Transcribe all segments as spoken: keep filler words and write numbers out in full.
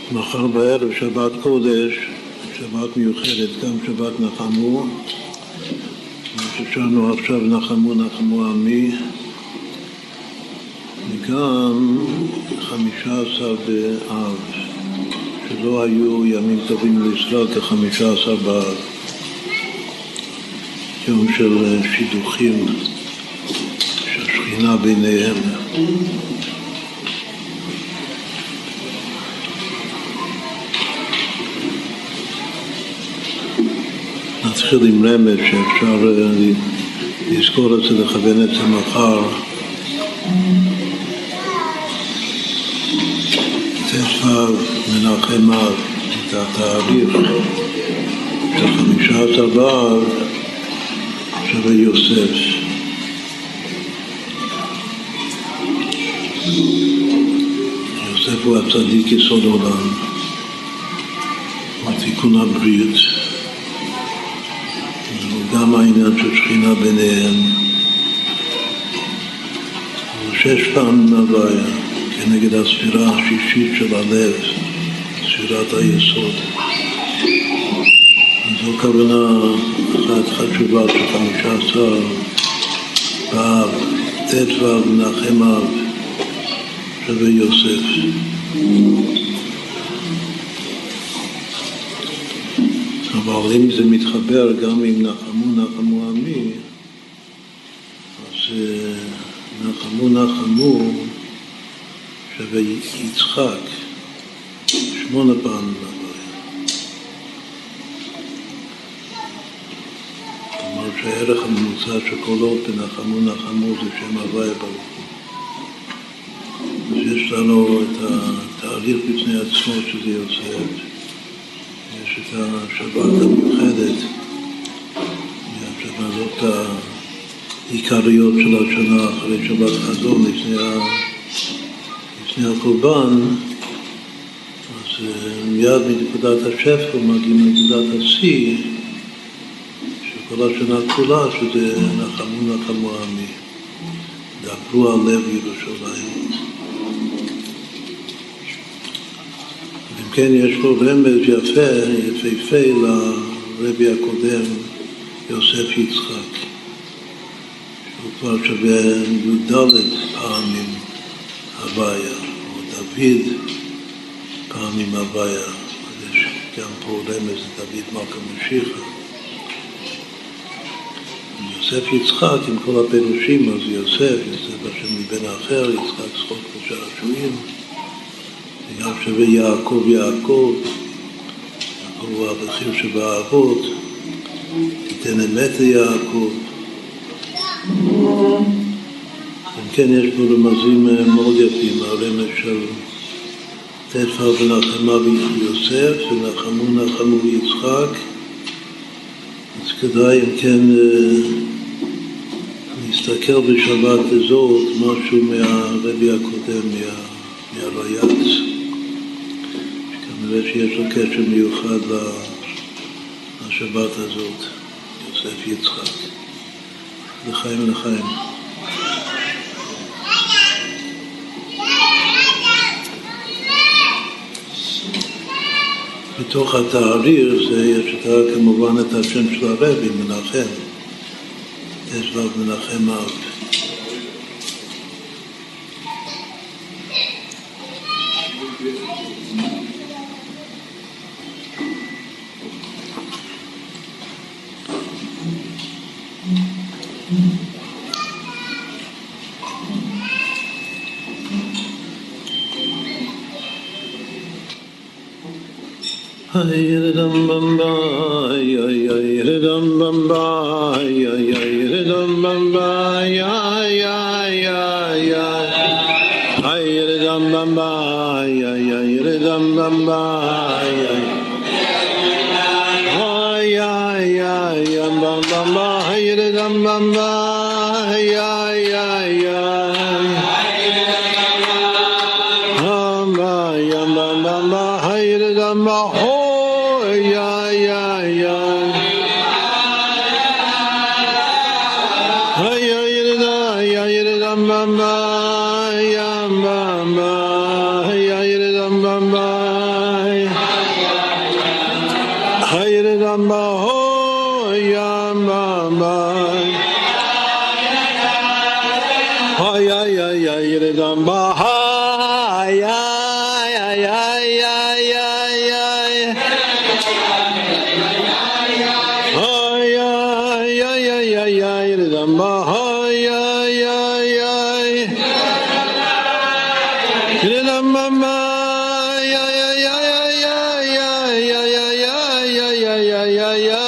מחר בערב שבת קודש, שבת מיוחדת, גם שבת נחמו. ששרנו עכשיו נחמו נחמו עמי, וגם חמישה עשר באב, שלא היו ימים טובים לישראל כחמישה עשר באב, יום של שידוכים שהשכינה ביניהם. נתחיל עם רמז שאפשר לזכור את זה, לכוון את זה מחר. תשב מנחם אב, את התאריך של חמישה עשר באב שווה יוסף. יוסף הוא הצדיק יסוד עולם, הוא תיקון הברית, גם העניין של שכינה ביניהם. שש פעמים הוויה כנגד הספירה השישית של הלב, ספירת היסוד. זו כוונה אחת חשובה של חמישה עשר באב, ט"ו מנחם אב שווה יוסף. אבל אם זה מתחבר גם עם נחמו נחמו עמי, אז נחמו נחמו שווה יצחק, שמונה פעמים הוויה. כלומר שהערך הממוצע של קולות בנחמו נחמו זה שם הוויה ברוך הוא. אז יש לנו את התהליך בפני עצמו שזה יוסף. יש את השבת המיוחדת, השבת זאת העיקריות של השנה אחרי שבת חזון, לפני, לפני הקורבן. אז מיד מנקודת השפל מגיעים לנקודת השיא של כל השנה כולה, שזה נחמו נחמו עמי, דברו על לב ירושלים. כן, יש פה רמז יפה, יפהפה לרבי הקודם, יוסף יצחק, שהוא כבר שווה י"ד פעמים הוויה, או דוד פעמים הוויה. יש גם פה רמז לדוד מלכה משיחה. יוסף יצחק עם כל הפירושים, אז יוסף, יוסף השם מבן האחר, יצחק צחוק ושעשועים. גם שווה יעקב יעקב, יעקב הוא הבכיר שבאבות, תיתן אמת ליעקב. אם כן, יש פה רמזים מאוד יפים, הרמז של ט"ו מנחם אב יוסף ונחמו נחמו יצחק. אז כדאי אם כן להסתכל בשבת הזאת משהו מהרבי הקודם, מהרייץ. כנראה שיש לו קשר מיוחד לשבת הזאת, יוסף יצחק. לחיים לחיים. בתוך התאריך זה יש את, כמובן את השם של הרבי, מנחם, תשב מנחם אב. Ayredam bamba, ay ay ayredam bamba, ay ay ayredam bamba, ay ay ay ay. Ayredam bamba, ay ay ayredam bamba, ay ay. Ay ay ay bamba, ayredam bamba, ay ay ay ay. Bamba, bamba, ayredam bamba. Bamba, yiridam ba ya ya ya ya ya ya ya ya ya ya ya yiridam ba ya ya ya yiridam ba ya ya ya ya ya ya ya ya ya ya ya ya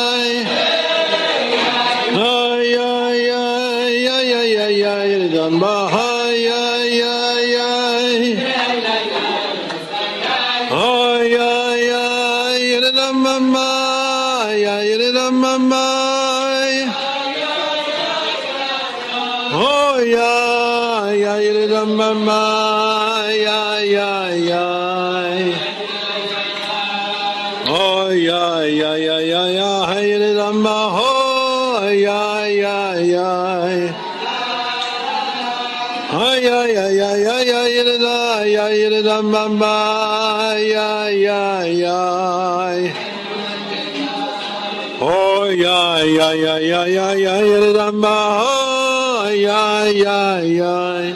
Oh yeah yeah yeah yeah yeah yeah yiridamba oh yeah yeah yeah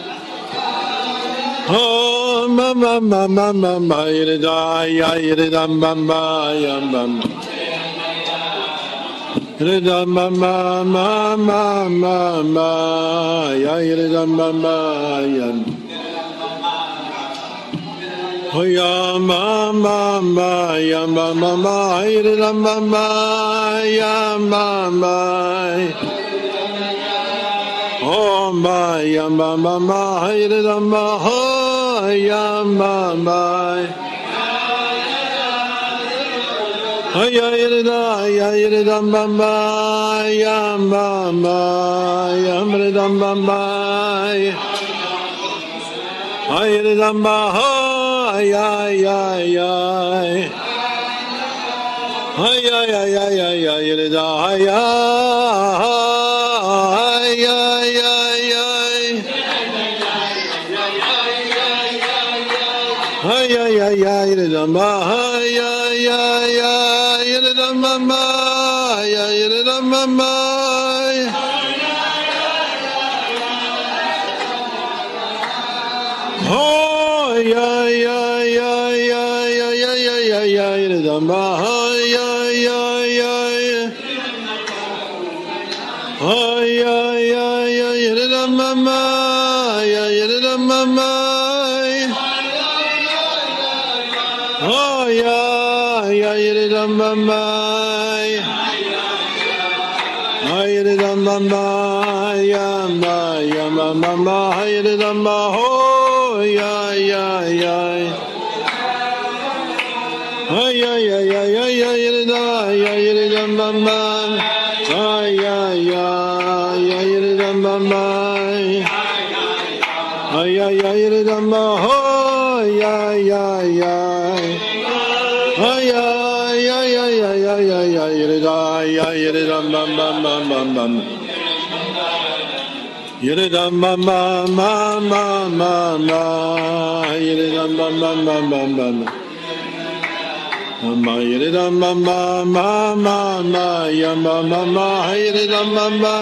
oh ma ma ma ma ma ma yirida yeah yiridamba ma ya ma yiridamba ma ma ma ma ma yeah yiridamba ma ya oh ya ma ma ma ya ma ma ma yiridam ma ma ya ma ma oh ma ya ma ma ma yiridam ma oh ya ma ma oh ya yirida ya yiridam ma ma ya ma ma ya yiridam ma ma oh yiridam ma oh ay ay ay ay ay ay ay ay ay ay yirida ay ay ay ay ay ay ay ay ay yirida ma ay ay ay ay yirida ma ma ay ay yirida ma ma oh ya ya yiridamba ya ya ya oh ya ya ya yiridamba ma ya yiridamba ma oh ya ya yiridamba ma ya yiridamba ma ya ma ya ma ma ma yiridamba oh ya ya ya ay ay ay ay ay ay yirida ay yirida mama ay ay ay ay yirida mama ay ay ay yirida mama ay ay ay ay ay ay ay ay ay ay ay ay yirida ay yirida mama mama mama yirida mama mama mama yirida mama mama mama ma yirida ma ma ma ma ma ya ma ma ma yirida ma ma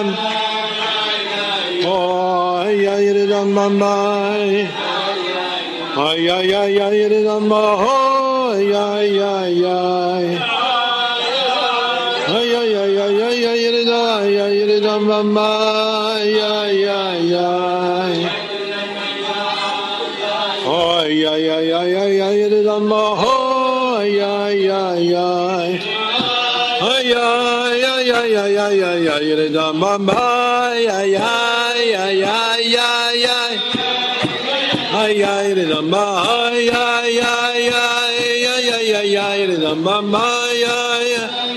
oh ya yirida ma ma ay ay ay ay yirida ma oh ya ya ya ay ay ay ay ay ay yirida ya yirida ma ma ya ya ya oh ya ya ya ya ya yirida ma oh ay ay ay ay ay ay ay ay ay ay ay ay yirida mama ay ay ay ay ay ay ay ay ay yirida mama ay ay ay ay ay ay ay ay yirida mama ay ay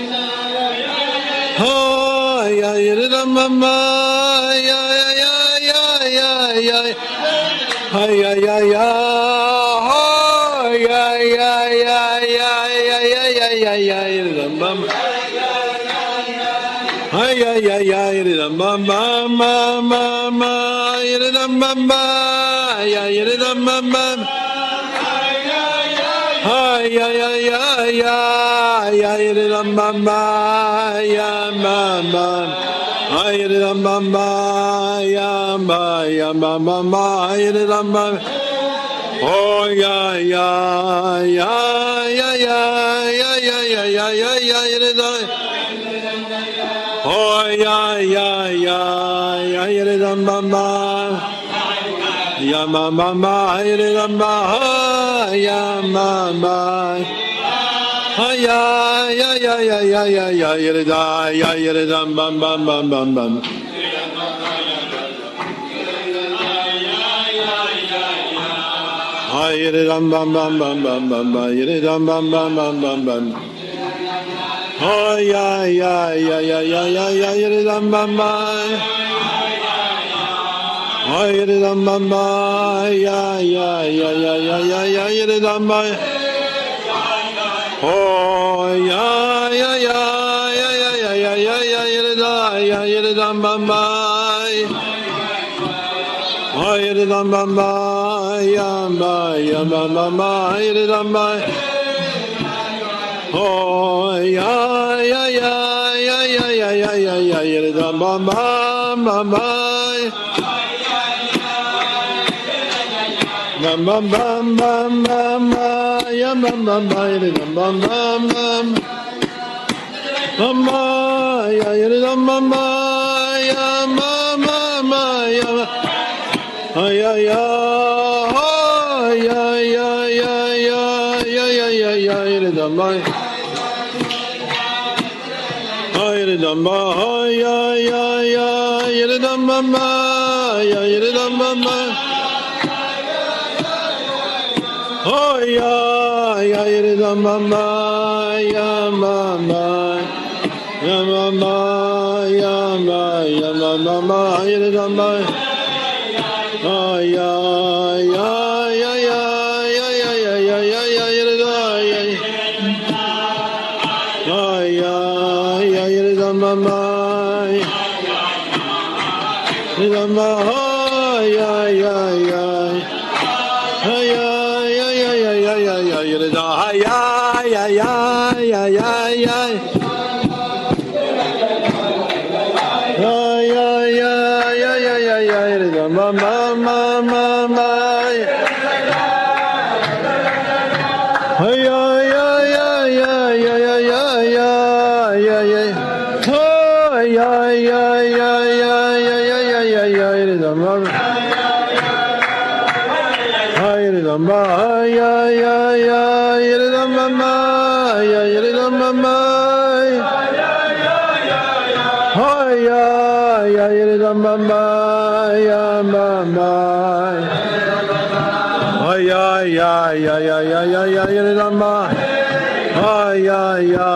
oh ay ay yirida mama ay ay ay ay ay ay ay ay ay ay ay ay ay ay ay ay rambam ay ay ay ay rambam mama mama ay rambam ay ay rambam ay ay ay ay ay ay rambam ay mama Hayridam bamba, yamba, yamba bamba, hayridam bamba. Oh ya ya ya ya ya ya ya ya ya ya ya hayridam. Oh ya ya ya ya hayridam bamba. Yamba bamba, hayridam bamba, yamba bamba. Ya ya ya ya ya ya ya yirida ya yiridam bam bam bam bam bam. Ha yiridam bam bam bam bam bam bam yiridam bam bam bam bam bam. Ha ya ya ya ya ya ya ya yiridam bam bam. Ha yiridam bam bam ya ya ya ya ya ya ya yiridam bam. Oh ya ya ya ya ya ya ya ya ya yirida ya yiridam bamba. Oh yiridam bamba yamba yamba bamba yiridam bamba. Oh ya ya ya ya ya ya ya ya ya yiridam bamba bamba. Bam bam bam bam bam bam bam bam bam bam bam bam mama ya ya mama ya mama ya ay ay ay ay ay ay ay ay ay ya ya mama ay ya mama ya ya ya ya mama ya ya mama. Oh ya ya yiridam mama ya mama ya mama ya mama ya mama yiridam mama. Oh ya ya ya ya ya ya ya ya ya ya yiridam ya. Oh ya ya yiridam mama yiridam mama ya ya ya ya. Ya ya ya ya ya ya ya. Ya ya ya ya ya ya ya. Mama mama mama. Ya ya ya ya ya ya ya ya ya ya. Oh ya ya ya ya ya ya ya ya ya ya. Mama. Mama ya ya ya ya mama ya ya mama ha ya ya ya mama ya mama ha ya ya ya ya ya ya ya ya mama ha ya ya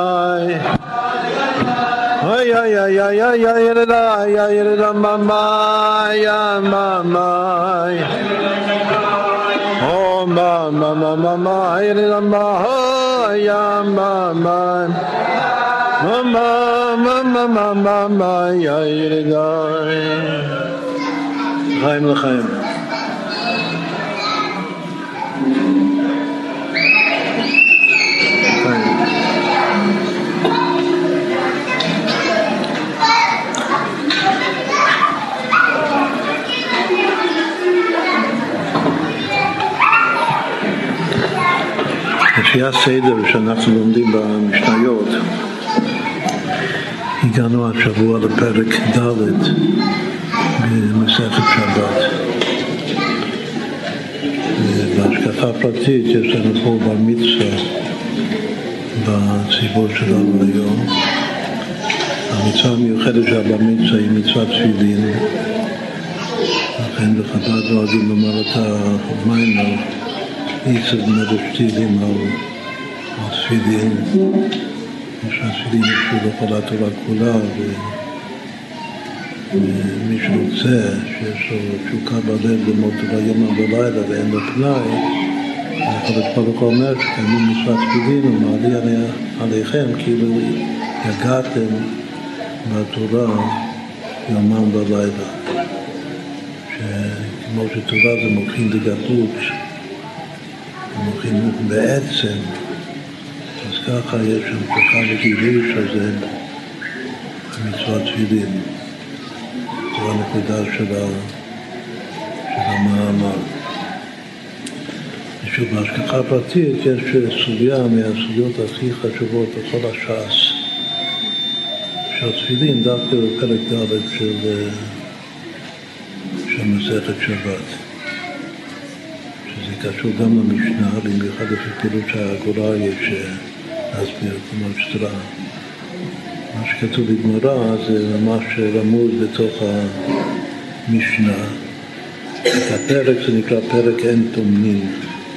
ha ya ya ya ya ya ya ya ya mama ya mama. Oh mama mama mama ya mama ya mama mama mama mama mama ya ya Chaim l'chaim. לפי הסדר שאנחנו לומדים במשניות, הגענו השבוע לפרק ד' במסכת שבת. בהשקפה פרטית יש לנו פה בר מצווה בציבור שלנו היום. המצווה המיוחדת של הבר מצווה היא מצוות תפילין. לכן בחב"ד נוהגים לומר את המיימר יצד מדשתילים על תפילין. שהתפילין ישבו לכל התורה כולה, ומי שרוצה שיש לו תשוקה בלב ללמוד תורה יומם ולילה ואין לו פנאי, יכול להתפלל כל אומר שקיימים מצוות תפילין ומעלה עליכם כאילו יגעתם בתורה יומם ולילה. שכמו שתורה זה מוכין דגדלות, מוכין בעצם, אז ככה יש שם ככה וגילוי שזה מצוות תפילין. בנקודה של המאמר. ושוב, בהשגחה פרטית יש סוגיה מהסוגיות הכי חשובות בכל הש"ס של תפילין, דווקא בפרק ד' של, של מסכת שבת. שזה קשור גם למשנה, במיוחד לפי פירוש שהגורא יש להסביר, כלומר שתראה. מה שכתוב בגמרא זה ממש רמוז בתוך המשנה. את הפרק זה נקרא פרק אין תומנין.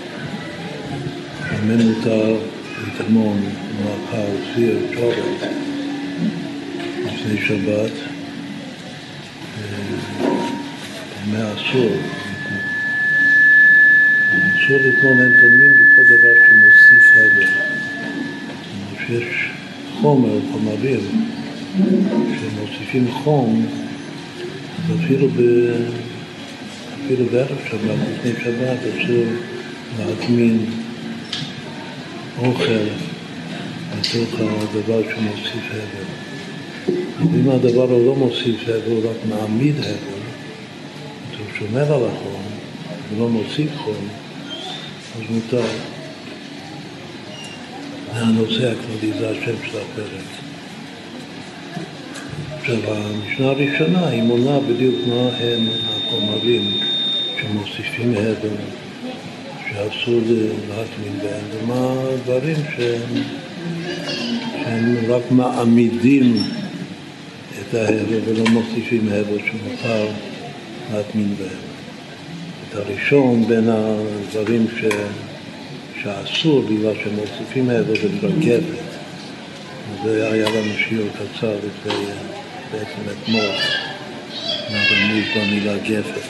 שמן מותר לטמון מאכל, סיר, צ'ורת לפני שבת. ומה אסור? אסור לטמון אין תומנין בכל דבר שמוסיף הבל. שיש חומר, חומרים שמוסיפים חום, אז אפילו, ב... אפילו בערב שבת, לפני שבת, אסור להטמין אוכל בתוך הדבר שמוסיף הבל. אם הדבר הוא לא מוסיף הבל, הוא רק מעמיד הבל, הוא שומר על החום, הוא לא מוסיף חום, אז מותר. זה הנושא הכללי, זה השם של הפרק. עכשיו, המשנה הראשונה היא מונה בדיוק מה הם החומרים שמוסיפים הבל, שאסור להטמין בהם, ומה הדברים שהם, שהם רק מעמידים את ההבל ולא מוסיפים הבל שמותר להטמין בהם. את הראשון בין הדברים ש... שאסור בגלל שמוסיפים הבל ולרגבת. זה היה לנו שיעור קצר לפני בעצם אתמול, מהרמוז במילה גפת.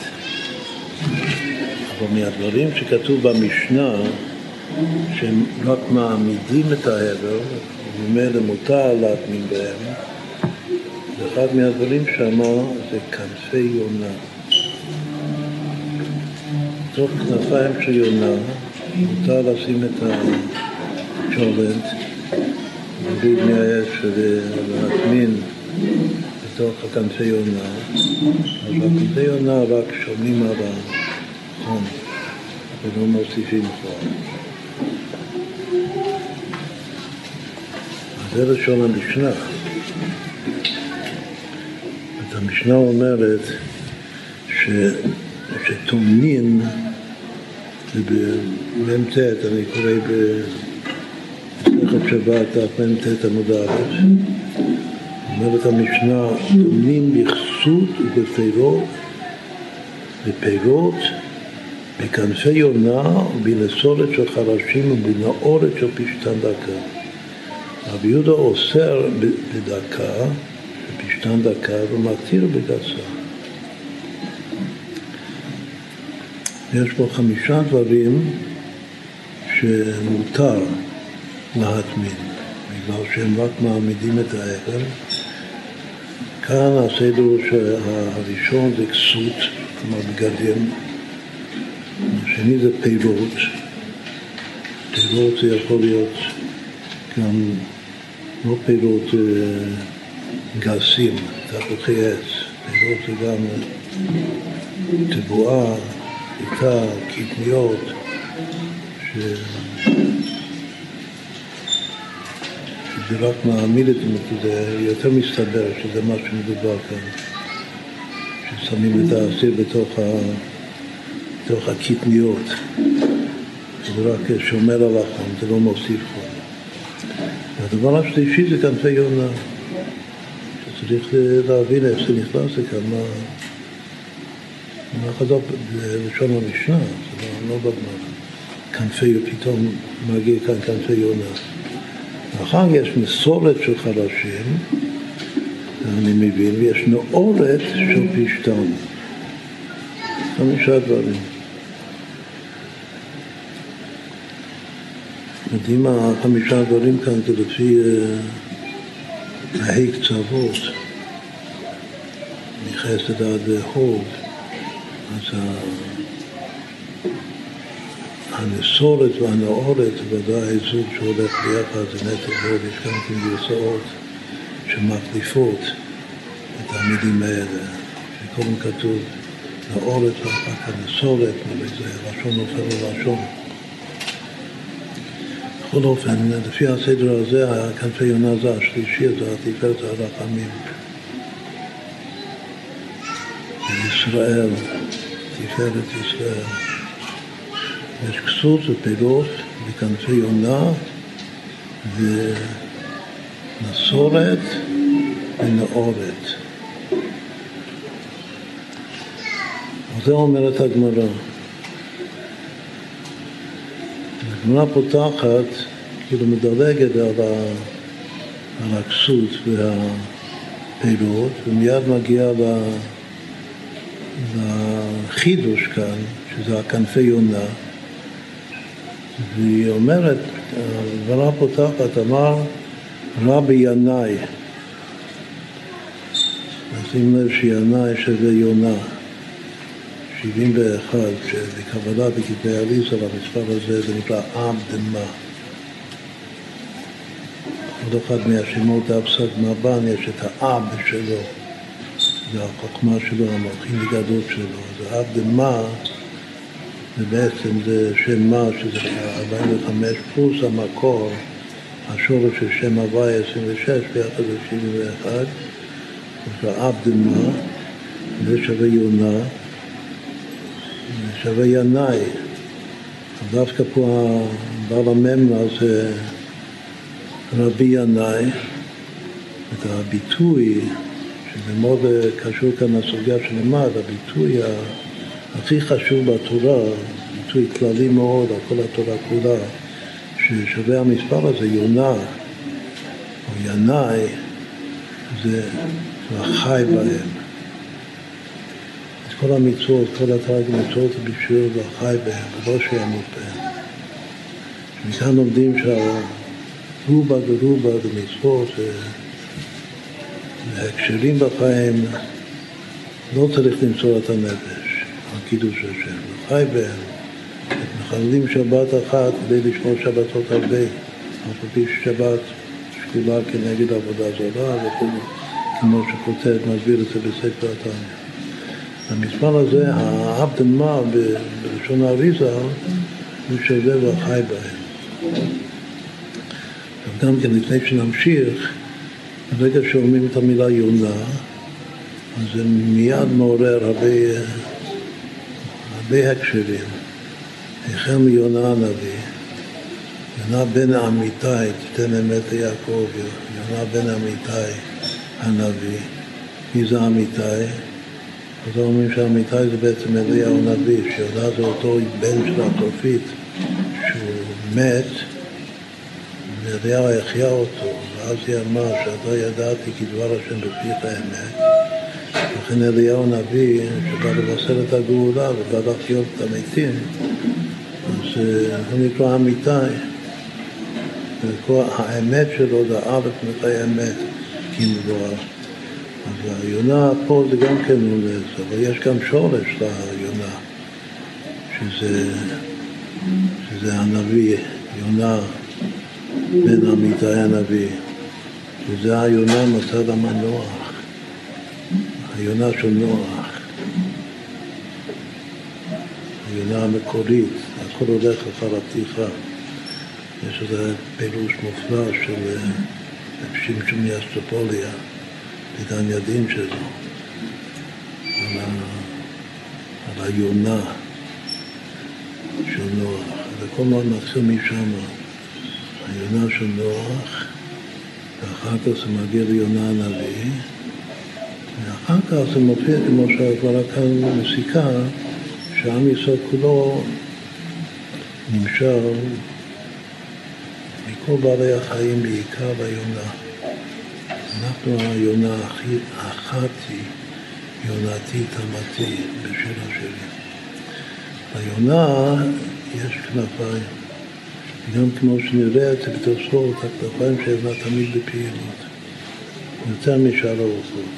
אבל מהדברים שכתוב במשנה, שהם רק מעמידים את ההבל, וממילא מותר להטמין בהם, ואחד מהדברים שאמר זה כנפי יונה. בתוך כנפיים של יונה, מותר לשים את הצ'ולנט, להביא מהאש ולהטמין בתוך הכנפי יונה. אז הכנפי יונה רק שומעים על החום, ולא מוסיפים חום. אז זה לשון המשנה. את המשנה אומרת ש... שתומנין, ובמ"ט, אני קורא במסכת שבת, דף מ"ט עמוד א', אומרת המשנה, תומנין בכסות ובפירות, בפירות, בכנפי יונה ובנסורת של חרשים ובנאורת של פשתן דקה. רבי יהודה אוסר בדקה, בפשתן דקה, ומתיר בגסה. יש פה חמישה דברים שמותר להטמין, בגלל שהם רק מעמידים את ההבל. כאן הסדר שהראשון זה כסות, כלומר בגדים. השני זה פירות. פירות זה יכול להיות גם לא פירות גסים, תפוחי עץ. פירות זה גם תבואה, חיטה, קטניות, ש... שזה רק מעמיד את זה, זה יותר מסתבר שזה מה שמדובר כאן, ששמים את האסיר בתוך, ה... בתוך הקטניות, זה רק שומר על החום, זה לא מוסיף חום. והדבר השלישי זה כנפי יונה, שצריך להבין איך זה נכנס לכאן, מה... מה חזור בלשון המשנה, זה לא בגמרא. כנפי, פתאום מגיע כאן כנפי יונה. אחר יש מסורת של חרשים, אני מבין, ויש נאורת של פשתן. חמישה דברים. יודעים מה, חמישה דברים כאן זה לפי ההי קצוות, מחסד עד הוד. אז הנסורת והנאורת ודאי זוג שהולך ביחד, זה נטל הוד, יש כאן גרסאות שמחליפות את המילים האלה, קודם כתוב לאורת ואחר כך לסורת, וזה לשון נופל ללשון. בכל אופן, לפי הסדר הזה, כנפי יונה זה השלישי, זה התפארת הרחמים. ישראל, תפארת ישראל. יש כסות ופירות בכנפי יונה ונסורת ונאורת. זה אומרת הגמרא. הגמרא פותחת, כאילו מדלגת על, ה, על הכסות והפירות, ומיד מגיעה ל, לחידוש כאן, שזה הכנפי יונה. והיא אומרת, הגמרא פותחת, אמר רבי ינאי. נשים לב שינאי שווה יונה. שבעים ואחת, שבקבלה בכתבי אריז"ל, המספר הזה זה נקרא עבדמה. עוד אחד מהשמות האפסק מבן יש את האב שלו, זה החוכמה שלו, המלכין הגדול שלו. זה עבדמה, ובעצם זה שם מה, שזה ארבעים וחמש פלוס המקור, השורש של שם הוואי עשרים ושש, ביחד זה שבעים ואחת, זה עבדמה, זה שווה יונה, שווה ינאי. דווקא פה בעל הממנה זה רבי ינאי. את הביטוי, שזה מאוד קשור כאן לסוגיה שלמד, הביטוי הכי חשוב בתורה, ביטוי כללי מאוד על כל התורה כולה, ששווה המספר הזה, יונה או ינאי, זה החי בהם. כל המצוות, כל התרג מצוות בשביל החי בהם, ולא שימות בהם. מכאן לומדים שהרובה ורובה ומצוות והקשרים בחיים לא צריך למצוא את הנפש, הקידוש השם. החי בהם, מחללים שבת אחת כדי לשמור שבתות הרבה, אף פי שבת שקולה כנגד עבודה זרה, וכו', כמו שכותב, מסביר את זה בספר התניא. המספר הזה, העבדמה בלשון האריזה, הוא שווה והחי בהם. גם כן, לפני שנמשיך, ברגע שאומרים את המילה יונה, אז זה מיד מעורר הרבה, הרבה הקשרים. החל מיונה הנביא, יונה בן אמיתי, תתן אמת ליעקב, יונה בן אמיתי הנביא. מי זה אמיתי? אז אומרים שהאמיתי זה בעצם אליהו הנביא, שיונה זה אותו בן של התופית שהוא מת, ואליהו החיה אותו, ואז היא אמרה שאתה ידעתי כי דבר השם בפיך האמת. לכן אליהו הנביא, שבא לבשר את הגאולה ובא לחיות את המתים, אז הוא נקרא אמיתי. האמת שלו זה א' מתי אמת, כמדבר. אז היונה פה זה גם כן הולך, אבל יש גם שורש ליונה, שזה, שזה הנביא, יונה בן אמיתי הנביא, וזה היונה מצד המנוח, היונה של נוח, היונה המקורית, הכל הולך אחר הפתיחה. יש איזה פירוש מופלא של שמשון מאסטרופוליה, עידן ידין שלו, על, ה... על היונה של נוח. וכל מאוד מתחיל משם, היונה של נוח, ואחר כך זה מגיע ליונה הנביא, ואחר כך זה מופיע כמו שהגמרא כאן מסיקה, שעם ישראל כולו נמשל מכל בעלי החיים בעיקר ביונה. אנחנו היונה הכי אחתי, יונתי תמתי בשיר השירים. ליונה יש כנפיים, גם כמו שנראה את זה בתוספות, הכנפיים שהבנה תמיד בפעילות, יותר משאר הרוחות.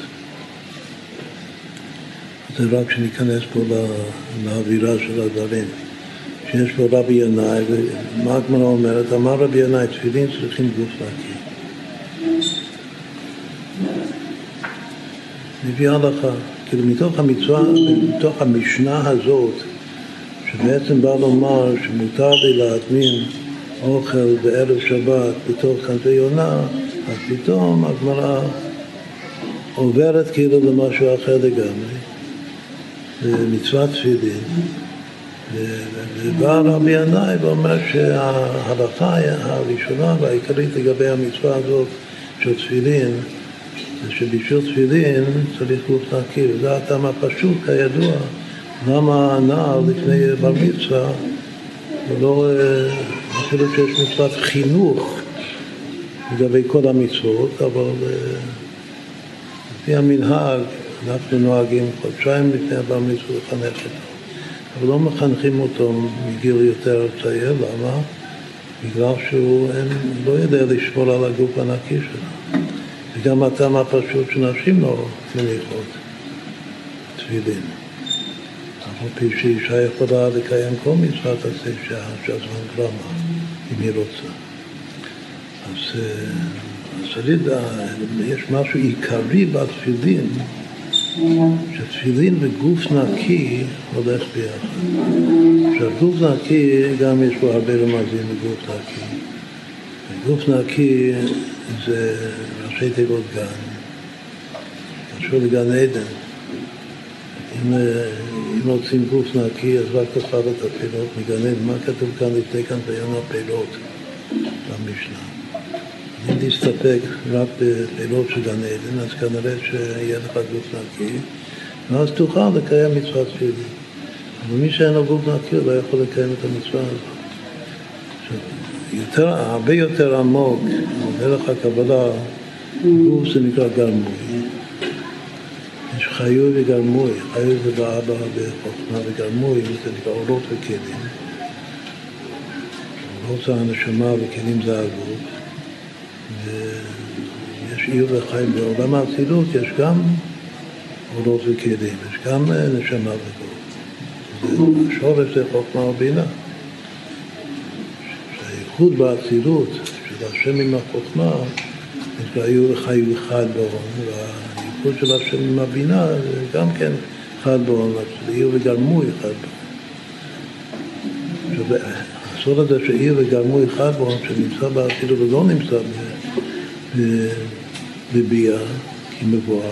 זה רק שניכנס פה לאווירה של הדברים. שיש פה רבי ינאי, ומה הגמרא אומרת? אמר רבי ינאי, תפילין צריכים גוף נקי. מביא הלכה, כאילו מתוך המצווה, מתוך המשנה הזאת, שבעצם בא לומר שמותר לי להטמין אוכל בערב שבת בתוך כנפי יונה, אז פתאום הגמרא עוברת כאילו למשהו אחר לגמרי, מצוות תפילין, ובא רבי ינאי ואומר שההלכה הראשונה והעיקרית לגבי המצווה הזאת של תפילין, זה שבשביל תפילין צריך גוף נקי, וזה הטעם הפשוט כידוע, למה הנער לפני בר מצווה, ולא אפילו שיש מצוות חינוך לגבי כל המצוות, אבל לפי המנהג אנחנו נוהגים חודשיים לפני הבר מצווה לחנך אותו, אבל לא מחנכים אותו מגיל יותר צעיר. למה? בגלל שהוא לא יודע לשמור על הגוף הנקי שלו. וגם הטעם הפשוט שנשים לא מניחות תפילין. אבל פי שאישה יכולה לקיים כל מצוות עשה שעה שהזמן גרמה, אם היא רוצה. אז, אז יש משהו עיקרי בתפילין, שתפילין וגוף נקי הולך ביחד. עכשיו גוף נקי גם יש בו הרבה רמזים בגוף נקי. גוף נקי זה ראשי תיבות גן, קשור לגן עדן. אם, אם רוצים גוף נקי אז רק תאכל את הפירות מגן עדן. מה כתוב כאן לפני כאן ביום הפירות במשנה? אם תסתפק רק בפירות של גן עדן, אז כנראה שיהיה לך גוף נקי, ואז תוכל לקיים מצוות תפילין. אבל מי שאין לו גוף נקי לא יכול לקיים את המצווה הזאת. יותר, הרבה יותר עמוק, דרך הקבלה, גוף זה נקרא גרמוי. יש חיוב וגרמוי, חיוב זה באבא בחוכמה, וגרמוי זה נקרא אורות וכלים. אורות זה הנשמה וכלים זה הגוף. ויש עיר וחיים בעולם האצילות, יש גם אורות וכלים, יש גם נשמה וגוף. השורש זה חוכמה ובינה. שהייחוד באצילות של השם עם החוכמה נקרא עיר וחיים אחד בעולם, והייחוד של השם עם הבינה זה גם כן אחד בעולם, זה עיר וגרמוי אחד בעולם. הסוד הזה שעיר וגרמוי אחד בעולם שנמצא באצילות ולא נמצא בביאה כמבואר,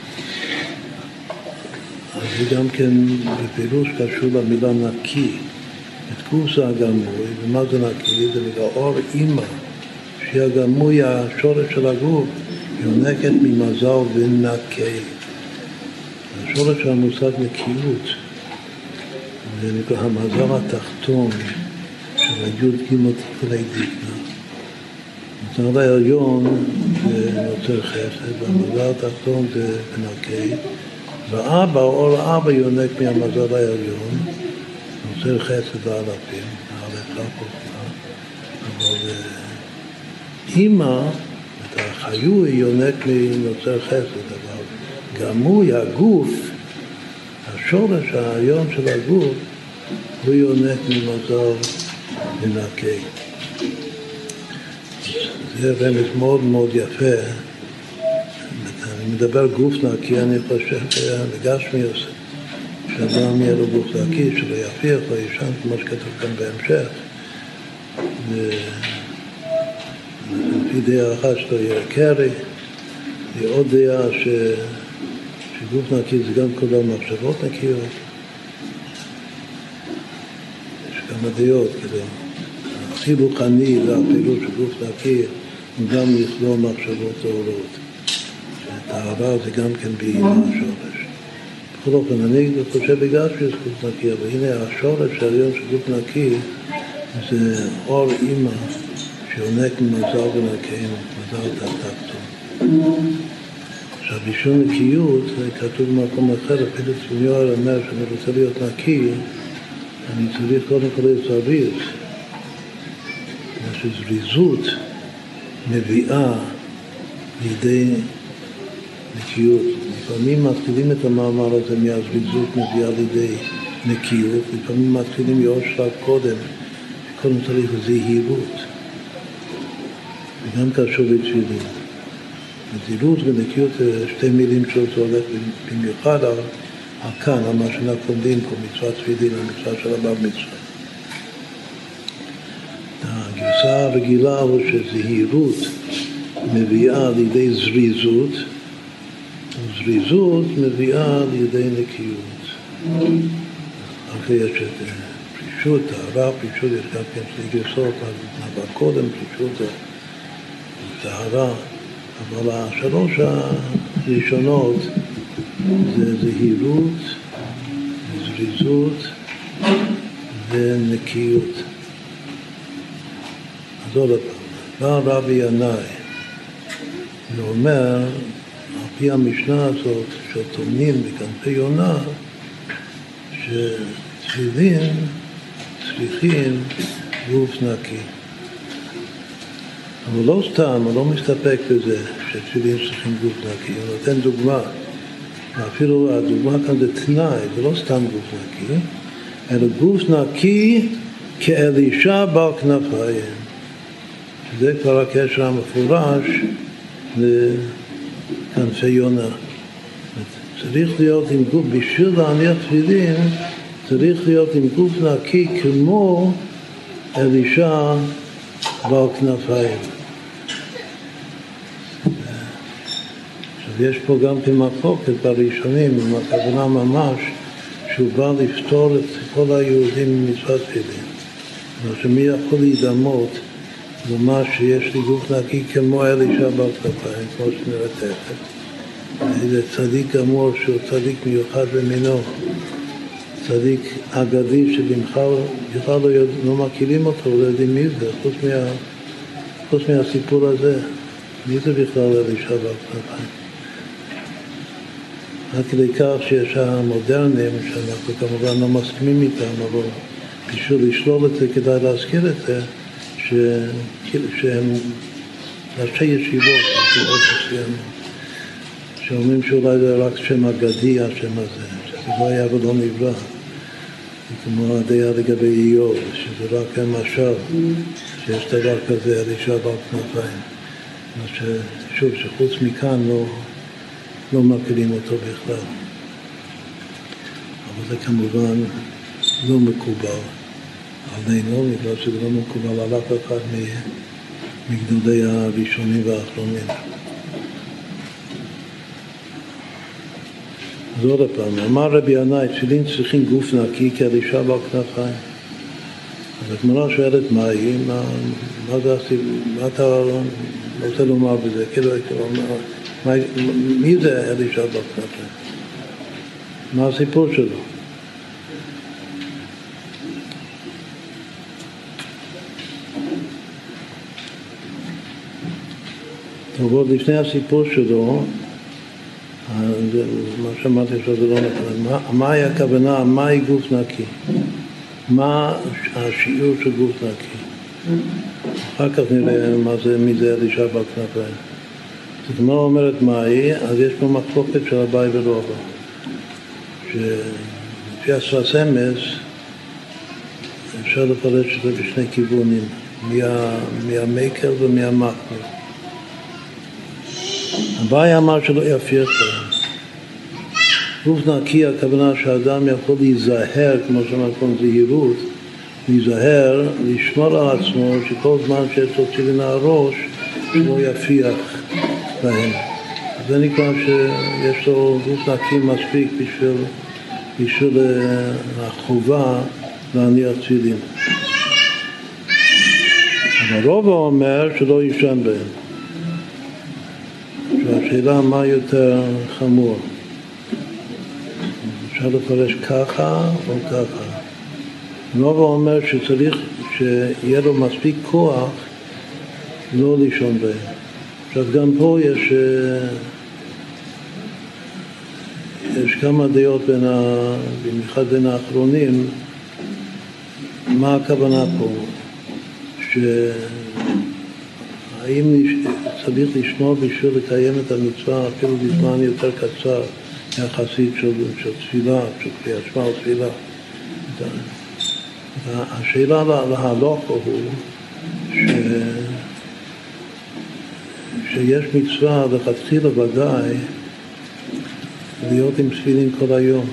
אז זה גם כן בפירוש קשור למילה נקי. את גוף זה הגרמוי, ומה זה נקי? זה נקרא אור אימא, שהיא הגרמוי, השורש של הגוף, יונקת ממזל ונקי. השורש של המושג נקיות, זה נקרא המזל התחתון של היוד גימות תיקולי דיקנה. המזל העליון זה נוצר חסד, והמזל התחתון זה נקי. ואבא, אור אבא יונק מהמזל העליון, נוצר חסד האלפים, האלפה חוכמה, אבל אימא, את החיוי יונק מנוצר חסד, אבל גרמוי, הגוף, השורש העליון של הגוף, הוא יונק ממזל ונקי. זה רמז מאוד מאוד יפה. אני מדבר גוף נקי, אני חושב לגשמי עושה. שאדם יהיה לו גוף נקי, שלא יפיח, לא ישן, כמו שכתוב כאן בהמשך. לפי דעה אחת שלא יהיה קרי, ועוד דעה ש... שגוף נקי זה גם כולל מחשבות נקיות. יש כמה דעות, כאילו, הכי רוחני והפעילות של גוף נקי הוא גם לכלול מחשבות טהורות. טהרה זה גם כן באימא השורש. בכל אופן, אני חושב בגלל שיש גוף נקי, אבל הנה השורש העליון של גוף נקי זה אור אימא שיונק ממזל ונקי, מזל תחתון. עכשיו, בשביל נקיות, זה כתוב במקום אחר, אפילו צפוניור אומר שאני רוצה להיות נקי, אני צריך קודם כל לזריז. שזריזות מביאה לידי נקיות. לפעמים מתחילים את המאמר הזה מהזריזות מביאה לידי נקיות, לפעמים מתחילים יור שלב קודם, קודם צריך זהירות. וגם קשור לתפילין. זילות ונקיות שתי מילים שזה הולך במיוחד על, על כאן, על מה שאנחנו לומדים פה, מצוות תפילין, המצווה של הבבא מצווה. הגרסה הרגילה הוא שזהירות מביאה לידי זריזות, וזריזות מביאה לידי נקיות. אחרי יש את פרישות, טהרה, פרישות, יש גם כן שתי גרסות, אבל קודם פרישות, טהרה, אבל השלוש הראשונות זה זהירות, זריזות ונקיות. אז עוד פעם, בא רבי ינאי ואומר, על פי המשנה הזאת של טומנים בכנפי יונה, שתפילין צריכים גוף נקי. אבל לא סתם, הוא לא מסתפק בזה שתפילין צריכים גוף נקי, הוא נותן דוגמה. ואפילו הדוגמה כאן זה תנאי, זה לא סתם גוף נקי, אלא גוף נקי כאלישע בעל כנפיים. שזה כבר הקשר המפורש לכנפי יונה. צריך להיות עם גוף, בשביל להניח תפילין, צריך להיות עם גוף נקי כמו אלישע בעל כנפיים. עכשיו יש פה גם מחלוקת בראשונים, עם הכוונה ממש שהוא בא לפתור את כל היהודים ממצוות תפילין. עכשיו מי יכול להידמות לומר שיש לי גוף נקי כמו אלישע בעל כנפיים, כמו שנראה תכף. זה צדיק גמור שהוא צדיק מיוחד במינו, צדיק אגדי שבכלל לא, לא מכירים אותו, לא יודעים מי זה, חוץ, מה, חוץ מהסיפור הזה. מי זה בכלל אלישע בעל כנפיים? עד כדי כך שיש המודרנים, שאנחנו כמובן לא מסכימים איתם, אבל בשביל לשלול את זה כדאי להזכיר את זה, ש... שהם ראשי ישיבות, ישיבות מסוימים, שאומרים שאולי זה רק שם אגדי, השם הזה, שזה לא היה ולא נברא, כמו הדעה לגבי איוב, שזה רק משל, שיש דבר כזה, אלישע בעל כנפיים. שוב, שחוץ מכאן לא, לא מכירים אותו בכלל. אבל זה כמובן לא מקובל עלינו, בגלל שזה לא מקובל על אף אחד מגדולי הראשונים והאחרונים. אז עוד פעם, אמר רבי ינאי, תפילין צריכים גוף נקי כאלישע בעל כנפיים. אז הגמרא שואלת מה היא, מה, מה, זה, מה אתה רוצה לומר בזה? כאילו, מה, מי זה אלישע בעל כנפיים? מה הסיפור שלו? טוב, עוד לפני הסיפור שלו, מה שאמרתי עכשיו זה לא נכון. מה, מה היה הכוונה, מהי גוף נקי? מה השיעור של גוף נקי? אחר כך נראה מה זה, מי זה אלישע בעל כנפיים. זאת אומרת, אומרת מהי, אז יש פה מחלוקת של אביי ורבא. שלפי השפת אמס אפשר לפרש את זה בשני כיוונים, מה, מהמקל ומהמחמיר. אביי אמר שלא יפיח בהם. גוף נקי, הכוונה שהאדם יכול להיזהר, כמו שאמרנו, זהירות, להיזהר, לשמור על עצמו, שכל זמן שיש לו תפילין על הראש, לא יפיח בהם. זה נקרא שיש לו גוף נקי מספיק בשביל, בשביל החובה להניח תפילין. אבל רבא אומר שלא ישן בהם. והשאלה מה יותר חמור, אפשר לפרש ככה או ככה. רבא אומר שצריך שיהיה לו מספיק כוח לא לישון בהם. עכשיו גם פה יש, יש כמה דעות בין ה, במיוחד בין האחרונים, מה הכוונה פה, שהאם צריך לשמור בשביל לקיים את המצווה אפילו בזמן יותר קצר יחסית של, של תפילה, של קריאת שמע או תפילה. השאלה להלוך הוא ש... שיש מצווה לכתחילה ודאי להיות עם תפילין כל היום.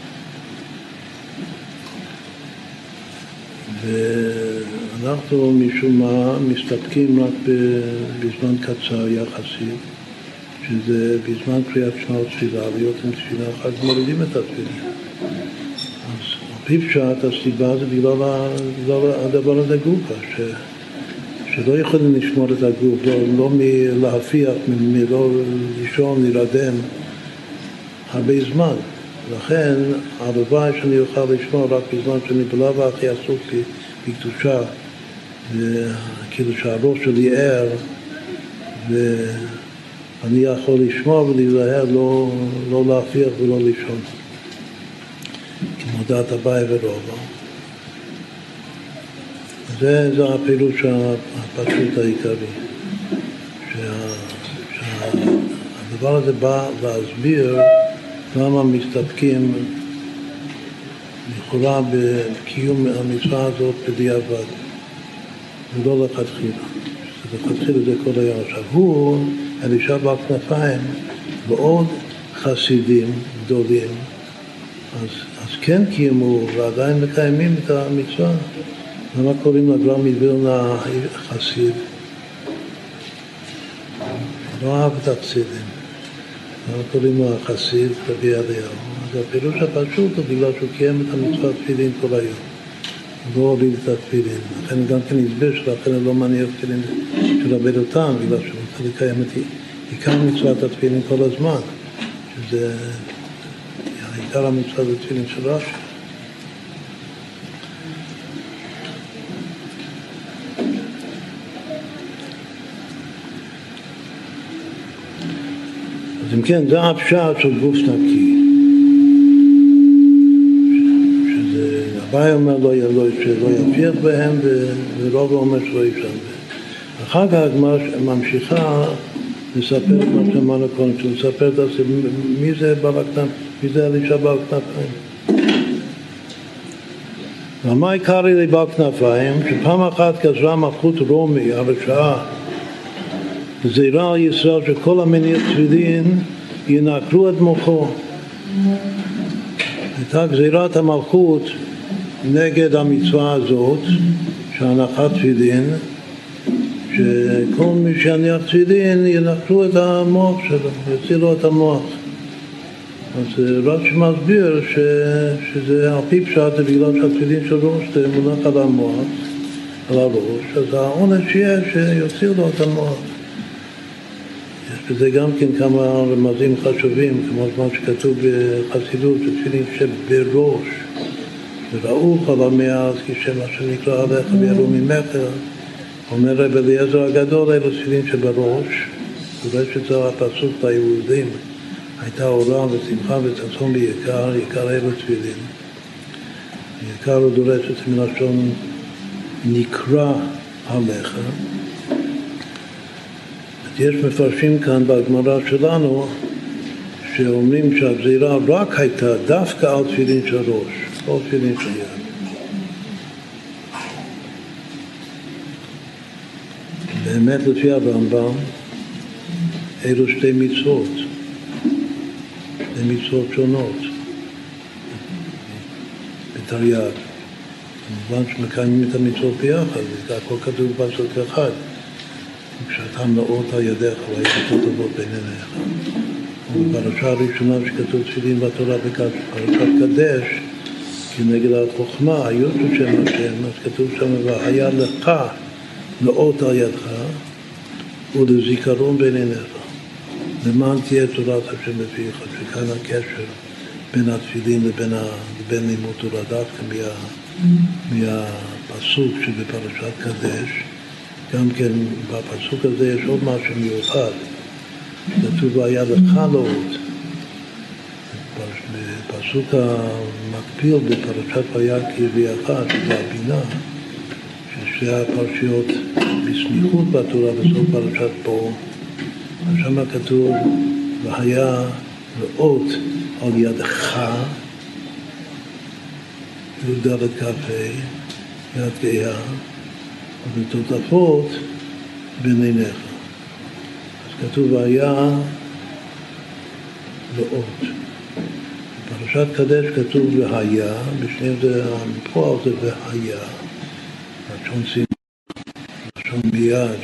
ואנחנו משום מה מסתפקים רק בזמן קצר יחסית, שזה בזמן קריאת שמע ותפילה, להיות עם תפילה אחת מורידים את התפילין. אז על פי פשט הסיבה זה בגלל, בגלל הדבר הזה גופה, ש, שלא יכולים לשמור את הגוף, לא, לא מלהפיח, מלא לישון, להירדם הרבה זמן. לכן הלוואי שאני אוכל לשמור רק בזמן שאני בלב הכי עסוק בקדושה, כאילו שהראש שלי ער, ואני יכול לשמור ולהיזהר לא, לא להפיח ולא לישון. כמו דעת אביי ורבא. זה, זה הפירוש הפשוט העיקרי. שה, שהדבר הזה בא להסביר למה מסתפקים לכאורה בקיום המצווה הזאת בדיעבד, ולא לכתחילה. לכתחילה זה כל היום. עכשיו הוא, אלישע בר כנפיים, ועוד חסידים גדולים, אז, אז כן קיימו ועדיין מקיימים את המצווה. למה קוראים לגר"א מווילנה חסיד? לא אהב את החסידים. למה קוראים לו החסיד רבי אליהו? אז הפירוש הפשוט הוא בגלל שהוא קיים את המצווה תפילין כל היום. הוא לא הוריד את התפילין. לכן גם כן הסביר שלכן הוא לא מניח תפילין של רבי דותן, בגלל שהוא רוצה לקיים את עיקר מצוות התפילין כל הזמן. שזה עיקר המצווה זה תפילין של רש"י. אז אם כן, זה הפשט של גוף נקי. שזה, אביי אומר לא, לא, שלא יפיח בהם, ורוב אומר שלא יפשע בהם. אחר כך הגמרא ממשיכה לספר את מה שאמרנו קודם, לספר את הסיפור, מי זה בעל הכנפיים, מי זה אלישע בעל כנפיים. ומה עיקרי לי בעל כנפיים? שפעם אחת גזרה מלכות רומי הרשעה, גזירה על ישראל שכל המניח תפילין ינעקרו את מוחו. הייתה גזירת המלכות נגד המצווה הזאת, שהנחת תפילין, שכל מי שיניח תפילין ינעקרו את המוח שלו, יצילו את המוח. אז רש"י מסביר ש... שזה על פי פשט, בגלל שהתפילין של ראש זה מונח על המוח, על הראש, אז העונש יהיה שיוצילו לו את המוח. יש בזה גם כן כמה רמזים חשובים, כמו מה שכתוב בחסידות, שתפילין שבראש, וראו כל המאז, כשם מה שנקרא עליך ויראו ממך, אומר רב אליעזר הגדול, אלו תפילין שבראש, דורש את זה הפסוק ליהודים, הייתה אורה ושמחה וששון ויקר, יקר אלו תפילין. יקר הוא דורש את זה מלשון נקרא עליך. יש מפרשים כאן בגמרא שלנו שאומרים שהגזירה רק הייתה דווקא על תפילין של ראש, לא תפילין של יד. באמת לפי הרמב"ם אלו שתי מצוות, שתי מצוות שונות בתרי"ג. כמובן שמקיימים את המצוות ביחד, זה הכל כתוב בפסוק אחד. כשאתה מלאות על ידיך והיית טובות בין עיניך. ובפרשה הראשונה שכתוב תפילין בתורה בפרשת קדש, כנגד החוכמה, היותו שם השם, אז כתוב שם, והיה לך מלאות על ידך ולזיכרון בין עיניך. למען תהיה תורת השם בפיך, שכאן הקשר בין התפילין לבין, לבין לימוד תורה, דווקא מה, מהפסוק שבפרשת קדש, גם כן בפסוק הזה יש עוד משהו מיוחד. כתוב והיה לך לאות. בפסוק המקביל בפרשת ויקרא ואחת, שזה הבינה, ששתי הפרשיות בסמיכות בתורה בסוף פרשת בו, אז שם כתוב והיה לאות על ידך, י"ד כ"ה, יד גאה, ובתותפות בין עיניך. אז אז כתוב והיה לאות. בפרשת קדש כתוב והיה, בשניהם זה המפועל זה והיה, לשון סימן, לשון מיד,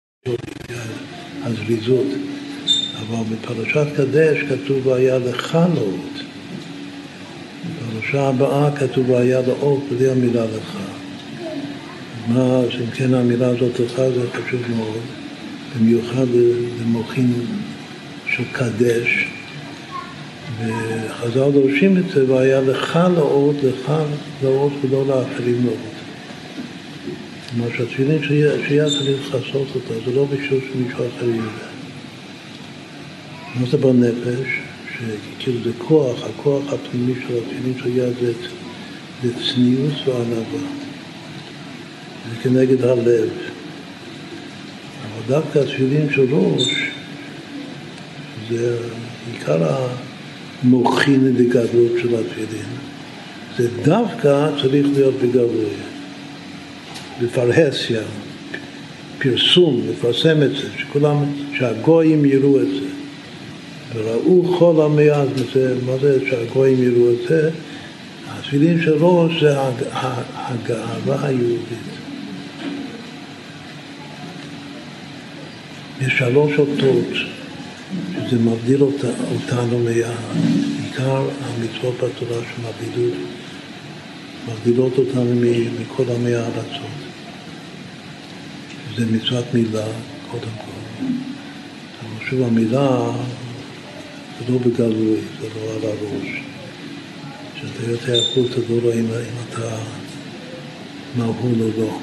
הזריזות. אבל בפרשת קדש כתוב והיה לך לאות. בפרשה הבאה כתוב והיה לאות, בלי המילה לך. מה, אז אם כן המילה הזאת לך זה חשוב מאוד, במיוחד למוחין של קדש. וחז"ל דורשים את זה, והיה לך לאות, לך לאות ולא לאחרים לאות. כלומר שהתפילין שהיה צריך לעשות אותה, זה לא בשביל שמישהו אחר יודע. מה זה בנפש? שכאילו זה כוח, הכוח הפנימי של התפילין שהיה זה, זה צניעות וענווה. זה כנגד הלב. אבל דווקא התפילין של ראש, זה עיקר המוחין בגדלות של התפילין. זה דווקא צריך להיות בגלוי. בפרהסיה, פרסום, לפרסם את זה, שכולם, שהגויים יראו את זה. וראו כל עמי אז, מה זה שהגויים יראו את זה? התפילין של ראש זה הגאווה היהודית. יש שלוש אותות שזה מבדיל אותנו מעיקר המצוות בתורה שמבדילות, מבדילות אותנו מכל עמי הארצות. זה מצוות מילה, קודם כל. אבל שוב, המילה זה לא בגלוי, זה לא על הראש. שאתה יותר החוץ, אתה לא רואה אם אתה מהול או לא.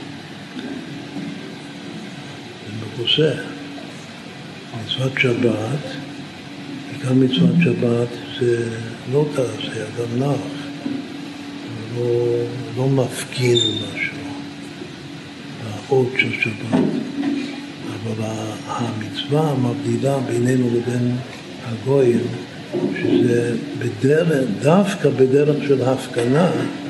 זה מבוסה. מצוות שבת, גם מצוות שבת זה לא תעשה, גם נח. לא, לא מפגין משהו, האות של שבת. אבל המצווה מבדילה בינינו לבין הגויים, שזה בדרך, דווקא בדרך של ההפגנה,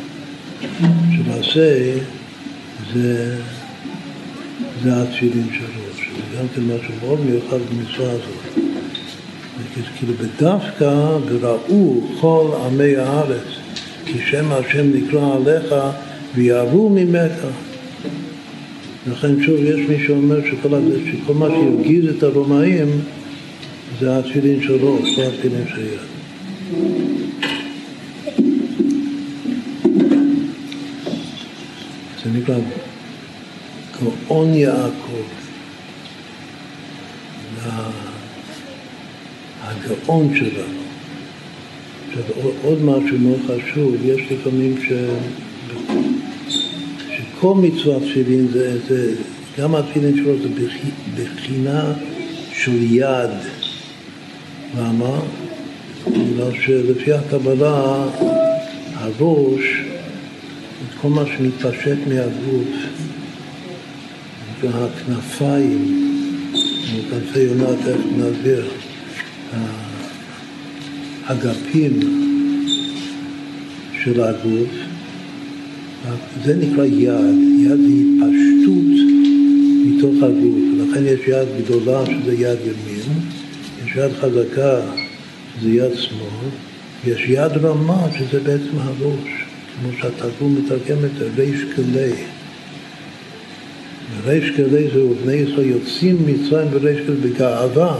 שלעשה, זה, זה התפילין שלו. זה גם כן משהו מאוד מיוחד במצווה הזאת. כאילו בדווקא וראו כל עמי הארץ, כי שם השם נקרא עליך ויראו ממך. לכן שוב יש מי שאומר שכל, שכל מה שירגיז את הרומאים זה התפילין שלו, לא התפילין של יד. זה נקרא גאון יעקב. הגאון שלנו. עכשיו, עוד משהו מאוד חשוב, יש לפעמים ש... שכל מצוות תפילין זה, זה, גם התפילין שלו זה בחינה של יד. למה? בגלל שלפי הקבלה, הראש, את כל מה שמתפשט מהגוף, והכנפיים, כנפי יונה, תכף נסביר, הגפים של הגוף, זה נקרא יד. יד זה התפשטות מתוך הגוף. לכן יש יד גדולה שזה יד ימין, יש יד חזקה שזה יד שמאל, יש יד רמה שזה בעצם הראש, כמו שהתרגום מתרגם את זה, ריש כלי. ריש כלי זה ובני ישראל יוצאים מצרים בריש כלי בגאווה.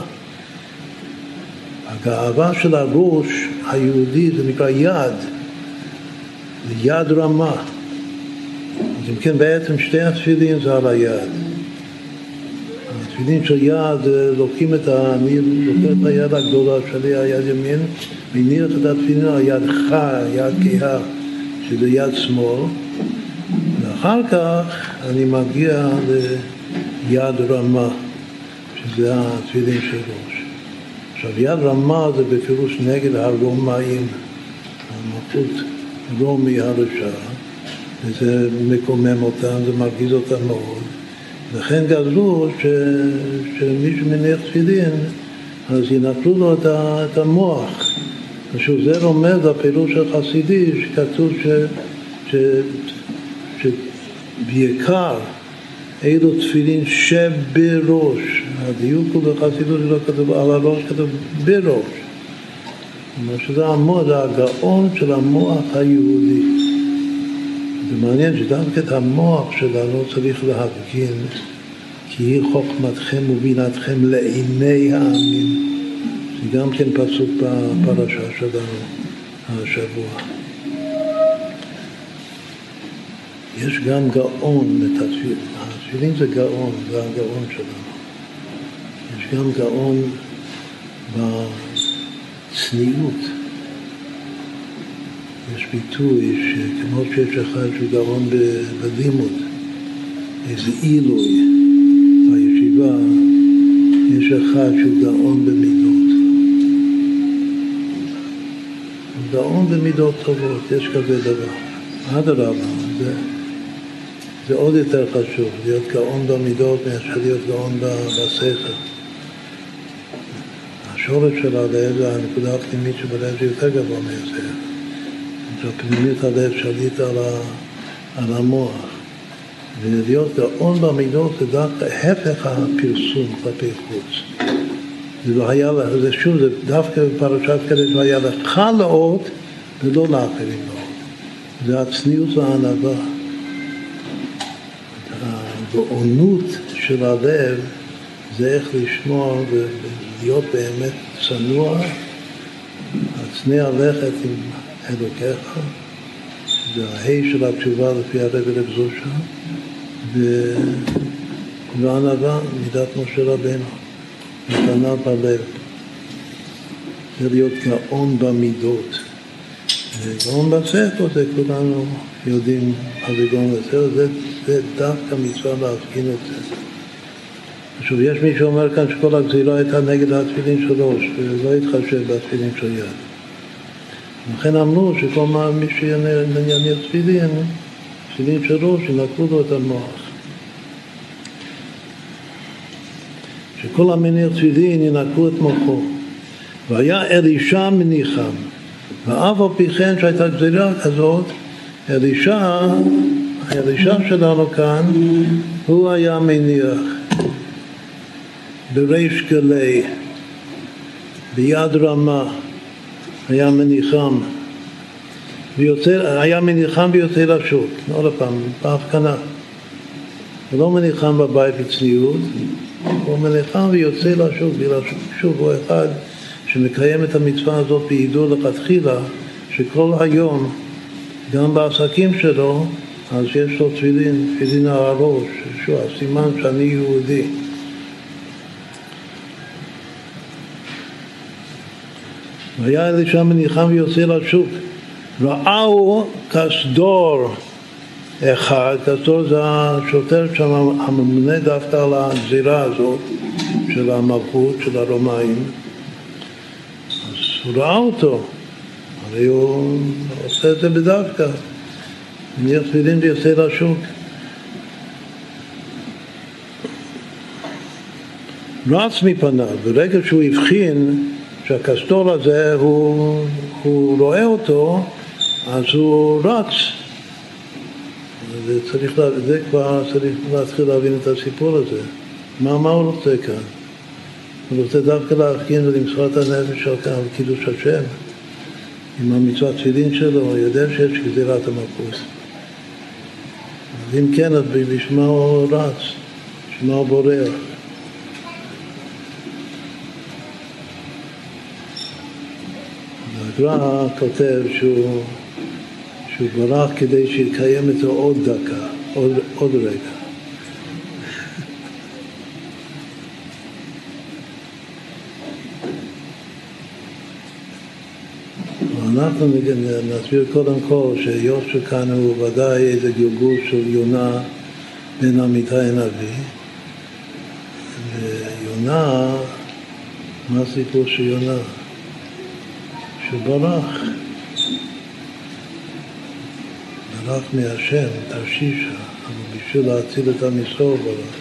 הגאווה של הראש היהודי זה נקרא יד, זה יד רמה. אז אם כן בעצם שתי התפילין זה על היד. התפילין של יד לוקחים את ה... אני לוקח את היד הגדולה שלי, היד ימין, מניח את התפילין על ידך, יד כהה, שזה יד שמאל, ואחר כך אני מגיע ליד רמה, שזה התפילין של ראש. עכשיו, יד רמה זה בפירוש נגד הרומאים, המלכות רומי הרשע, וזה מקומם אותם, זה מרגיז אותם מאוד. לכן גזרו ש... שמי שמניח תפילין, אז ינקלו לו את, ה... את המוח. עכשיו, זה רומז לפירוש החסידי, שכתוב ש... ש... שבעיקר אלו תפילין שבראש. הדיוק הוא בחסידות שלא כתוב על הראש, כתוב בראש. כלומר שזה המוח, זה הגאון של המוח היהודי. זה מעניין שדווקא את המוח שלנו צריך להפגין, כי היא חוכמתכם ובינתכם לעיני העמים. זה גם כן פסוק בפרשה שלנו השבוע. יש גם גאון לתפילין. התפילין זה גאון, זה הגאון שלנו. יש גם גאון בצניעות. יש ביטוי שכמו שיש אחד שהוא גאון בלימוד, איזה עילוי בישיבה, יש אחד שהוא גאון במידות. גאון במידות טובות, יש כזה דבר. אדרבה, זה, זה עוד יותר חשוב, להיות גאון במידות מאשר להיות גאון בשכל. השורש של הלב זה הנקודה הפנימית שבלב זה יותר גבוה מהשכל. הפנימית הלב שליט על, ה, על המוח. ולהיות גאון במידות זה דווקא הפך הפרסום כלפי חוץ. זה לא היה, זה שוב, זה דווקא בפרשת קדש לא היה לך לאות ולא לאחרים לאות. זה הצניעות והענווה. הגאונות של הלב זה איך לשמור ולהיות באמת צנוע, הצנע לכת עם אלוקיך, זה ההי של התשובה לפי הרב רב זושה, והענווה מידת משה רבנו, מתנה בלב. זה להיות גאון במידות. גאון בשכל, זה כולנו יודעים על גאון בשכל, זה, זה דווקא מצווה להפגין את זה. עכשיו, יש מי שאומר כאן שכל הגזירה הייתה נגד התפילין שלו, ולא התחשב בתפילין של יד. לכן אמרו שכל מה מי שיניח תפילין, תפילין של ראש, ינקו לו את המוח. שכל המניח תפילין ינקו את מוחו. והיה אלישע מניחם. ואף על פי כן שהייתה גזירה כזאת, אלישע, אלישע שלנו כאן, הוא היה מניח בריש גלי, ביד רמה, היה מניחם, ויוצא, היה מניחם ויוצא לשוק, עוד פעם, בהפקנה. הוא לא מניחם בבית בצניעות, הוא מניחם ויוצא לשוק, שוב הוא אחד שמקיים את המצווה הזאת בידוע לכתחילה, שכל היום, גם בעסקים שלו, אז יש לו תפילין, תפילין על הראש, שהוא הסימן שאני יהודי. והיה אלישע מניחם ויוצא לשוק. ראו כסדור אחד, כסדור זה השוטר שם הממונה דווקא על הגזירה הזאת של המלכות, של הרומאים. אז הוא ראה אותו, הרי הוא עושה את זה בדווקא. מניח תפילין ויוצא לשוק. רץ מפניו, ברגע שהוא הבחין שהכסתור הזה, הוא, הוא רואה אותו, אז הוא רץ. זה, צריך, זה כבר צריך להתחיל להבין את הסיפור הזה. מה, מה הוא רוצה כאן? הוא רוצה דווקא להפגין ולמסור את הנפש שלו על קידוש השם. עם המצוות תפילין שלו, הוא יודע שיש גזירת המלכות. אם כן, אז בשמה הוא רץ, בשמה הוא בורח. הגר"א כותב שהוא, שהוא ברח כדי שיקיים את זה עוד דקה, עוד, עוד רגע. אנחנו נסביר קודם כל שיוסף כאן הוא ודאי איזה גלגול של יונה בן אמיתי הנביא. ויונה, מה הסיפור של יונה? שברח, ברח מהשם, תרשישה, אבל בשביל להציל את עם ישראל ברח.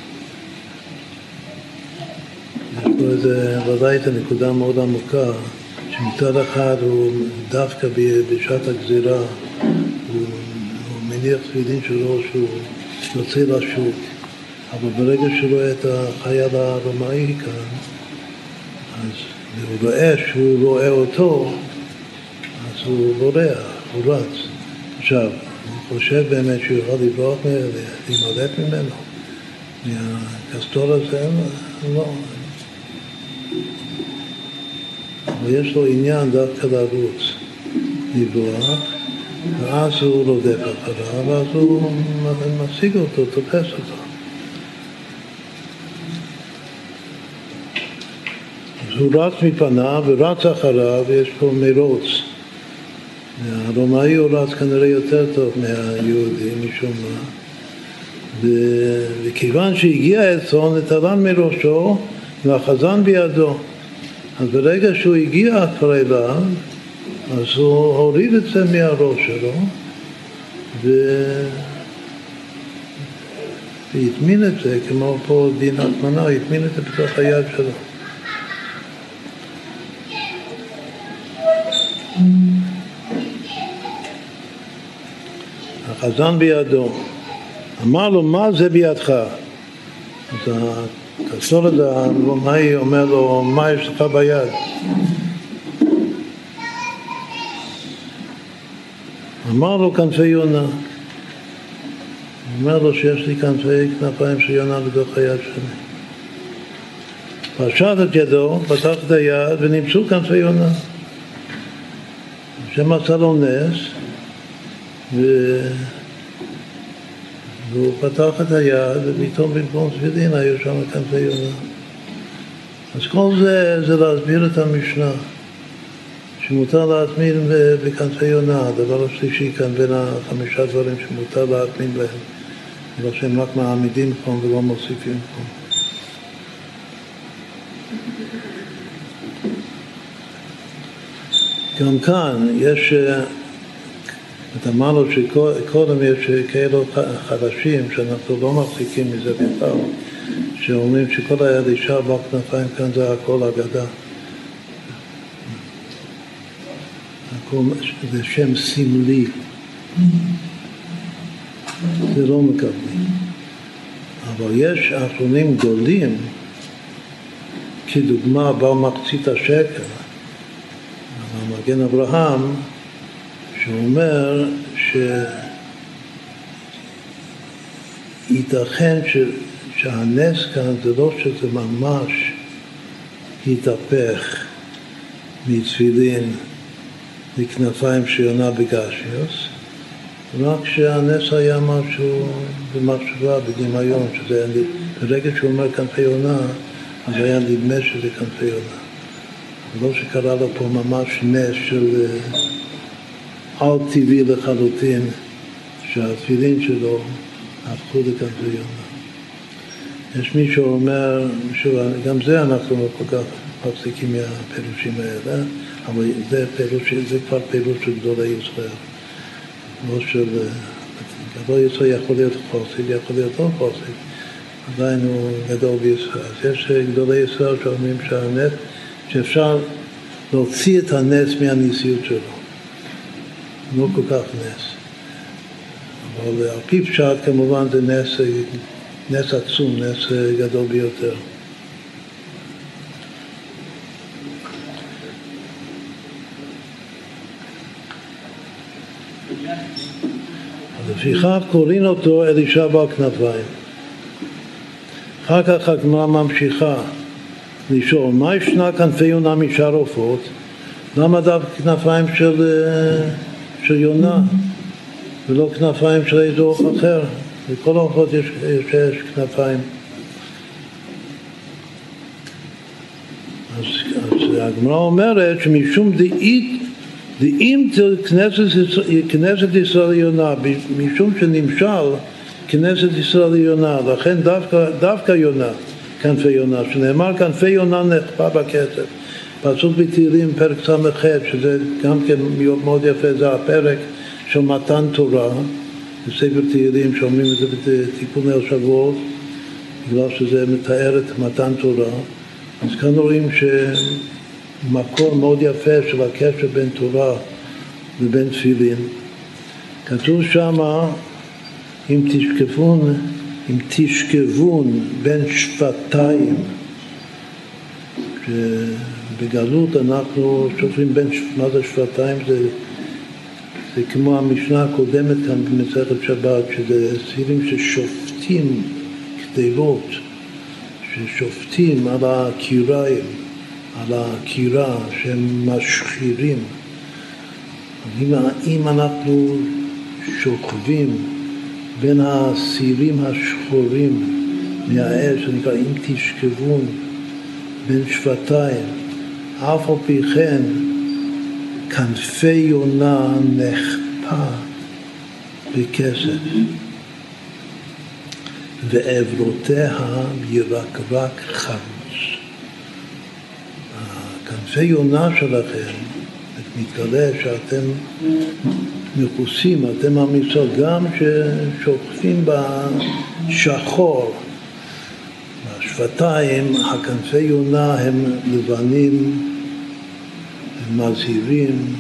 יש פה איזה, ודאי את הנקודה מאוד עמוקה, שמצד אחד הוא דווקא בשעת הגזירה, הוא, הוא מניח תפילין שלו שהוא יוצא לשוק, אבל ברגע שהוא רואה את החייל הרומאי כאן, אז הוא רואה שהוא רואה אותו, אז הוא בורח, הוא רץ. עכשיו, הוא חושב באמת שהוא יכול לברוח להימלט ממנו. מהקסטור הזה, לא. אבל יש לו עניין דווקא לרוץ, לברוח, ואז הוא רודף אחריו, ואז הוא משיג אותו, תופס אותו. אז הוא רץ מפניו ורץ אחריו, ויש פה מרוץ. הרומאי הוא רץ כנראה יותר טוב מהיהודי, משום מה. וכיוון שהגיע אצלו, נטלן מראשו והחזן בידו. אז ברגע שהוא הגיע כבר אליו, אז הוא הוריד את זה מהראש שלו ו... והטמין את זה, כמו פה דין התמנה, הוא הטמין את זה בתוך היד שלו. החזן בידו. אמר לו, מה זה בידך? אז הקסטור הזה, הרומאי אומר לו, מה יש לך ביד? אמר לו, כנפי יונה. הוא אומר לו שיש לי כנפי כנפיים של יונה בתוך היד שלי. פשט את ידו, פתח את היד ונמצאו כנפי יונה. השם עשה לו נס, ו... והוא פתח את היד, ופתאום במקום סבילין היו שם כנפי יונה. אז כל זה, זה להסביר את המשנה, שמותר להטמין בכנפי יונה. הדבר השלישי כאן בין החמישה דברים שמותר להטמין בהם, אבל שהם רק מעמידים פה ולא מוסיפים פה. גם כאן יש, אתה אמר לו שקודם יש כאלו חדשים שאנחנו לא מחזיקים מזה בכלל, שאומרים שכל היד אישה בכנפיים כאן זה הכל אגדה. זה שם סמלי, זה לא מקבלים. אבל יש אחרונים גדולים, כדוגמה במחצית השקל, המגן אברהם, שאומר שייתכן ש... שהנס כאן זה לא שזה ממש התהפך מצפילין לכנפיים שיונה בגשמיוס, רק שהנס היה משהו במחשבה, בדמיון, שזה היה, ברגע שהוא אומר כנפי יונה, אז היה נדמה שזה כנפי יונה. לא שקרה לו פה ממש נס של על טבעי לחלוטין, שהתפילין שלו הפכו לכנפי יונה. יש מי שאומר, שוב, גם זה אנחנו לא כל כך מחזיקים מהפירושים האלה, אבל זה, פירוש, זה כבר פירוש של גדולי ישראל. לא של גדול ישראל יכול להיות חסיד, יכול להיות לא חסיד, עדיין הוא גדול בישראל. אז יש גדולי ישראל שאומרים שהנס, שאפשר להוציא את הנס מהניסיות שלו. לא כל כך נס. אבל על פי פשט כמובן זה נס, נס עצום, נס גדול ביותר. לפיכך קוראים אותו אלישע בעל כנפיים. אחר כך הגמרא ממשיכה לשאול, מה ישנה כנפי יונה משאר עופות? למה דווקא כנפיים של, של יונה ולא כנפיים של איזה עוף אחר? לכל העופות יש, יש, יש כנפיים. אז, אז הגמרא אומרת שמשום דאית דאם כנסת ישראל יונה, משום שנמשל כנסת ישראל יונה, לכן דווקא, דווקא יונה, כנפי יונה, שנאמר כנפי יונה נחפה בכתב. פסוק בתהילים פרק ס"ח, שזה גם כן מאוד יפה, זה הפרק של מתן תורה, בספר תהילים שאומרים את זה בתיקון ליל שבועות, בגלל שזה מתאר את מתן תורה. אז כאן רואים שמקור מאוד יפה של הקשר בין תורה ובין תפילין. כתוב שמה, אם תשקפון עם תשכבון בין שפתיים, שבגלות אנחנו שופרים בין, מה זה שפתיים? זה, זה כמו המשנה הקודמת כאן במסכת שבת, שזה סירים ששופטים כתיבות, ששופטים על הקיריים, על הקירה, שהם משחירים. אם, אם אנחנו שוכבים בין הסירים השחורים מהאש, שנקרא אם תשכבון בין שפתיים, אף על פי כן כנפי יונה נחפה בכסף ועברותיה ירקרק חרוץ. כנפי יונה שלכם מתגלה שאתם מכוסים, אתם אמיצות, גם ששוכבים בשחור. השפתיים, הכנפי יונה הם לבנים, הם מזהירים,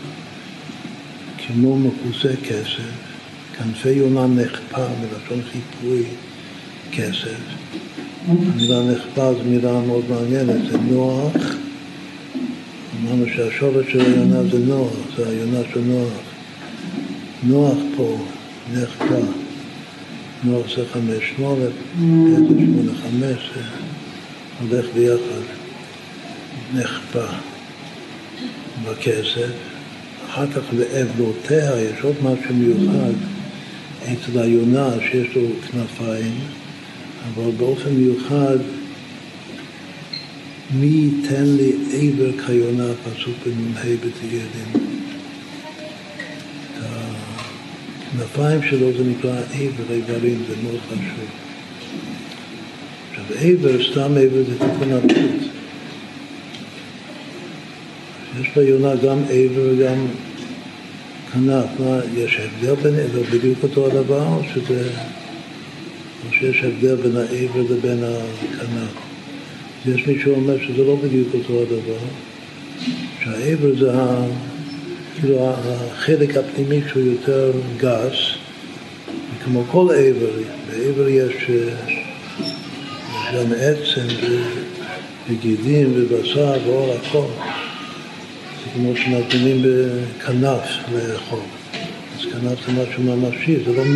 כמו מכוסי כסף. כנפי יונה נחפה, מלשון חיפוי כסף. המילה נחפה זו מילה מאוד מעניינת, זה נוח. אמרנו שהשורש של היונה זה נוח, זה היונה של נוח. נוח פה, נחפה. נוח זה חמש שמונה, איזה שמונה חמש, הולך ביחד. נחפה בכסף. אחר כך לעברותיה יש עוד משהו מיוחד אצל היונה שיש לו כנפיים, אבל באופן מיוחד מי ייתן לי עבר כיונה, פסוק במ"ה בתהילים. הכנפיים שלו זה נקרא עבר, עברים, זה מאוד חשוב. עכשיו עבר, סתם עבר זה תיקון הפשוט. יש ביונה גם עבר וגם כנף. מה, יש הבדל בין עבר, בדיוק אותו הדבר, או שזה, או שיש הבדל בין העבר לבין הכנף? יש מי שאומר שזה לא בדיוק אותו הדבר, שהעבר זה ה, כאילו החלק הפנימי שהוא יותר גס, וכמו כל עבר, בעבר יש, יש גם עצם וגידים ובשר ואור הכל. זה כמו שנתנים בכנף לאכול. אז כנף זה משהו ממשי, זה לא...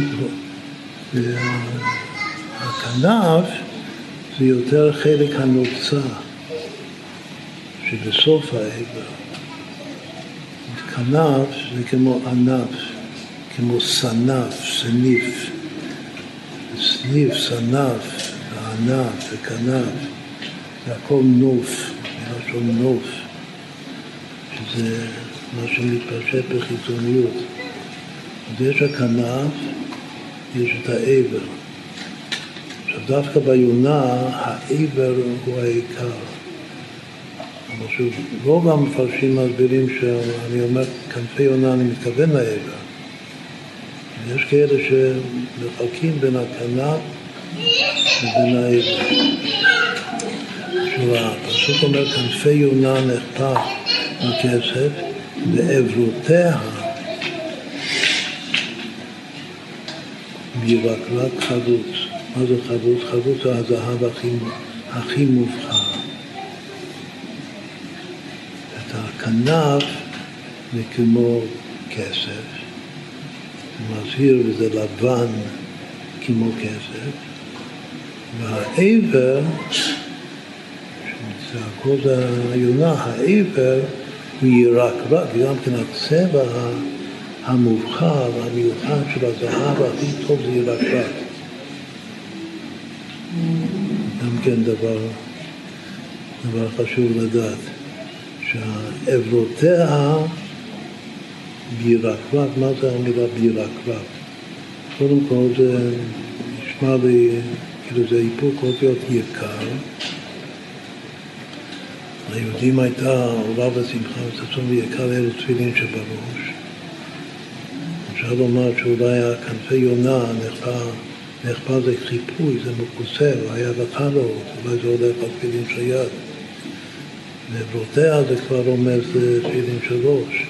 הכנף זה יותר חלק הנוצה שבסוף העבר. כנף זה כמו ענף, כמו סנף, סניף. סניף, סנף, ענף וכנף, זה הכל נוף, מלשון נוף, שזה מה שמתפשט בחיצוניות. אז יש הכנף, יש את העבר. עכשיו דווקא ביונה, העבר הוא העיקר. אבל שוב, רוב המפרשים מסבירים שאני אומר כנפי יונה, אני מתכוון לעבר. יש כאלה שמחלקים בין הכנף ובין העבר. שוב, הפסוק אומר כנפי יונה נחפה בכסף ועברותיה ירקרק חרוץ. מה זה חרוץ? חרוץ זה הזהב הכי, הכי מובחר. את הכנף זה כמו כסף, זה מזהיר וזה לבן כמו כסף, והעבר, שזה הכל זה היונה, העבר הוא ירקרק, גם כן הצבע המובחר והמיוחד של הזהב הכי טוב זה ירקרק. גם כן דבר, דבר חשוב לדעת, שהעברותיה בירקרק, מה זה המילה בירקרק? קודם כל זה נשמע לי, כאילו זה היפוך אותיות יקר. ליהודים הייתה עולה ושמחה וששון ויקר אלו תפילין שבראש. אפשר לומר שאולי הכנפי יונה נחפה, נחפה זה חיפוי, זה מכוסה, היה בחלות, אולי זה הולך על תפילין של יד. ועברותיה זה כבר אומר זה תפילין של ראש.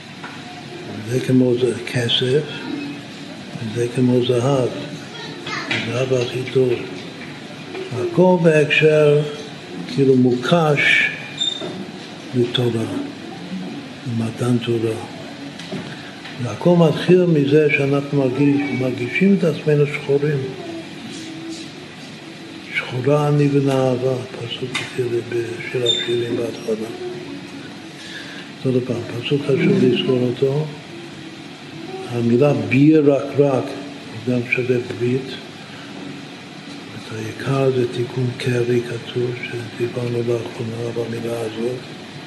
זה כמו זה כסף, וזה כמו זהב. זה אבא הכי טוב. הכל בהקשר כאילו מוקש לתורה, למתן תורה. והכל מתחיל מזה שאנחנו מרגיש, מרגישים את עצמנו שחורים. שחורה אני ונאהבה, פסוק בשיר השירים בהתחלה. עוד פעם, פסוק חשוב לזכור אותו. המילה ביר רק רק, גם שווה ברית. את העיקר זה תיקון קרי כתוב, שדיברנו לאחרונה במילה הזאת.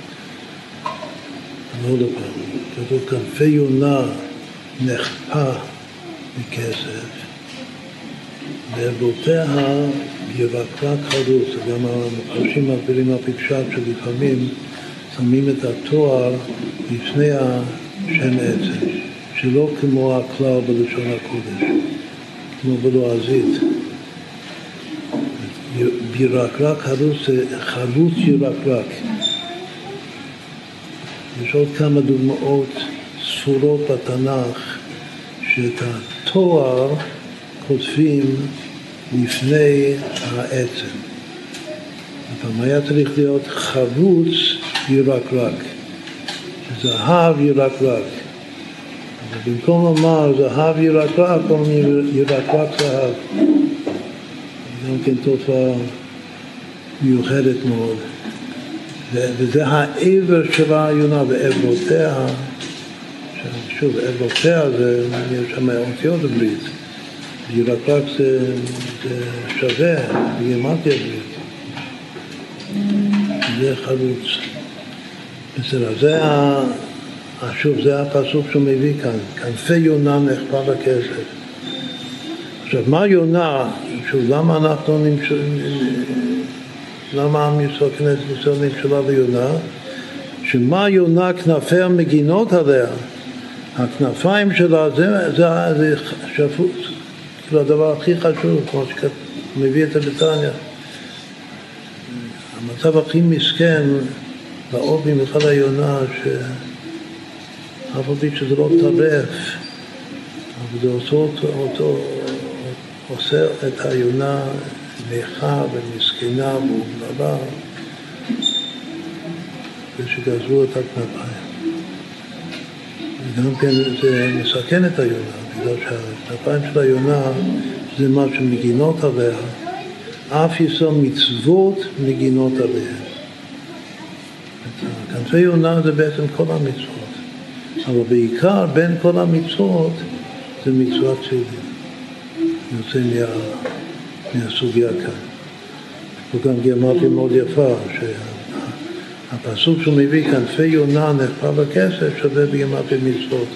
עוד פעם, כתוב כנפי יונה נחפה מכסף, ועבותיה ירקרק חרוץ. גם המפרשים מסבירים הפשט שלפעמים שמים את התואר לפני השם עצם, שלא כמו הכלל בלשון הקודש, כמו בלועזית. ירקרק חרוץ זה חרוץ ירקרק. יש עוד כמה דוגמאות ספורות בתנ"ך שאת התואר כותבים לפני העצם. הפעם היה צריך להיות חרוץ ירקרק, זהב ירקרק. אבל במקום לומר זהב ירקרק, אומרים ירקרק זהב. גם כן תופעה מיוחדת מאוד. וזה העבר של היונה, ועברותיה, שוב, עברותיה זה, יש שם אותיות הברית. ירקרק זה, זה שווה, בגימטריה ברית. זה חרוץ. בסדר, זה, שוב, זה הפסוק שהוא מביא כאן. כנפי יונה נחפה בכסף. עכשיו, מה יונה? שוב, למה אנחנו נמשלים, למה עם ישראל, כנסת ישראל נמשלה ליונה? שמה יונה כנפיה מגינות עליה? הכנפיים שלה זה, זה, זה שפוט. כאילו הדבר הכי חשוב, כמו שמביא את הבטניה. המצב הכי מסכן, לאור במיוחד היונה, שאף על פי שזה לא טרף, אבל זה עושה אותו, אותו, עושה את היונה נכה ומסכנה ומובללה, ושגזרו את הכנפיים. וגם כן זה מסכן את היונה, בגלל שהכנפיים של היונה זה מה שמגינות עליה, אף ישראל מצוות מגינות עליהן. כנפי יונה זה בעצם כל המצוות, אבל בעיקר בין כל המצוות זה מצוות צילין. יוצא מה, מהסוגיה כאן. וגם גמרתי מאוד יפה, שהפסוק שהוא מביא כנפי יונה נחפה בכסף שווה בגמרתי מצוות.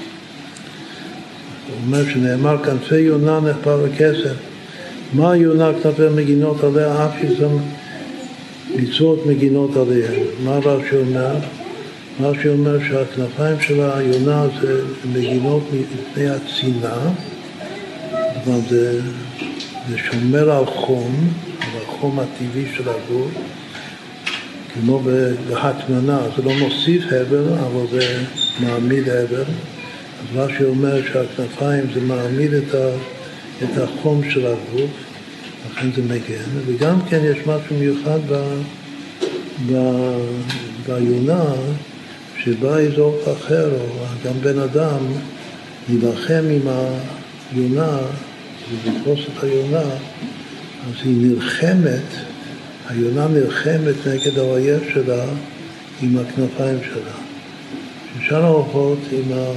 הוא אומר שנאמר כנפי יונה נחפה בכסף. מה יונה כנפי מגינות עליה? אף שזה מצוות מגינות עליהן. מה רש"י אומר? רש"י אומר שהכנפיים של היונה זה מגינות מפני הצנעה, אבל זה, זה שומר על חום, על החום הטבעי של הגוף, כמו בהטמנה, זה לא מוסיף הבל, אבל זה מעמיד הבל. אז רש"י אומר שהכנפיים זה מעמיד את, ה, את החום של הגוף, לכן זה מגן. וגם כן יש משהו מיוחד ב, ב, ביונה, שבא איזה אוף אחר, או גם בן אדם, להילחם עם היונה, ולתפוס את היונה, אז היא נלחמת, היונה נלחמת נגד האויב שלה עם הכנפיים שלה. ששאר העופות עם, ה...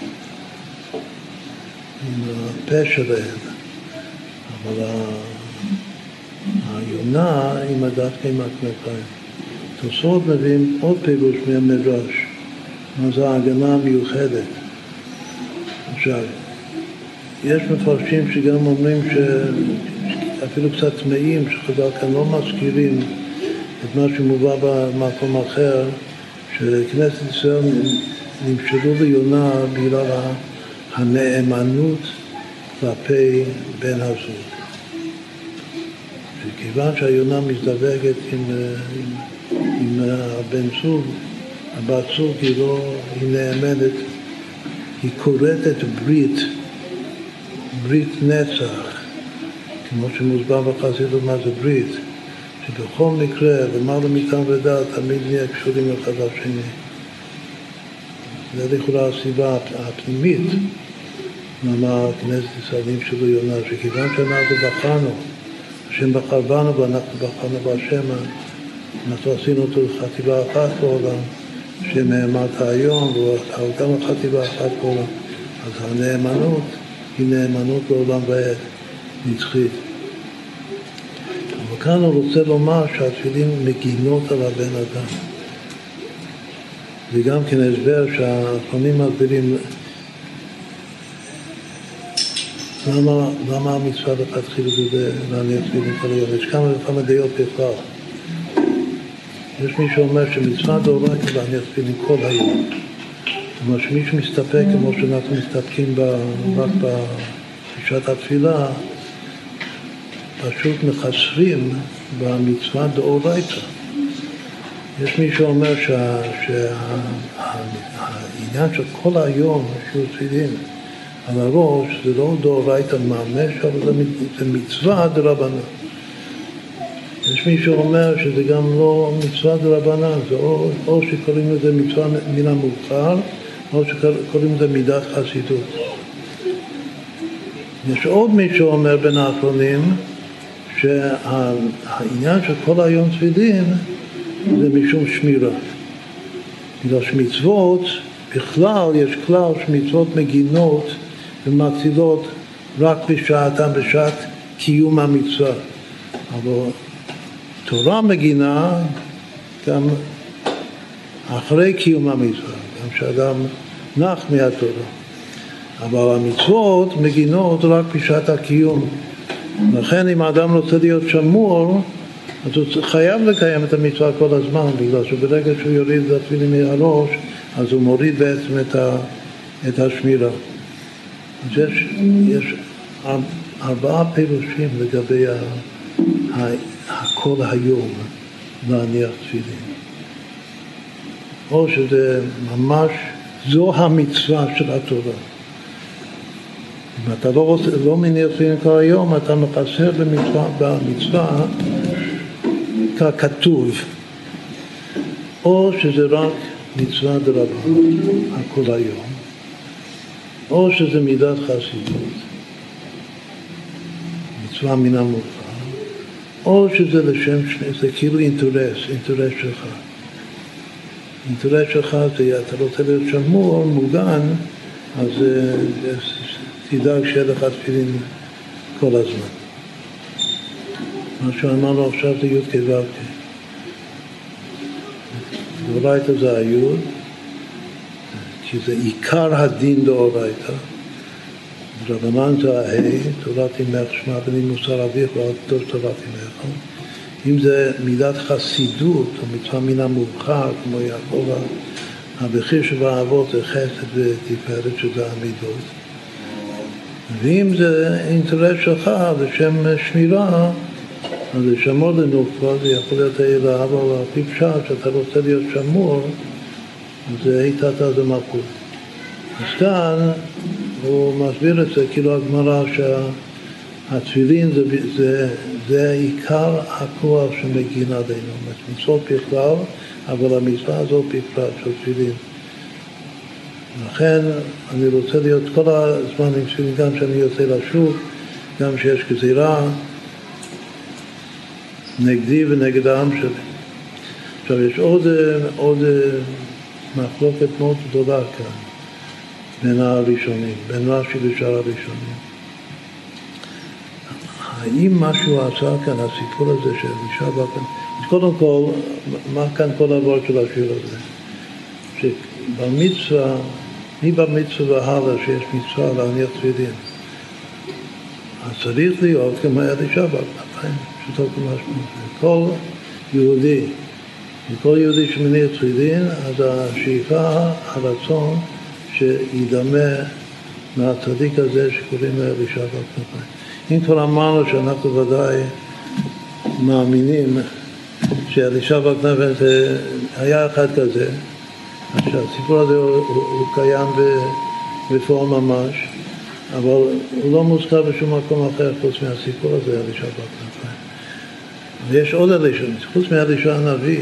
עם הפה שלהם, אבל ה... היונה עם דווקא עם הכנפיים. תוספות מביאים עוד פירוש מהמדרש, מה זה ההגנה המיוחדת. עכשיו, יש מפרשים שגם אומרים שאפילו קצת טמאים, שחז"ל כאן לא מזכירים את מה שמובא במקום אחר, שכנסת ישראל נמשלו ליונה בגלל הנאמנות כלפי בן הזוג. וכיוון שהיונה מזדווגת עם, עם, עם הבן זוג, הבת זוג היא לא, היא נאמנת, היא כורתת ברית, ברית נצח כמו שמוסבר בחסידות מה זה ברית, שבכל מקרה, למעלה מכאן ודעת, תמיד נהיה קשורים אחד לשני. זה לכאורה הסיבה הפנימית, למה כנסת ישראל נמשלו יונה, שכיוון שאנחנו בחרנו, השם בחר בנו ואנחנו בחרנו בהשם, אנחנו עשינו אותו חטיבה אחת בעולם, שנאמרת היום, והוא גם חטיבה אחת בעולם. אז הנאמנות היא נאמנות לעולם ועד, נצחית. אבל כאן הוא רוצה לומר שהתפילין מגינות על הבן אדם. זה גם כן הסבר שהאחרונים מסבירים למה, למה המצווה לכתחילה זה להניח תפילין כל היום. יש כמה וכמה דעות בכלל. יש מי שאומר שמצווה דאורייתא להניח תפילין כל היום. כלומר שמי שמסתפק כמו שאנחנו מסתפקים רק בשעת התפילה, פשוט מחסרים במצווה דאורייתא. יש מי שאומר שהעניין של כל היום שהוא תפילין על הראש זה לא דאורייתא ממש, אבל זה מצווה דרבנן. יש מי שאומר שזה גם לא מצווה דרבנן, זה או, או שקוראים לזה מצווה מן המאוחר, או שקוראים לזה מידת חסידות. יש עוד מי שאומר בין האחרונים שהעניין של כל היום תפילין זה משום שמירה. בגלל שמצוות, בכלל יש כלל שמצוות מגינות ומצילות רק בשעתם, בשעת קיום המצווה. אבל תורה מגינה גם אחרי קיום המצווה, גם שאדם נח מהתורה. אבל המצוות מגינות רק בשעת הקיום. לכן אם האדם רוצה להיות שמור, אז הוא חייב לקיים את המצווה כל הזמן, בגלל שברגע שהוא יוריד את התפילין מהראש, אז הוא מוריד בעצם את, ה, את השמירה. אז יש, יש ארבעה פירושים לגבי ה, ה, הכל היום להניח תפילין. או שזה ממש, זו המצווה של התורה. אם אתה לא, רוצה, לא מניח תפילין כל היום, אתה מחסר במצווה, במצווה ככתוב. או שזה רק מצווה דרבנן, הכל היום. או שזה מידת חסידות, מצווה מן המאוחר. או שזה לשם, זה כאילו אינטרס, אינטרס שלך. אינטרס שלך זה, אתה רוצה להיות שמור, מוגן, אז תדאג שיהיה לך תפילין כל הזמן. מה שאמרנו עכשיו זה י' כו' כ'. דאורייתא זה היוד, כי זה עיקר הדין דאורייתא. רבנן זה ההי, תורת אמך שמע בני מוסר אביך ואל תטוש תורת אמך. אם זה מידת חסידות, או מצווה מן המאוחר, כמו יעקב הבכיר שבאבות, זה חסד ותפארת שזה המידות. ואם זה אינטרס שלך, לשם שמירה, אז לשמור לנוקבה, זה יכול להיות העילה, אבל על פי פשט, שאתה רוצה להיות שמור, אז היתת אז המלכות. אז כאן הוא מסביר את זה, כאילו הגמרא שהתפילין זה, זה, זה עיקר הכוח שמגין עלינו. מצוות בכלל, אבל המצווה הזאת בכלל של תפילין. לכן אני רוצה להיות כל הזמן עם תפילין, גם שאני יוצא לשוק, גם שיש גזירה נגדי ונגד העם שלי. עכשיו יש עוד, עוד מחלוקת מאוד גדולה כאן בין הראשונים, בין רש"י ושאר הראשונים. האם משהו עשה כאן, הסיפור הזה של אישה כאן, אז קודם כל, מה כאן כל העבור של השיר הזה? שבמצווה, מי במצווה והלאה שיש מצווה להניח תפילין? אז צריך להיות כמו היה אישה כאן, פשוטו כמשמעות. כל יהודי, כל יהודי שמניח תפילין, אז השאיפה, הרצון, שידמה מהצדיק הזה שקוראים לאלישע בר כנפיים. אם כבר אמרנו שאנחנו ודאי מאמינים שאלישע בר כנפיים היה אחד כזה, אז שהסיפור הזה הוא, הוא, הוא קיים בפועל ממש, אבל הוא לא מוזכר בשום מקום אחר חוץ מהסיפור הזה, אלישע בר כנפיים. ויש עוד אלישע, חוץ מאלישע הנביא,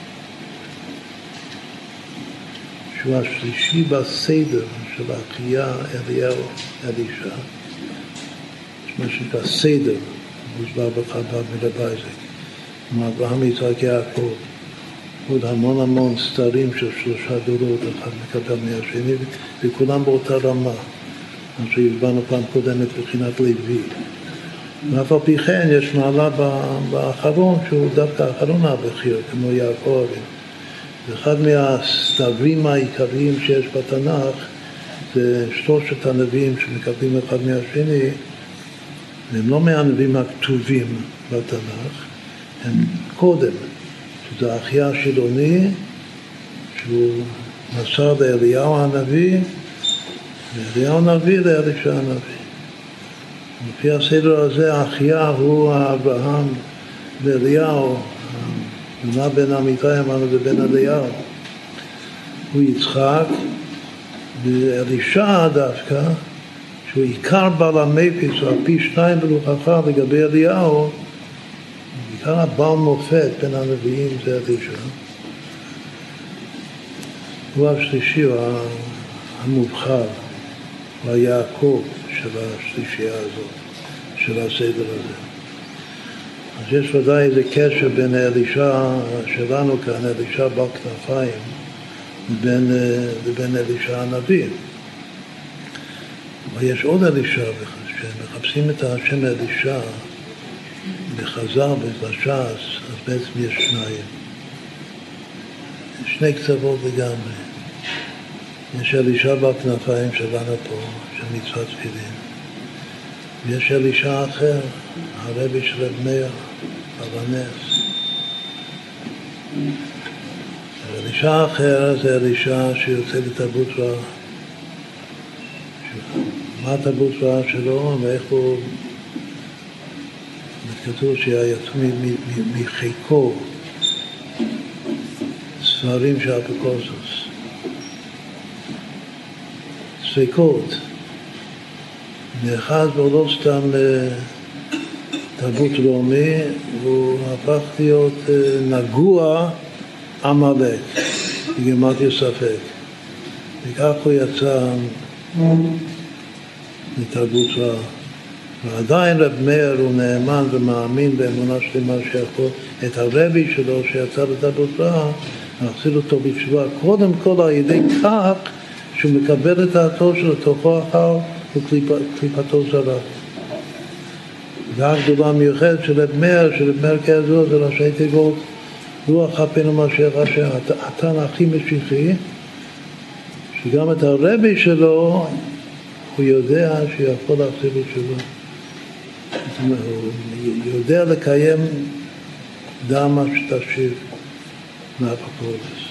שהוא השלישי בסדר של אחיה אליהו אלישע, יש מה שנקרא סדר, מוסבר בחב"ד מלבייזק, כמו אברהם, יצחק, יעקב, עוד המון המון סתרים של שלושה דורות, אחד מקבל מהשני, וכולם באותה רמה, מה שהסברנו פעם קודמת מבחינת לוי. ואף על פי כן יש מעלה באחרון, שהוא דווקא האחרון הבכיר, כמו יעקב. ואחד מהסתרים העיקריים שיש בתנ"ך, זה שלושת הנביאים שמקבלים אחד מהשני, והם לא מהנביאים הכתובים בתנ"ך, הם קודם, שזה אחיה השילוני, שהוא מסר לאליהו הנביא, ואליהו הנביא לאלישע הנביא. לפי הסדר הזה, אחיה הוא אברהם ואליהו, ומה בין אמיתי אמרנו ובין אליהו. הוא יצחק, ואלישע דווקא, שהוא עיקר בעל המפיץ, על פי שניים בלוכחה לגבי אליהו, עיקר הבעל מופת בין הנביאים זה אלישע. הוא השלישי, הוא המובחר, הוא היעקב של השלישייה הזאת, של הסדר הזה. אז יש ודאי איזה קשר בין אלישע שלנו כאן, אלישע בר כנפיים, לבין, לבין אלישע הנביא. אבל יש עוד אלישע, כשמחפשים את השם אלישע בחז"ל ובש"ס, אז בעצם יש שניים. שני קצוות לגמרי. יש אלישע בר כנפיים שלנו פה, של מצוות תפילין. ויש אלישע אחר, הרבי של רב מאיר, על הנס. אלישע אחר זה אלישע שיוצא לתרבות רעה. מה התרבות רעה שלו ואיך הוא... כתוב שיצאו מחיקו ספרים של אפיקורסוס. ספקות. נאחז בו לא סתם תרבות רומי, והוא הפך להיות נגוע עמלק, בגימטריה ספק. וכך הוא יצא לתרבות רעה. ועדיין רב מאיר הוא נאמן ומאמין באמונה שלמה שיכול את הרבי שלו שיצא לתרבות רעה, להחזיר אותו בתשובה, קודם כל על ידי כך שהוא מקבל את האתו שלו, תוכו אחר וקליפתו זרה. והגדולה מיוחדת של רב מאיר, של רב מאיר כזו, זה ראשי תיבות, רוח אפינו משיח השם, התן הכי משיחי, שגם את הרבי שלו הוא יודע שיכול להחזיר בתשובה. הוא יודע לקיים דמה שתשיב מהאפיקורסוס.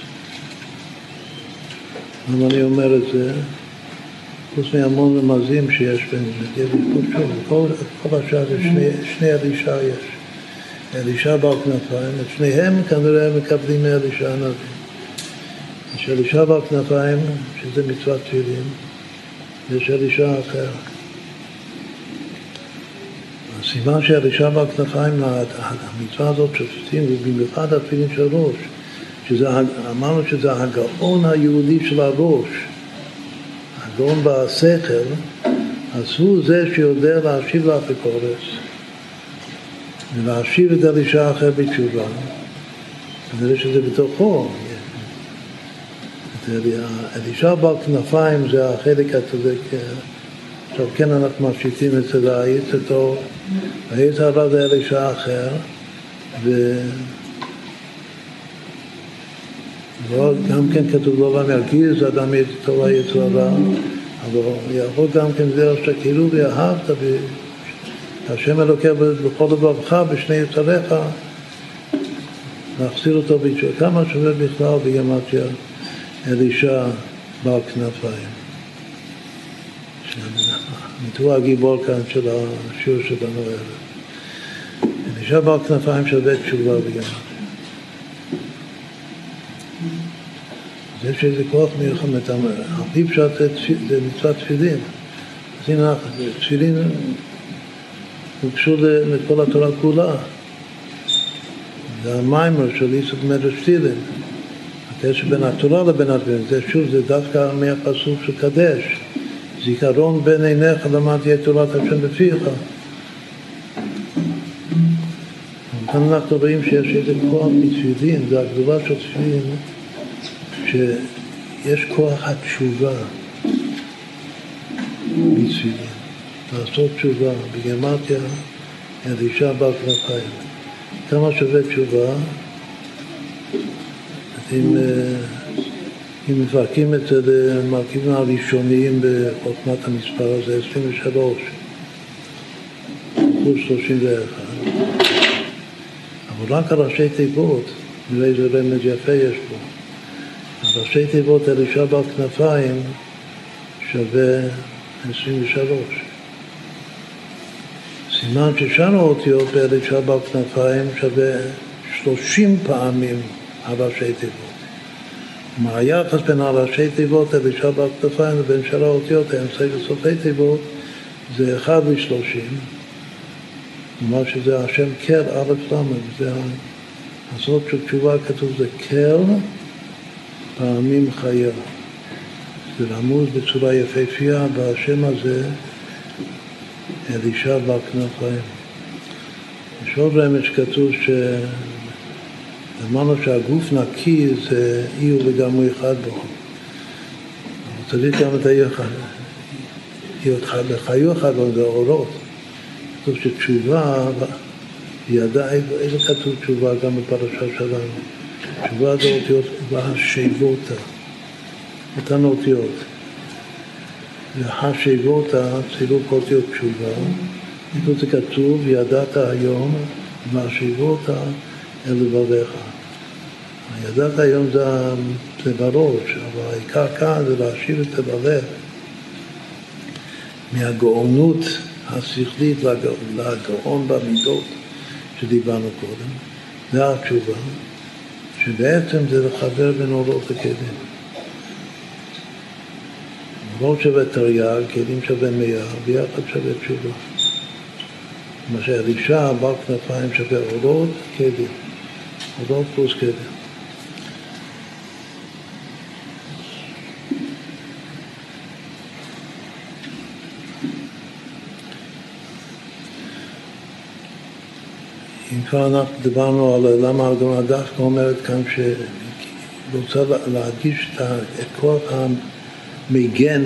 למה אני אומר את זה? חוץ מהמון רמזים שיש בין זה, כל השאר זה שני אלישע יש. אלישע בר כנפיים, את שניהם כנראה מקבלים מאלישע הנביא. יש אלישע בר כנפיים, שזה מצוות תפילין, ויש אלישע אחר. הסיבה שאלישע בר כנפיים, המצווה הזאת של תפילין, ובמיוחד התפילין של ראש, שזה, אמרנו שזה הגאון היהודי של הראש, הגאון בשכל, אז הוא זה שיודע להשיב לאפיקורס, ולהשיב את אלישע אחר בתשובה, ונראה שזה בתוכו. אלישע בר כנפיים זה החלק הצודק. עכשיו כן אנחנו מפשיטים את זה להאיץ אותו, להאיץ עליו זה אלישע אחר, ו... גם כן כתוב לא להרגיז, אדם יצא טובה יצא רע, אבל יכול גם כן דרך שכאילו ואהבת, השם אלוקי בכל לבבך בשני יצריך, להחזיר אותו בתשובה. כמה שווה בכלל בגימטריה אלישע בר כנפיים. הוא הגיבור כאן של השיעור שלנו הערב. אלישע בר כנפיים שווה תשובה בגימטריה. יש איזה כוח מיוחד, אי אפשר לתת, זה מצוות תפילין, אז הנה, תפילין הוקשו לכל התורה כולה. זה המיימר של איסוק מדרש תפילין. הקשר בין התורה לבין התפילין. זה שוב, זה דווקא מהפסוק של קדש. זיכרון בין עיניך למדתי את תורת השם בפיך. כאן אנחנו רואים שיש איזה כוח בתפילין, זה הגדולה של תפילין, שיש כוח התשובה בתפילין. לעשות תשובה, בגימטריה, אלישע בר כנפיים. כמה שווה תשובה? אם, אם מפרקים את זה למרכיבים הראשוניים בחוכמת המספר הזה, עשרים ושלוש, פלוס שלושים ואחת. אבל רק הראשי תיבות, נראה איזה רמז יפה יש פה. הראשי תיבות אלישע בר כנפיים שווה עשרים ושלוש. סימן ששאר האותיות באלישע בר כנפיים שווה שלושים פעמים הראשי תיבות. מה היחס בין הראשי תיבות אלישע בר כנפיים לבין שאר האותיות האמצעי וסופי תיבות זה אחד ושלושים. כלומר שזה השם קל א' ל', זה הסוד של תשובה כתוב זה קל פעמים חיה. זה רמוז בצורה יפהפייה בשם הזה אלישע בר כנפיים. יש עוד רמז שכתוב שאמרנו שהגוף נקי זה אי וגמו אחד בו. אבל צריך גם את האי אחד. לחיו אחד בו זה אורות. כתוב שתשובה, ידע, איזה כתוב תשובה גם בפרשה שלנו? תשובה זה אותיות והשיבותה. אותן אותיות. והשיבותה, צילוק אותיות תשובה. זה כתוב, ידעת היום, והשיבותה אל לבביך. ידעת היום זה, זה בראש, אבל העיקר כאן זה להשיב את הלב. מהגאונות השכלית לגאון במידות שדיברנו קודם. זה התשובה, שבעצם זה לחבר בין אורות לכלים. אורות שווה תרי"ג, כלים שווה מאה, ביחד שווה תשובה. מה שאלישע בר כנפיים שווה אורות, כלים. אורות פלוס כלים. אם כבר אנחנו דיברנו על למה הגמרא דווקא אומרת כאן שרוצה להדגיש את כוח המגן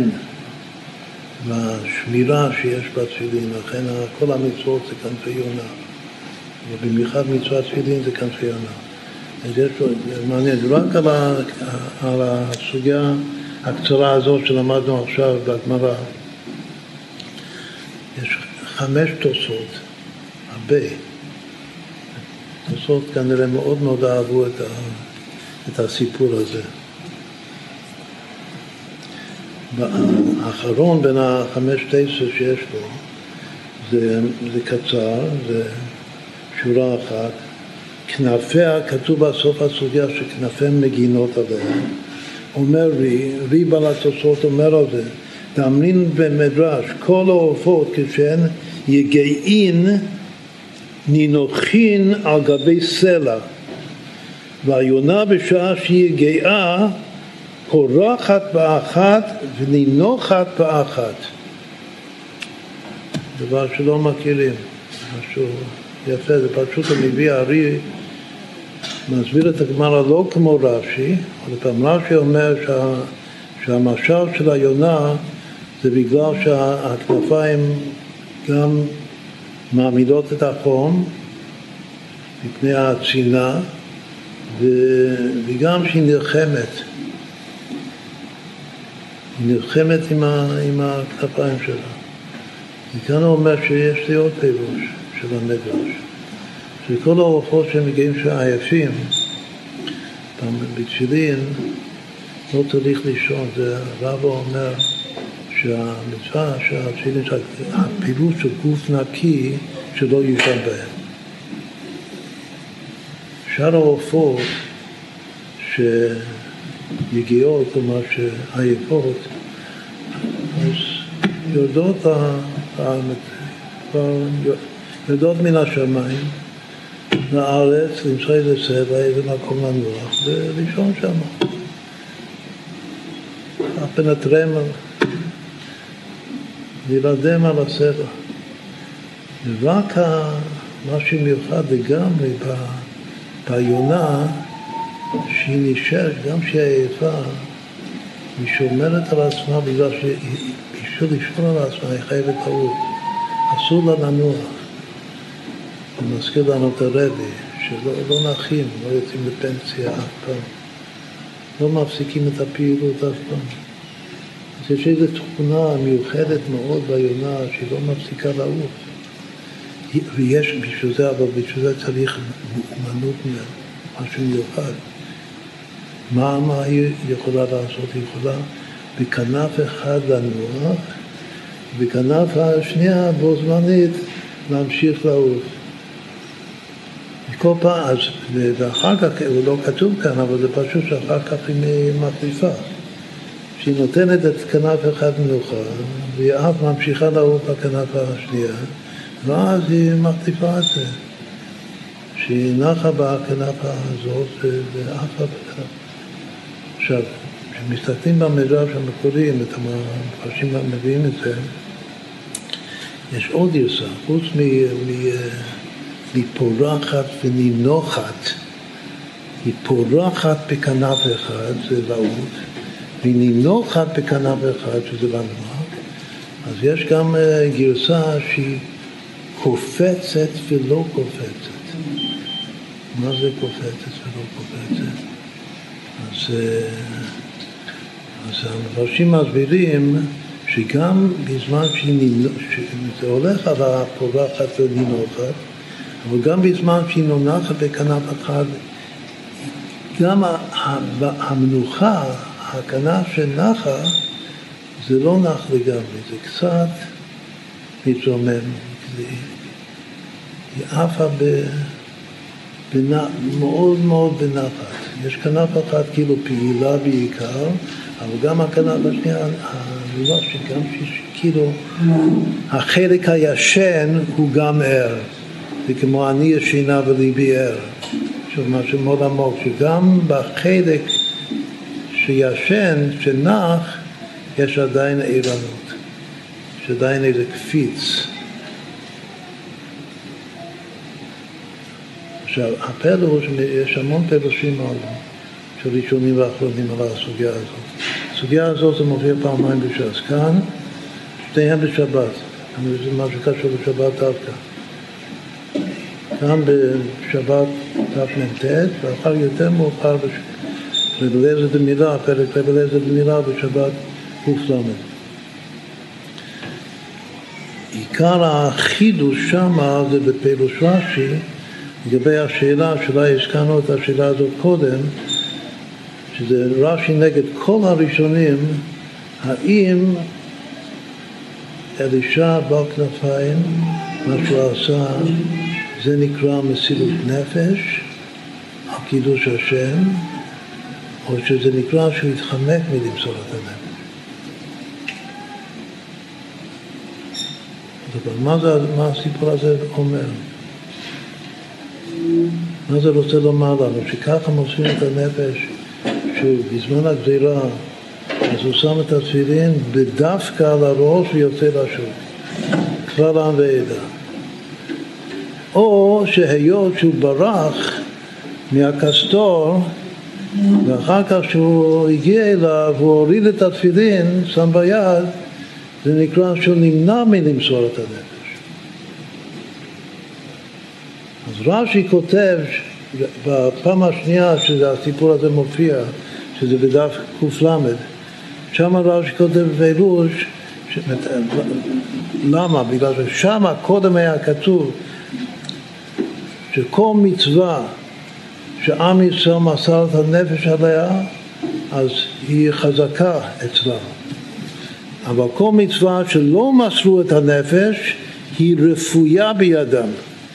והשמירה שיש בתפילין, לכן כל המצוות זה כנפי יונה, ובמיוחד מצוות תפילין זה כנפי יונה. אז יש לו, זה מעניין, רק על, ה, על הסוגיה הקצרה הזאת שלמדנו עכשיו בגמרא, יש חמש תוספות, הרבה. תוספות כנראה מאוד מאוד אהבו את, ה, את הסיפור הזה. האחרון בין החמש תשע שיש לו, זה, זה קצר, זה שורה אחת. כנפיה, כתוב בסוף הסוגיה שכנפיהם מגינות עליה. אומר רי, רי בעל התוספות אומר על זה, תאמרין במדרש, כל העופות כשהן יגעין, נינוחין על גבי סלע, והיונה בשעה שהיא גאה פורחת באחת ונינוחת באחת. דבר שלא מכירים, משהו יפה, זה פשוט המביא הארי מסביר את הגמרא לא כמו רש"י, אבל פעם רש"י אומר שה, שהמשל של היונה זה בגלל שהכנפיים גם מעמידות את החום מפני הצינה, וגם שהיא נלחמת. היא נלחמת עם, ה, עם הכנפיים שלה. וכאן הוא אומר שיש לי עוד פירוש של המדרש. שכל העופות שמגיעים שעייפים, פעם בתפילין, לא צריך לישון. זה הרב אומר שהמצווה שהתפילין, הפעילות של גוף נקי שלא יישן בהם. שאר העופות שיגיעות, כלומר שעייפות, אז יורדות, יורדות מן השמיים לארץ, למצוא איזה צבע, איזה מקום לנוח, ולישון שם. הפנטרם, להירדם על הסבע. ורק מה שמיוחד לגמרי ביונה, שהיא נשארת, גם שהיא עייפה, היא שומרת על עצמה בגלל שבשביל לשמור על עצמה היא חייבת לעוף. אסור לה לנוח. זה מזכיר לנו את הרבי, שלא לא נחים, לא יוצאים לפנסיה אף פעם. לא מפסיקים את הפעילות אף פעם. אז יש איזו תכונה מיוחדת מאוד ביונה שהיא לא מפסיקה לעוף. ויש בשביל זה, אבל בשביל זה צריך מנות משהו מיוחד. מה, מה היא יכולה לעשות? היא יכולה בכנף אחד לנוח, בכנף השנייה בו זמנית להמשיך לעוף. כל פעם, אז, ואחר כך, הוא לא כתוב כאן, אבל זה פשוט שאחר כך היא מחליפה. שהיא נותנת את כנף אחד מנוחה, והיא אף ממשיכה לעוף בכנף השנייה, ואז היא מחליפה את זה. שהיא נחה בכנף הזאת, ועפה בכנף. עכשיו, כשמסתכלים במדרש המקורי, את המפרשים מביאים את זה, יש עוד גרסה, חוץ מ... מ מפורחת ונינוחת, היא פורחת בכנף אחד, זה לעוף, ונינוחת בכנף אחד, שזה לנוח. אז יש גם גרסה שהיא קופצת ולא קופצת. מה זה קופצת ולא קופצת? אז, אז המפרשים מסבירים שגם בזמן שזה הולך על הפורחת ונינוחת, אבל גם בזמן שהיא נונחת בכנף אחד, גם המנוחה, הכנף שנחה, זה לא נח לגמרי, זה קצת מתרומם. היא עפה מאוד מאוד בנחת. יש כנף אחת כאילו פעילה בעיקר, אבל גם הכנף השנייה, הנוח שגם כאילו החלק הישן הוא גם ער. זה כמו אני ישנה וליבי ער. עכשיו משהו מאוד עמוק, שגם בחלק שישן, שנח, יש עדיין ערנות. יש עדיין איזה קפיץ. עכשיו, הפלוש, יש המון פלושים על של ראשונים ואחרונים על הסוגיה הזאת. הסוגיה הזאת זה מופיע פעמיים בש"ס. כאן, שתיהם בשבת. זה משהו קשור לשבת דווקא. כאן בשבת תשמ"ט, ואחר יותר מאוחר בלזר דמילה, פרק בלזר דמילה בשבת ק"ל. עיקר החידוש שם זה בפירוש רש"י, לגבי השאלה, שאולי הזכרנו את השאלה הזאת קודם, שזה רש"י נגד כל הראשונים, האם אלישע בר כנפיים, מה שהוא עשה, זה נקרא מסירות נפש, קידוש השם, או שזה נקרא שהוא התחמק מלמסור את הנפש. אבל מה, זה, מה הסיפור הזה אומר? מה זה רוצה לומר לנו? שככה מוסרים את הנפש, שבזמן הגזירה, אז הוא שם את התפילין בדווקא על הראש ויוצא לשוק. כלל עם ועדה. או שהיות שהוא ברח מהקסטור, ואחר כך שהוא הגיע אליו, הוא הוריד את התפילין, שם ביד, זה נקרא שהוא נמנע מלמסור את הנפש. אז רש"י כותב, בפעם השנייה שהסיפור הזה מופיע, שזה בדף ק"ל, שם רש"י כותב בפירוש, למה? בגלל ששם קודם היה כתוב, שכל מצווה שעם ישראל מסר את הנפש עליה, אז היא חזקה אצלה. אבל כל מצווה שלא מסרו את הנפש, היא רפויה בידם.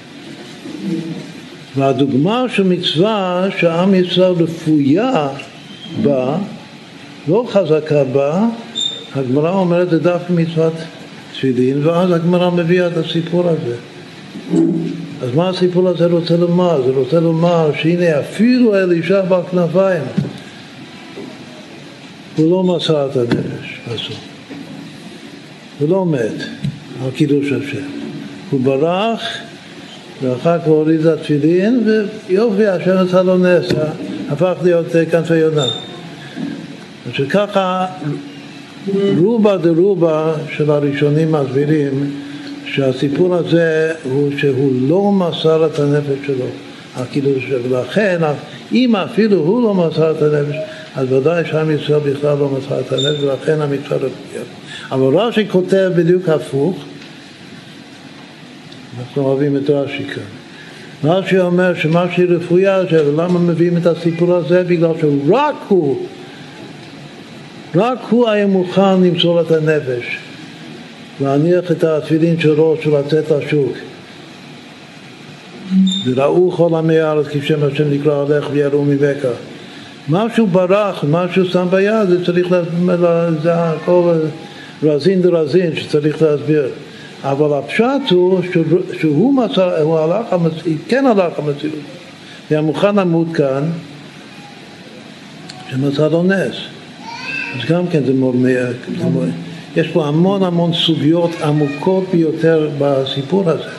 והדוגמה של מצווה שעם ישראל רפויה בה, לא חזקה בה, הגמרא אומרת זה דווקא מצוות תפילין, ואז הגמרא מביאה את הסיפור הזה. אז מה הסיפור הזה רוצה לומר? זה רוצה לומר שהנה אפילו אלישע בכנפיים הוא לא מסר את הנפש בסוף. הוא לא מת על קידוש השם. הוא ברח ואחר כך הוריד את התפילין ויופי, השם עשה לו נס, הפך להיות כנפי יונה. שככה רובה דרובה של הראשונים מסבירים שהסיפור הזה הוא שהוא לא מסר את הנפש שלו על קידוש השם, ולכן אם אפילו הוא לא מסר את הנפש אז ודאי שעם ישראל בכלל לא מסר את הנפש, ולכן המצווה רפואיה. אבל רש"י כותב בדיוק הפוך. אנחנו אוהבים את רש"י כאן. רש"י אומר שמה שהיא רפואיה זה, ולמה מביאים את הסיפור הזה? בגלל שרק הוא רק הוא היה מוכן למסור את הנפש, להניח את התפילין שלו ולצאת לשוק. וראו כל עמי הארץ כי שם השם נקרא הולך ויראו ממך. משהו ברח, משהו שם ביד, זה צריך להסביר, זה הכל רזין דרזין שצריך להסביר. אבל הפשט הוא שהוא מסר, הוא הלך, כן הלך המציאות. היה מוכן למות כאן, שמסר לו נס. אז גם כן זה מאוד מייק. יש פה המון המון סוגיות עמוקות ביותר בסיפור הזה.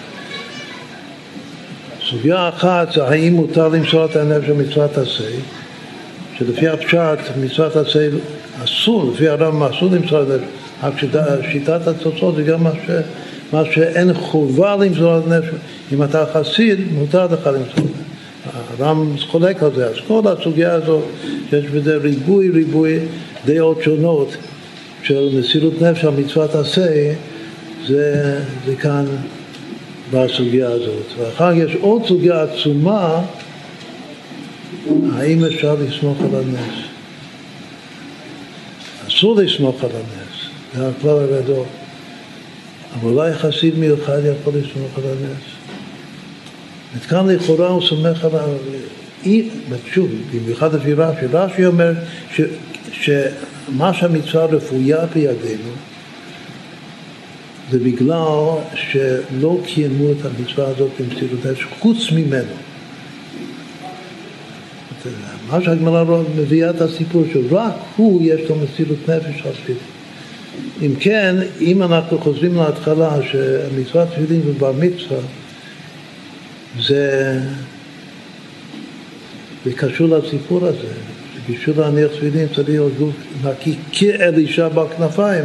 סוגיה אחת זה האם מותר למסור את הנפש במצוות עשה, שלפי הפשט מצוות עשה אסור, לפי הרמב"ם אסור למסור את הנפש, רק שיטת התוצאות זה גם מה, ש... מה שאין חובה למסור את הנפש. אם אתה חסיד מותר לך למסור. הרמב"ם חולק על זה. אז כל הסוגיה הזאת שיש בזה ריבוי ריבוי דעות שונות של מסירות נפש על מצוות עשה, זה, זה כאן בסוגיה הזאת. ואחר יש עוד סוגיה עצומה, האם אפשר לסמוך על הנס? אסור לסמוך על הנס, זה הכלל הגדול. אבל אולי חסיד מיוחד יכול לסמוך על הנס. וכאן לכאורה הוא סומך על הנס. שוב, במיוחד לפי רש"י, רש"י אומר ש... שמה שהמצווה רפואיה בידינו זה בגלל שלא קיימו את המצווה הזאת במסירות נפש חוץ ממנו. מה שהגמרא מביאה את הסיפור שרק הוא יש לו מסירות נפש על תפילין. אם כן, אם אנחנו חוזרים להתחלה שהמצוות תפילין ובר מצווה זה, זה קשור לסיפור הזה. בשביל להניח תפילין צריך להיות גוף נקי כאלישע בכנפיים.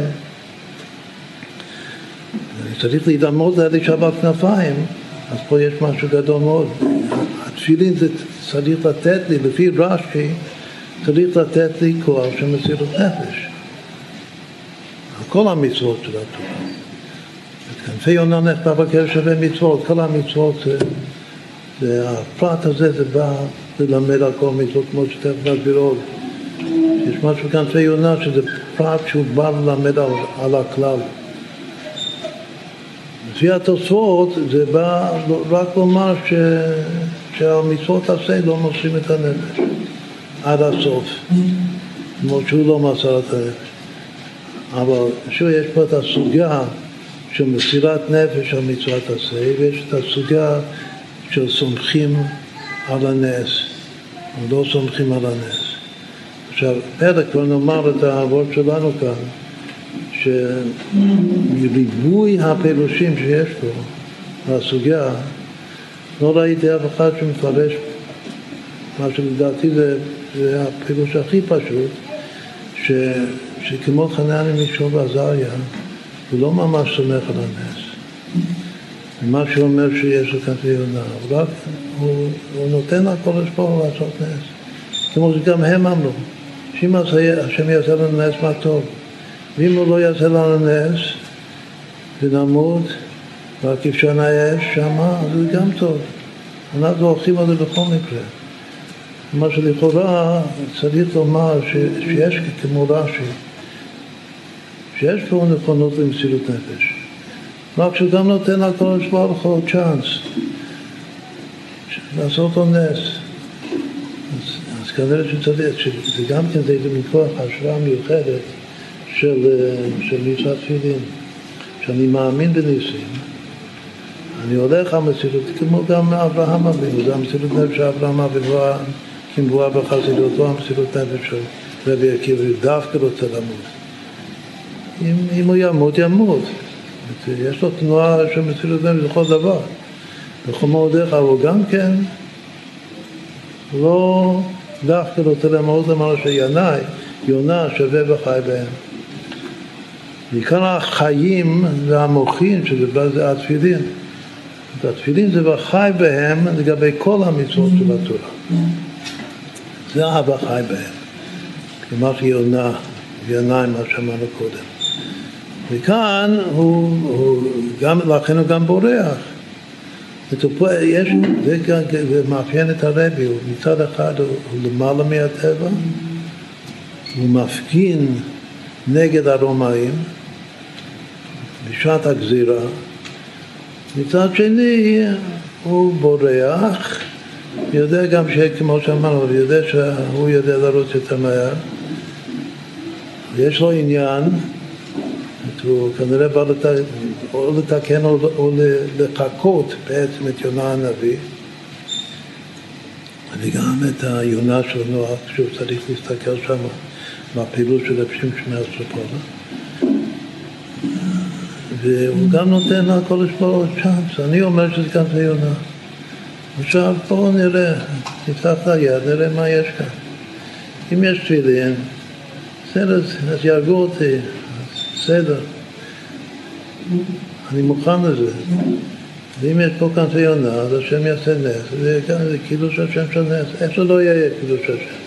צריך להידמות לאלישע בכנפיים, אז פה יש משהו גדול מאוד. התפילין זה צריך לתת לי, לפי רש"י, צריך לתת לי כוח של מסירות נפש. על כל המצוות של התורה. כנפי יונה נחבא בקר שווה מצוות, כל המצוות, זה, הפרט הזה זה בא ללמד על כל מצוות, כמו שתכף נסביר עוד. יש משהו כנפי יונה שזה פרט שהוא בא ללמד על, על הכלל. לפי התוספות זה בא רק לומר ש... שהמצוות עשה לא מוסרים את הנפש עד הסוף, כמו שהוא לא מסר את הנפש. אבל שוב יש פה את הסוגיה של מסירת נפש על מצוות עשה, ויש את הסוגיה של סומכים על הנס, או לא סומכים על הנס. עכשיו, פרק כבר נאמר את העבוד שלנו כאן, שמריבוי הפירושים שיש פה בסוגיה, לא ראיתי אף אחד שמפרש מה שלדעתי זה, זה הפירוש הכי פשוט, ש, שכמו חנניה משוב עזריה, הוא לא ממש סומך על הנס. מה שאומר שיש לו כנפי יונה, אבל רק הוא, הוא נותן לקודש ברוך הוא לעשות נס. כמו שגם הם אמרו, שאם השם יעשה לנו נס מה טוב, ואם הוא לא יעשה לנו נס ונמות רק אפשר נאש שמה, אז זה גם טוב. אנחנו הולכים על זה בכל מקרה. מה שלכאורה צריך לומר ש, שיש כמו רש"י, שיש פה נכונות למסירות נפש. רק שהוא גם נותן לקודש ברוך הוא צ'אנס לעשות לו נס. אז, אז כנראה שצריך, שזה גם כן זה מכוח השראה מיוחדת של, של מצוות תפילין. שאני מאמין בניסים, אני הולך על מסירות, כמו גם אברהם אבינו, זה המסירות נפש שאברהם אבינו כמבואה בחסידותו, המסירות נפש של רבי עקיבא, דווקא רוצה למות. אם, אם הוא ימות, ימות. יש לו תנועה של מסירות נפש לכל דבר. בכל מאודיך, אבל גם כן לא דווקא רוצה למות, למרות שינאי, יונה שווה וחי בהם. מכאן החיים והמוחין, שזה התפילין. התפילין זה וחי בהם לגבי כל המצוות של התורה. זה אהבה חי בהם. כלומר שיונה, ינאי, מה שאמרנו קודם. וכאן הוא, הוא גם, לכן הוא גם בורח. יש, זה, זה מאפיין את הרבי, הוא מצד אחד הוא, הוא למעלה מהטבע, הוא מפגין נגד הרומאים בשעת הגזירה, מצד שני הוא בורח, יודע גם שכמו שאמרנו, הוא יודע שהוא יודע לרוץ יותר מהר, יש לו עניין, הוא כנראה בא לתקן, או לתקן או, או לחכות בעצם את יונה הנביא, וגם את היונה של נוח, כשהוא צריך להסתכל שם מהפעילות של הפשים שני אסטרופולה. והוא גם נותן לכל השפעות צ'אנס. אני אומר שזה כאן זה יונה. עכשיו בואו נראה, נפתח ליד, נראה מה יש כאן. אם יש תפילין, בסדר, אז ירגו אותי, בסדר. אני מוכן לזה. ואם יש פה כאן זה יונה, אז השם יעשה נס. וכאן זה קידוש השם של נס. איך שלא יהיה קידוש השם.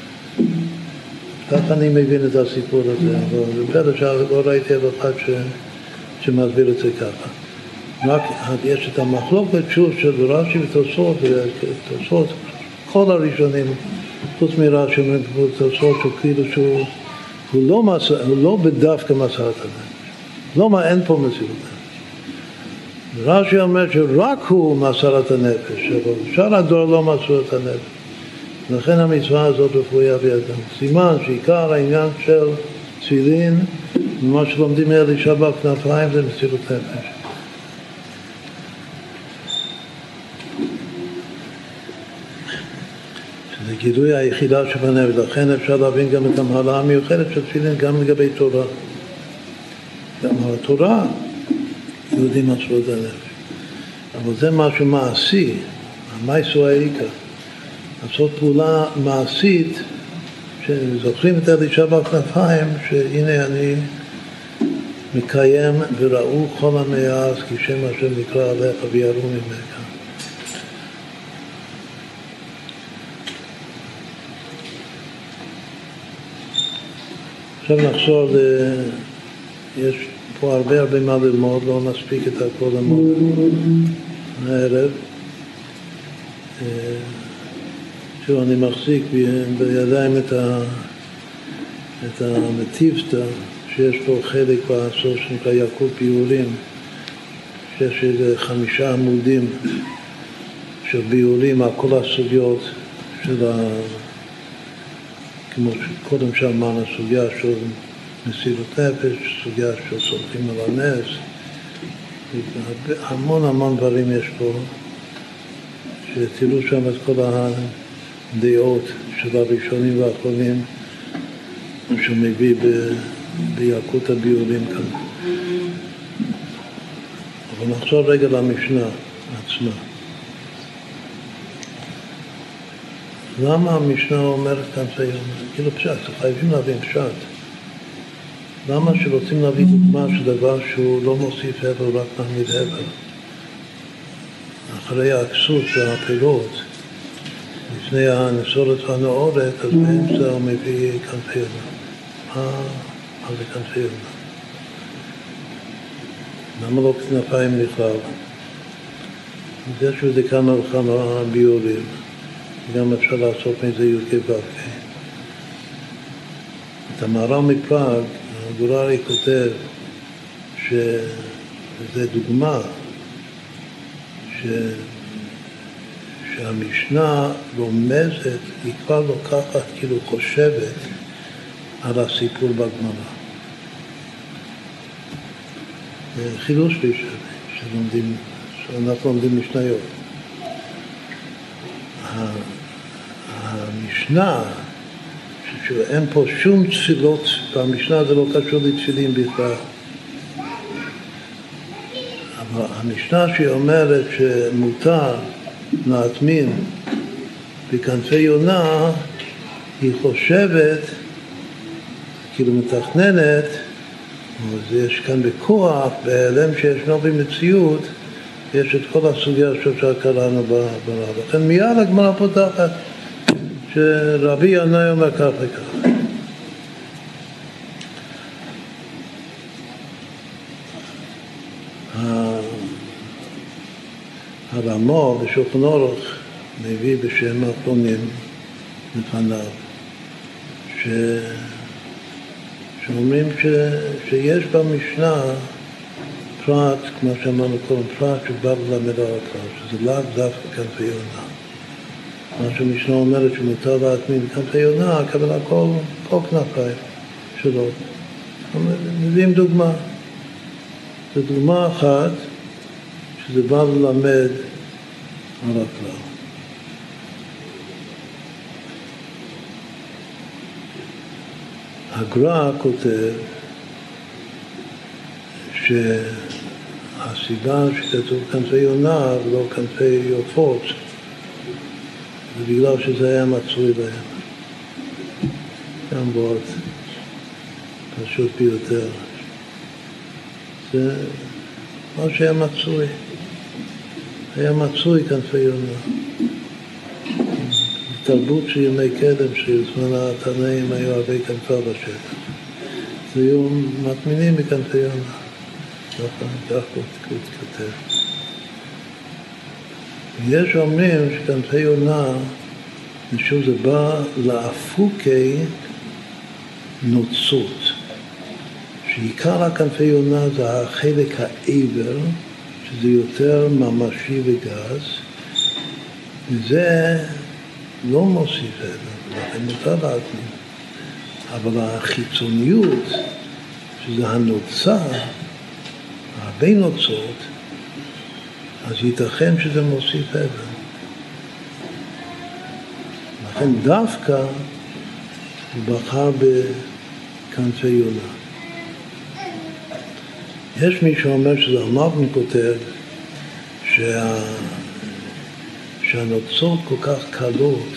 ככה אני מבין את הסיפור הזה. אבל בפרש לא ראיתי אף אחד ש... שמסביר את זה ככה. רק יש את המחלוקת שוב של רש"י ותוספות, ותוספות, כל הראשונים, חוץ מרש"י ותוספות, שהוא כאילו שהוא הוא לא, מס, הוא לא בדווקא מסרת הנפש. לא מה, אין פה מסירות הנפש. רש"י אומר שרק הוא מסרת הנפש, אבל שאר הדור לא מסרו את הנפש. לכן המצווה הזאת רפויה בידם. סימן שעיקר העניין של תפילין, מה שלומדים מאלישע בכנפיים זה מסירות נפש. שזה גילוי היחידה שבנפש, לכן אפשר להבין גם את המעלה המיוחדת של תפילין גם לגבי תורה. גם התורה יודעים מסרו את הנפש. אבל זה משהו מעשי, המייסו העיקר. לעשות פעולה מעשית, שזוכרים את אלישע בכנפיים, שהנה אני מקיים וראו כל עמי אז כי שם השם נקרא עליך ויראו ממך. עכשיו נחזור, יש פה הרבה הרבה מה ללמוד, לא נספיק את הכל ללמוד הערב. שוב, אני מחזיק בידיים את, ה, את המטיבתא, שיש פה חלק בסוף שנקרא יעקב ביאורים, שיש איזה חמישה עמודים של ביאורים על כל הסוגיות של ה... כמו שקודם שאמרנו, הסוגיה של מסירות נפש, סוגיה של סומכים על הנס, המון המון דברים יש פה, שתראו שם את כל הדעות של הראשונים והאחרונים, שהוא מביא ב... בילקוט הביאורים כאן. אבל נחזור רגע למשנה עצמה. למה המשנה אומרת כאן זה? כאילו פשט, חייבים להבין פשט. למה שרוצים להביא דוגמה של דבר שהוא לא מוסיף הבל, רק מעמיד הבל? אחרי הכסות והפירות, לפני הנסורת והנאורת, אז באמצע הוא מביא כנפי הבל. מה זה כנפי הבל? למה לא כנפיים בכלל? יש בזה כמה וכמה ביאורים. גם אפשר לעשות מזה י"ק ו"ק. את המהר"ל מפראג, הגוררי כותב שזה דוגמה ש... שהמשנה רומזת, היא כבר לוקחת, כאילו חושבת על הסיפור בגמרא. חידוש בישבי, שלומדים, שאנחנו לומדים משניות. המשנה, שאין פה שום תפילות, במשנה זה לא קשור לתפילים בכלל. אבל המשנה שהיא אומרת שמותר להטמין בכנפי יונה, היא חושבת, כאילו מתכננת, אז יש כאן בכוח, בהיעלם שישנו במציאות, יש את כל הסוגיה שאפשר קראנו ברב. לכן מיד הגמרא פותחת שרבי ינאי אומר כך וכך. הרמ"א בשולחן אורוך מביא בשם האחרונים לפניו, ש... שאומרים ש... שיש במשנה פרט, כמו שאמרנו קודם, פרט שבא ללמד על הכלל, שזה לאו דווקא כנפי יונה. מה שהמשנה אומרת שמותר להטמין בכנפי יונה, הכוונה כל, כל כנפיים שלו. מביאים דוגמה. זו דוגמה אחת שזה בא ללמד על הכלל. הגר"א כותב שהסיבה שכתוב כנפי יונה ולא כנפי עופות זה בגלל שזה היה מצוי בהם. גם בעוד פשוט ביותר. זה מה שהיה מצוי. היה מצוי כנפי יונה. בתרבות של ימי קדם, שזמן התנאים היו הרבה כנפה בשטח. זה היו מטמינים בכנפי יונה. כך כותב. יש אומרים שכנפי יונה, משום זה בא לאפוקי נוצות. שעיקר הכנפי יונה זה החלק העבר, שזה יותר ממשי וגז, וזה לא מוסיף אלא, לכן מותר להטמין. אבל החיצוניות, שזה הנוצה, הרבה נוצות, אז ייתכן שזה מוסיף אבן. לכן דווקא הוא בחר בכנפי יונה. יש מי שאומר שזה המבן כותב שה... שהנוצות כל כך קלות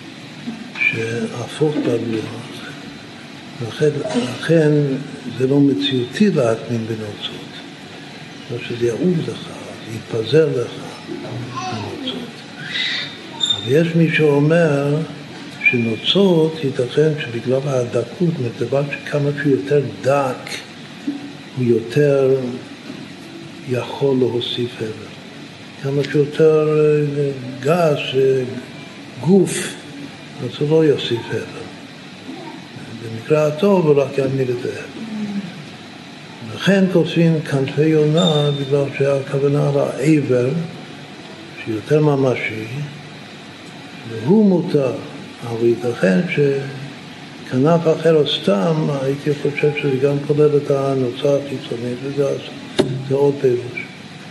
שהפוך בלוח. לכן, לכן זה לא מציאותי להטמין בנוצות. לא שזה יעוב לך, יתפזר לך הנוצות. אבל יש מי שאומר שנוצות ייתכן שבגלל הדקות, מדבר שכמה שהוא יותר דק, הוא יותר יכול להוסיף הבל. כמה שיותר גס, גוף, אז הוא לא יוסיף הבל. במקרה הטוב הוא רק יעמיד את ההבל. לכן כותבים כנפי יונה בגלל שהכוונה לעבר, שיותר ממשי, והוא מותר. אבל ייתכן שכנף אחר או סתם, הייתי חושב שזה גם כולל את הנוצה החיצונית, וזה זה עוד פירוש.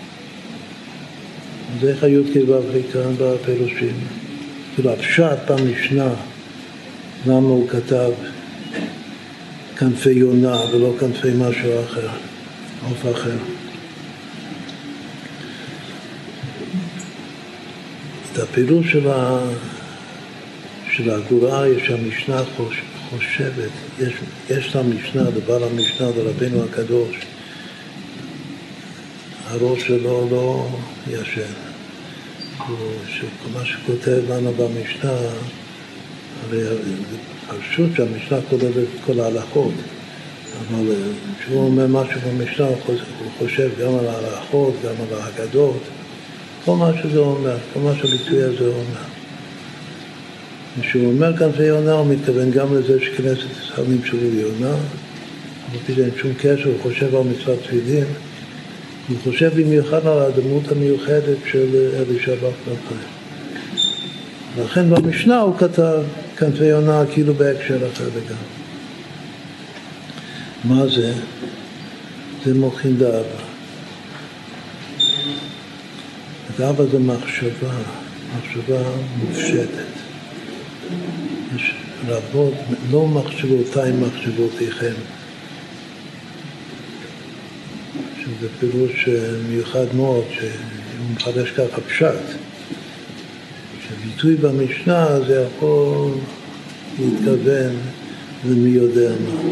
זה חיות כבבלי כאן בפירושים. כאילו הפשט במשנה, למה הוא כתב כנפי יונה ולא כנפי משהו אחר, עוף אחר. את הפירוש של, ה... של הגורא יש המשנה חוש... חושבת, יש, יש למשנה, לבעל המשנה, לרבנו הקדוש, הראש שלו לא ישן. שכל מה שכותב לנו במשנה, הרי פשוט שהמשנה כותבת את כל ההלכות, אבל כשהוא אומר משהו במשנה, הוא חושב גם על ההלכות, גם על ההגדות, כל מה שזה אומר, כל מה שהביטוי הזה אומר. כשהוא אומר כנפי יונה, הוא מתכוון גם לזה שכנסת ישראל נמשלו ליונה, אבל כדי אין שום קשר, הוא חושב על מצוות תפילין, הוא חושב במיוחד על הדמות המיוחדת של אלישע בר כנפיים. לכן במשנה הוא כתב כנפי יונה כאילו בהקשר אחר לגמרי. מה זה? זה מוחין דאבה. גאווה זה מחשבה, מחשבה מופשטת. יש רבות, לא מחשבותיי מחשבותיכם. שזה פירוש מיוחד מאוד, שהוא מחדש ככה פשט. שביטוי במשנה זה יכול להתכוון למי יודע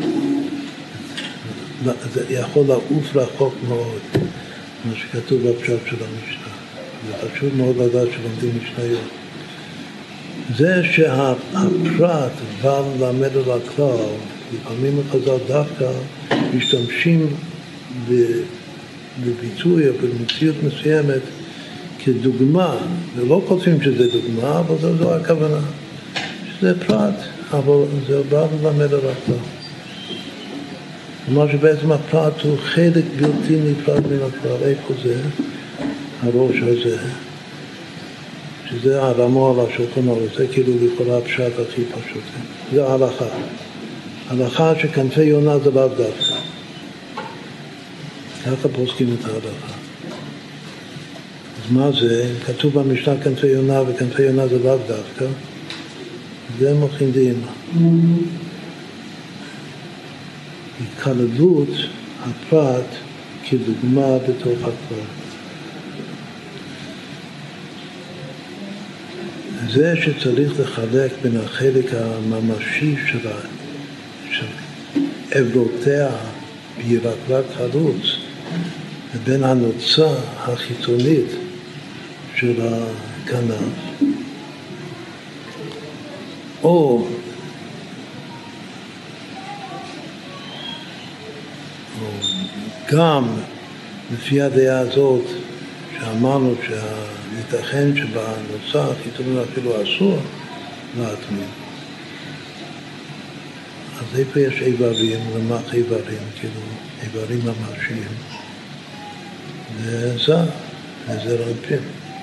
מה. זה יכול לעוף רחוק מאוד, מה שכתוב בפשט של המשנה. זה חשוב מאוד לדעת שלומדים משניות. זה שהפרט בא ללמד על הכלל, לפעמים בחז"ל דווקא משתמשים בביטוי או במציאות מסוימת כדוגמה, ולא כותבים שזה דוגמה, אבל זו, זו הכוונה. שזה פרט, אבל זה בא ללמד על הכלל. כלומר שבעצם הפרט הוא חלק בלתי נפרד מן הכלל. איפה זה? הראש הזה. שזה הרמו על השולחן ערוך, זה כאילו לכאורה הפשט הכי פשוט. זה ההלכה. ההלכה שכנפי יונה זה לאו דווקא. ככה פוסקים את ההלכה. אז מה זה? כתוב במשנה כנפי יונה, וכנפי יונה זה לאו דווקא. זה מוכין דהימה. התכללות הפרט כדוגמה בתוך הכלל. זה שצריך לחלק בין החלק הממשי של, של עברותיה בירקרק חלוץ לבין הנוצה החיצונית של הכנף, או, או גם לפי הדעה הזאת שאמרנו שייתכן שבנוצה החיצונית אפילו אסור להטמין. אז איפה יש איברים, למח איברים, כאילו איברים ממשיים? זה זה, זה רנפים.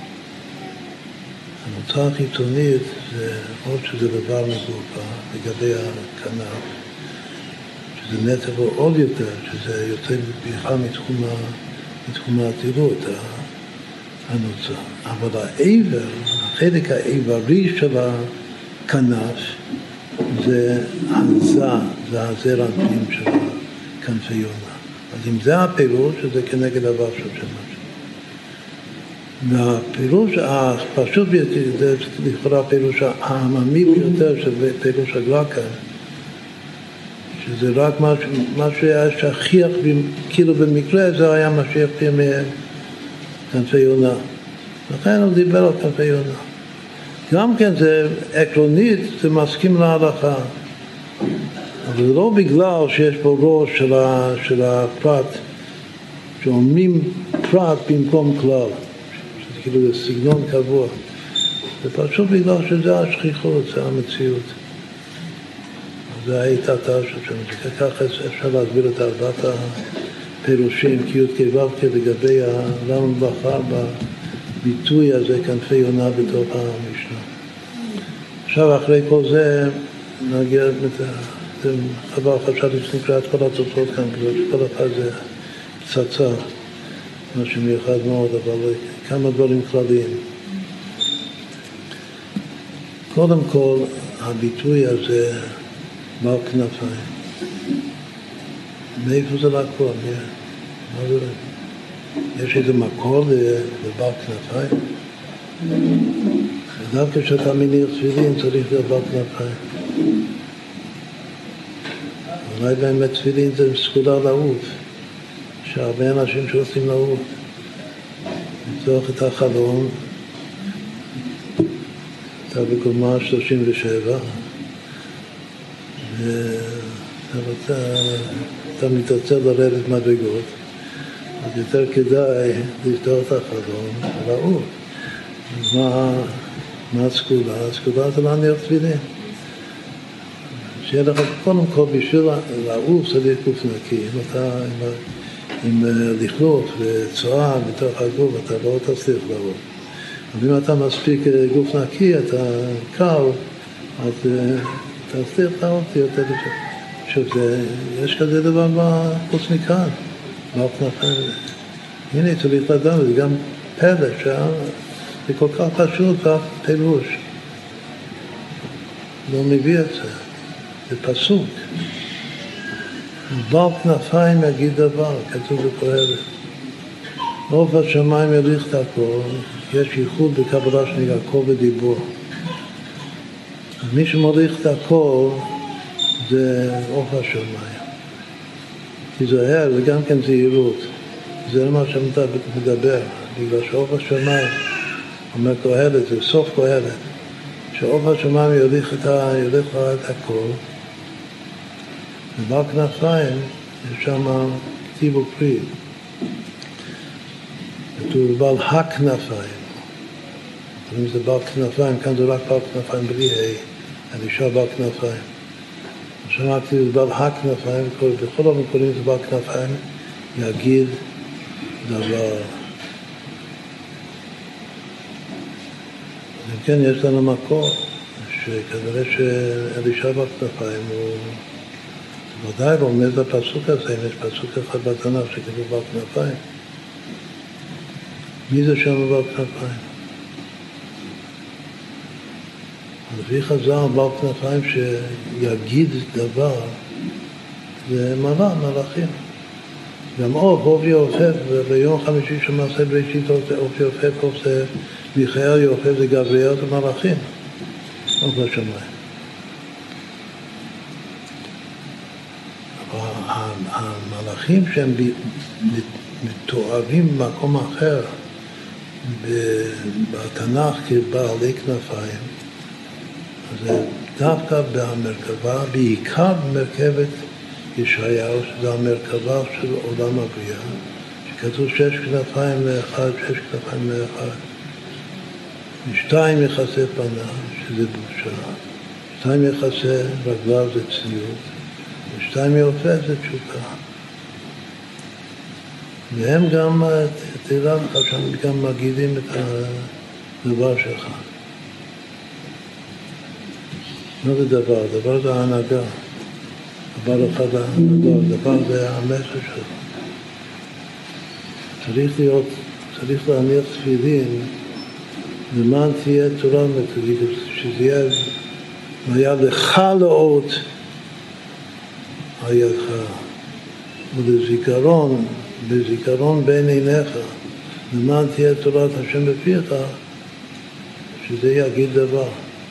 הנוצה החיצונית זה עוד שזה דבר מגופה לגבי הכנף, שזה נטל עוד יותר, שזה יוצא בכלל מתחום, מתחום העתירות, הנוצה. אבל העבר, החלק העברי של הכנף, זה הזה, זה הזר הנפים של כנפי יונה. אז אם זה הפירוש, זה כנגד הבא של משהו. והפירוש הפשוט ביותר, זה לכאורה הפירוש העממי ביותר, שזה פירוש הגלקה, שזה רק מה שהיה שכיח, כאילו במקרה זה היה מה שכיח מכנפי יונה. לכן הוא דיבר על כנפי יונה. גם כן זה עקרונית, זה מסכים להלכה. אבל זה לא בגלל שיש פה ראש של, ה, של הפרט, שאומרים פרט במקום כלל. שזה כאילו זה סגנון קבוע. זה פשוט בגלל שזה השכיחות, זה המציאות. זה הייתה תשע שם. ככה אפשר להסביר את ארבעת הפירושים, כי י' כו' לגבי למה בחר בביטוי הזה כנפי יונה בתוך המשנה. עכשיו אחרי כל זה נגיע, זה חבל חשבתי שנקרא את כל התוצאות כאן, כל אחד זה פצצה, משהו מיוחד מאוד, אבל כמה דברים כלליים. קודם כל, הביטוי הזה בעל כנפיים. מאיפה זה לקוח? מה זה? יש איזה מקור לבעל כנפיים? דווקא כשאתה מניח תפילין צריך להיות בעל כנפיים. אולי באמת תפילין זה סגולה לעוף, שהרבה אנשים שרוצים לעוף. לפתוח את החלום, אתה בקומה שלושים ושבע, ואתה אתה מתעצר לרדת מדרגות, אז יותר כדאי לפתוח את החלום ולעוף. מה, מה הסגולה? הסגולה זה להניח תפילין. שיהיה לך קודם כל בשביל לעוף צריך גוף נקי. אם אתה עם, עם לכלוך וצואה בתוך הגוף, אתה לא תצליח לעוף. אבל אם אתה מספיק גוף נקי, אתה קל, אז תצליח לעוף יותר יותר. עכשיו, יש כזה דבר בחוץ מכאן, בעל כנפיים. הנה, צריך לדעת, זה גם פלא, שזה כל כך פשוט בפירוש. לא מביא את זה, זה פסוק. בעל כנפיים יגיד דבר, כתוב בקהלת. עוף השמיים יליך דרכו, יש ייחוד בקבלה שנקרא קול ודיבור. מי שמוליך דרכו זה עוף השמיים. תיזהר, זה גם כן זהירות. זה מה שאתה מדבר, בגלל שעוף השמיים, אומר קהלת, זה סוף קהלת, שעוף השמיים יוליך את ה... יוליך את הכל, ובעל כנפיים, יש שם כתיב ופרי. כתוב בעל הכנפיים. אם זה בעל כנפיים, כאן זה רק בעל כנפיים בלי ה', אני נשאר בעל כנפיים. שמעתי זה בעל הכנפיים, בכל אופן קוראים זה בעל כנפיים, יגיד דבר. אם כן, יש לנו מקור, שכנראה שאלישע בעל כנפיים הוא ודאי רומז לפסוק הזה, אם יש פסוק אחד בתנ"ך שכתוב בעל כנפיים. מי זה שם בעל כנפיים? לפי חז"ל, בעל כנפיים שיגיד דבר, זה מלאך, מלאכים. גם עוף, עוף יעופף, וביום חמישי שמעשה בראשית עוף יעופף, עוף זה מיכאל יעופף, זה גבריאל, זה מלאכים. עוף השמיים. המלאכים שהם מתוארים במקום אחר, בתנ"ך כבעלי כנפיים, זה דווקא במרכבה, בעיקר במרכבת ישעיהו, שזה המרכבה של עולם הבריאה, שכתוב שש כנפיים לאחד, שש כנפיים לאחד. ושתיים יחסי פניו, שזה בושה, שתיים יחסי רגליו זה צניעות, ושתיים יעופף זה תשוקה. והם גם, תראה לך שם, גם מגידים את הדבר שלך. מה זה דבר? דבר זה ההנהגה. דבר אחד הדבר, דבר זה המסר שלו. צריך להיות, צריך להניח תפילין, למען תהיה תורה מתודית, שזה יהיה, והיה לך לאות על ידך, ולזיכרון, בזיכרון בין עיניך, למען תהיה תורת השם בפיך, שזה יגיד דבר.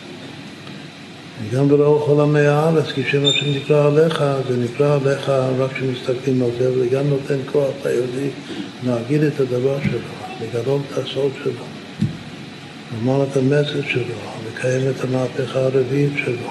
וגם ברוך עולמי הארץ, כשם השם נקרא עליך, זה נקרא עליך רק כשמסתכלים על זה, וגם נותן כוח ליהודי להגיד את הדבר שלו, לגלות את הסוד שלו, לומר את המסר שלו, לקיים את המהפכה הרביעית שלו.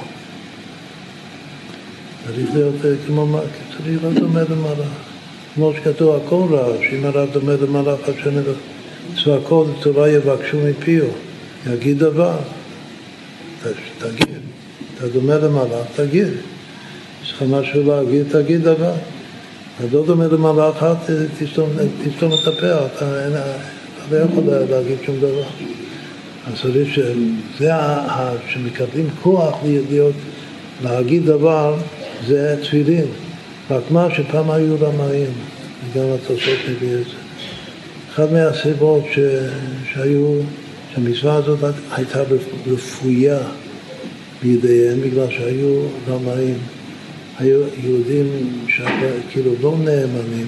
צריך להיות כמו מה, צריך להיות דומה למלאך. כמו שכתוב הכל רע, שאם הרב דומה למלאך, השם צבאקו לתורה יבקשו מפיו, יגיד דבר, תגיד. אתה דומה למלאך, תגיד. יש לך משהו להגיד, תגיד דבר. אתה לא דומה למלאך, תסתום, תסתום את הפה, אתה, אתה לא יכול להגיד שום דבר. אז זה שמקבלים כוח להיות, להגיד דבר, זה תפילין. רק מה שפעם היו רמאים, וגם התוספות מביא את זה. אחד מהסיבות ש, שהיו, שהמצווה הזאת הייתה רפויה, בידיהם, בגלל שהיו רמאים, היו יהודים שכאילו לא נאמנים,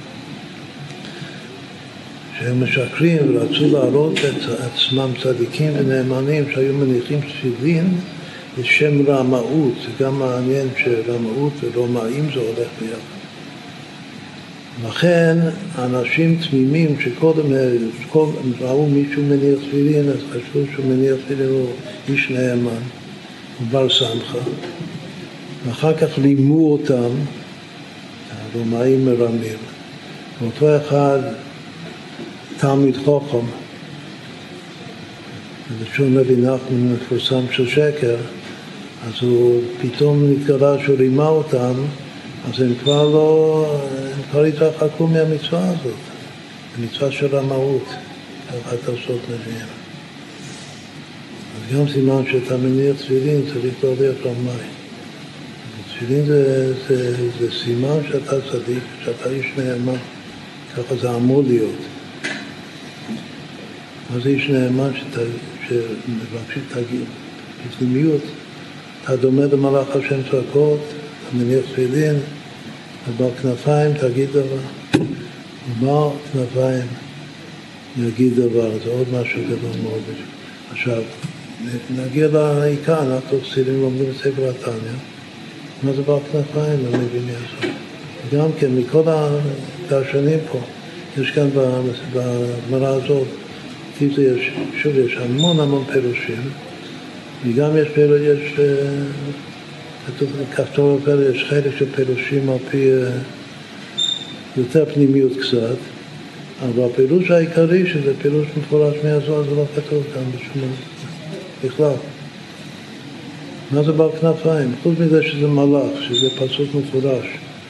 שהם משקרים ורצו להראות את עצמם צדיקים ונאמנים שהיו מניחים תפילין לשם רמאות. זה גם מעניין שרמאות ורומאים זה הולך ביחד. לכן אנשים תמימים שקודם ראו מישהו מניח תפילין, אז חשבו שהוא מניח תפילין הוא איש נאמן. ובר סמכה, ואחר כך לימו אותם, הרומאים מרמים. ואותו אחד תלמיד חכם, בלשון רבי נחמן מפורסם של שקר, אז הוא פתאום נתגלה שהוא רימה אותם, אז הם כבר לא, הם כבר התרחקו מהמצווה הזאת, המצווה של רמאות, אחת עשות נביאים. גם סימן שאתה מניח תפילין, צריך להודיח רמאי. תפילין זה, זה, זה סימן שאתה צדיק, שאתה איש נאמן. ככה זה אמור להיות. אז איש נאמן שמבקשים תגיד, בפנימיות, אתה דומה למלאך השם צעקות, אתה מניח תפילין, אתה בעל כנפיים, תגיד דבר. ובעל כנפיים יגיד דבר, זה עוד משהו גדול מאוד. עכשיו, נגיע לעיקר, אנחנו חסידים לומדים את ספר התניא. מה זה בעל כנפיים? לא מבין יעזור. גם כן, מכל הדרשנים פה, יש כאן בגמרא הזאת, כי זה יש, שוב, יש המון המון פירושים, וגם יש פירוש, יש, כתוב כפתור בפרש, יש חלק של פירושים על פי יותר פנימיות קצת, אבל הפירוש העיקרי, שזה פירוש מפורש מהזוהר, זה לא כתוב כאן בשום בכלל. מה זה בעל כנפיים? חוץ מזה שזה מלאך, שזה פסוק מפורש.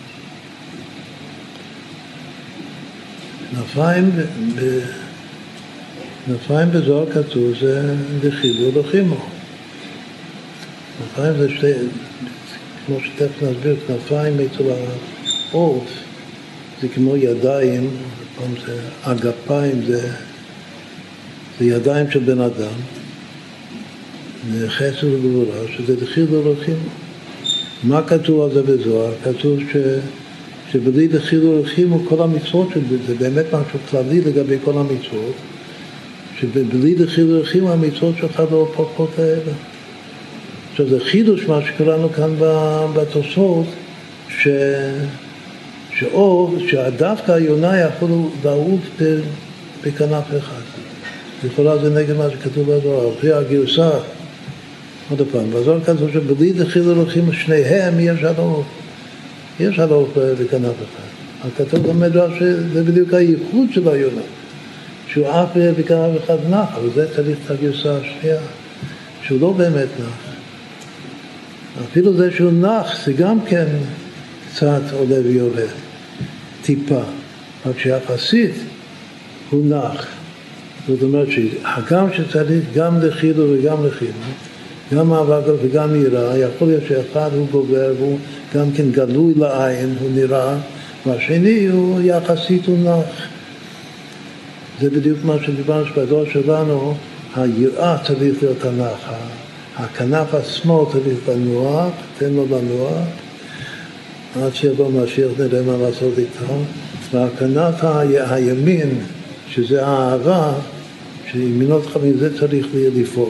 כנפיים, ב... כנפיים בזוהר כתוב זה דחילו לחימו. כנפיים זה שתי, כמו שתכף נסביר, כנפיים אצל העוף זה כמו ידיים, זה אגפיים, זה, זה ידיים של בן אדם, זה חסר וגבורה, שזה דחילו לחימו. מה כתוב על זה בזוהר? כתוב ש... שבלי דחילו לחימו כל המצוות, זה באמת משהו כללי לגבי כל המצוות, שבלי דחילו לחימו המצוות שלך לא פחות האלה. עכשיו זה חידוש מה שקראנו כאן בתוספות, ש... שאור, שהדווקא היונה יכול לעוף בכנף אחד. לכאורה זה נגד מה שכתוב בזוהר, זה הגרסה. עוד פעם, בזוהר כתוב שבלי דחילו לחימו שניהם יש עלוף. יש עלוף בכנף אחד. הכתוב גם מדרש שזה בדיוק הייחוד של היונה. שהוא אף בכנף אחד נח, אבל זה צריך את הגרסה השנייה. שהוא לא באמת נח. אפילו זה שהוא נח, זה גם כן קצת עולה ויורד. טיפה. רק שיחסית הוא נח. זאת אומרת שהגם שצריך גם לחילו וגם לחילו, גם מאבק וגם יראה, יכול להיות שאחד הוא גובר והוא גם כן גלוי לעין, הוא נראה, והשני הוא יחסית הוא נח. זה בדיוק מה שדיברנו שבדור שלנו, היראה צריך להיות הנח, הכנף השמאל צריך לנוח, תן לו לנוח, עד שיבוא משיח נראה מה לעשות איתו, והכנף הימין, שזה האהבה, שימינות חמים, זה צריך לפעול.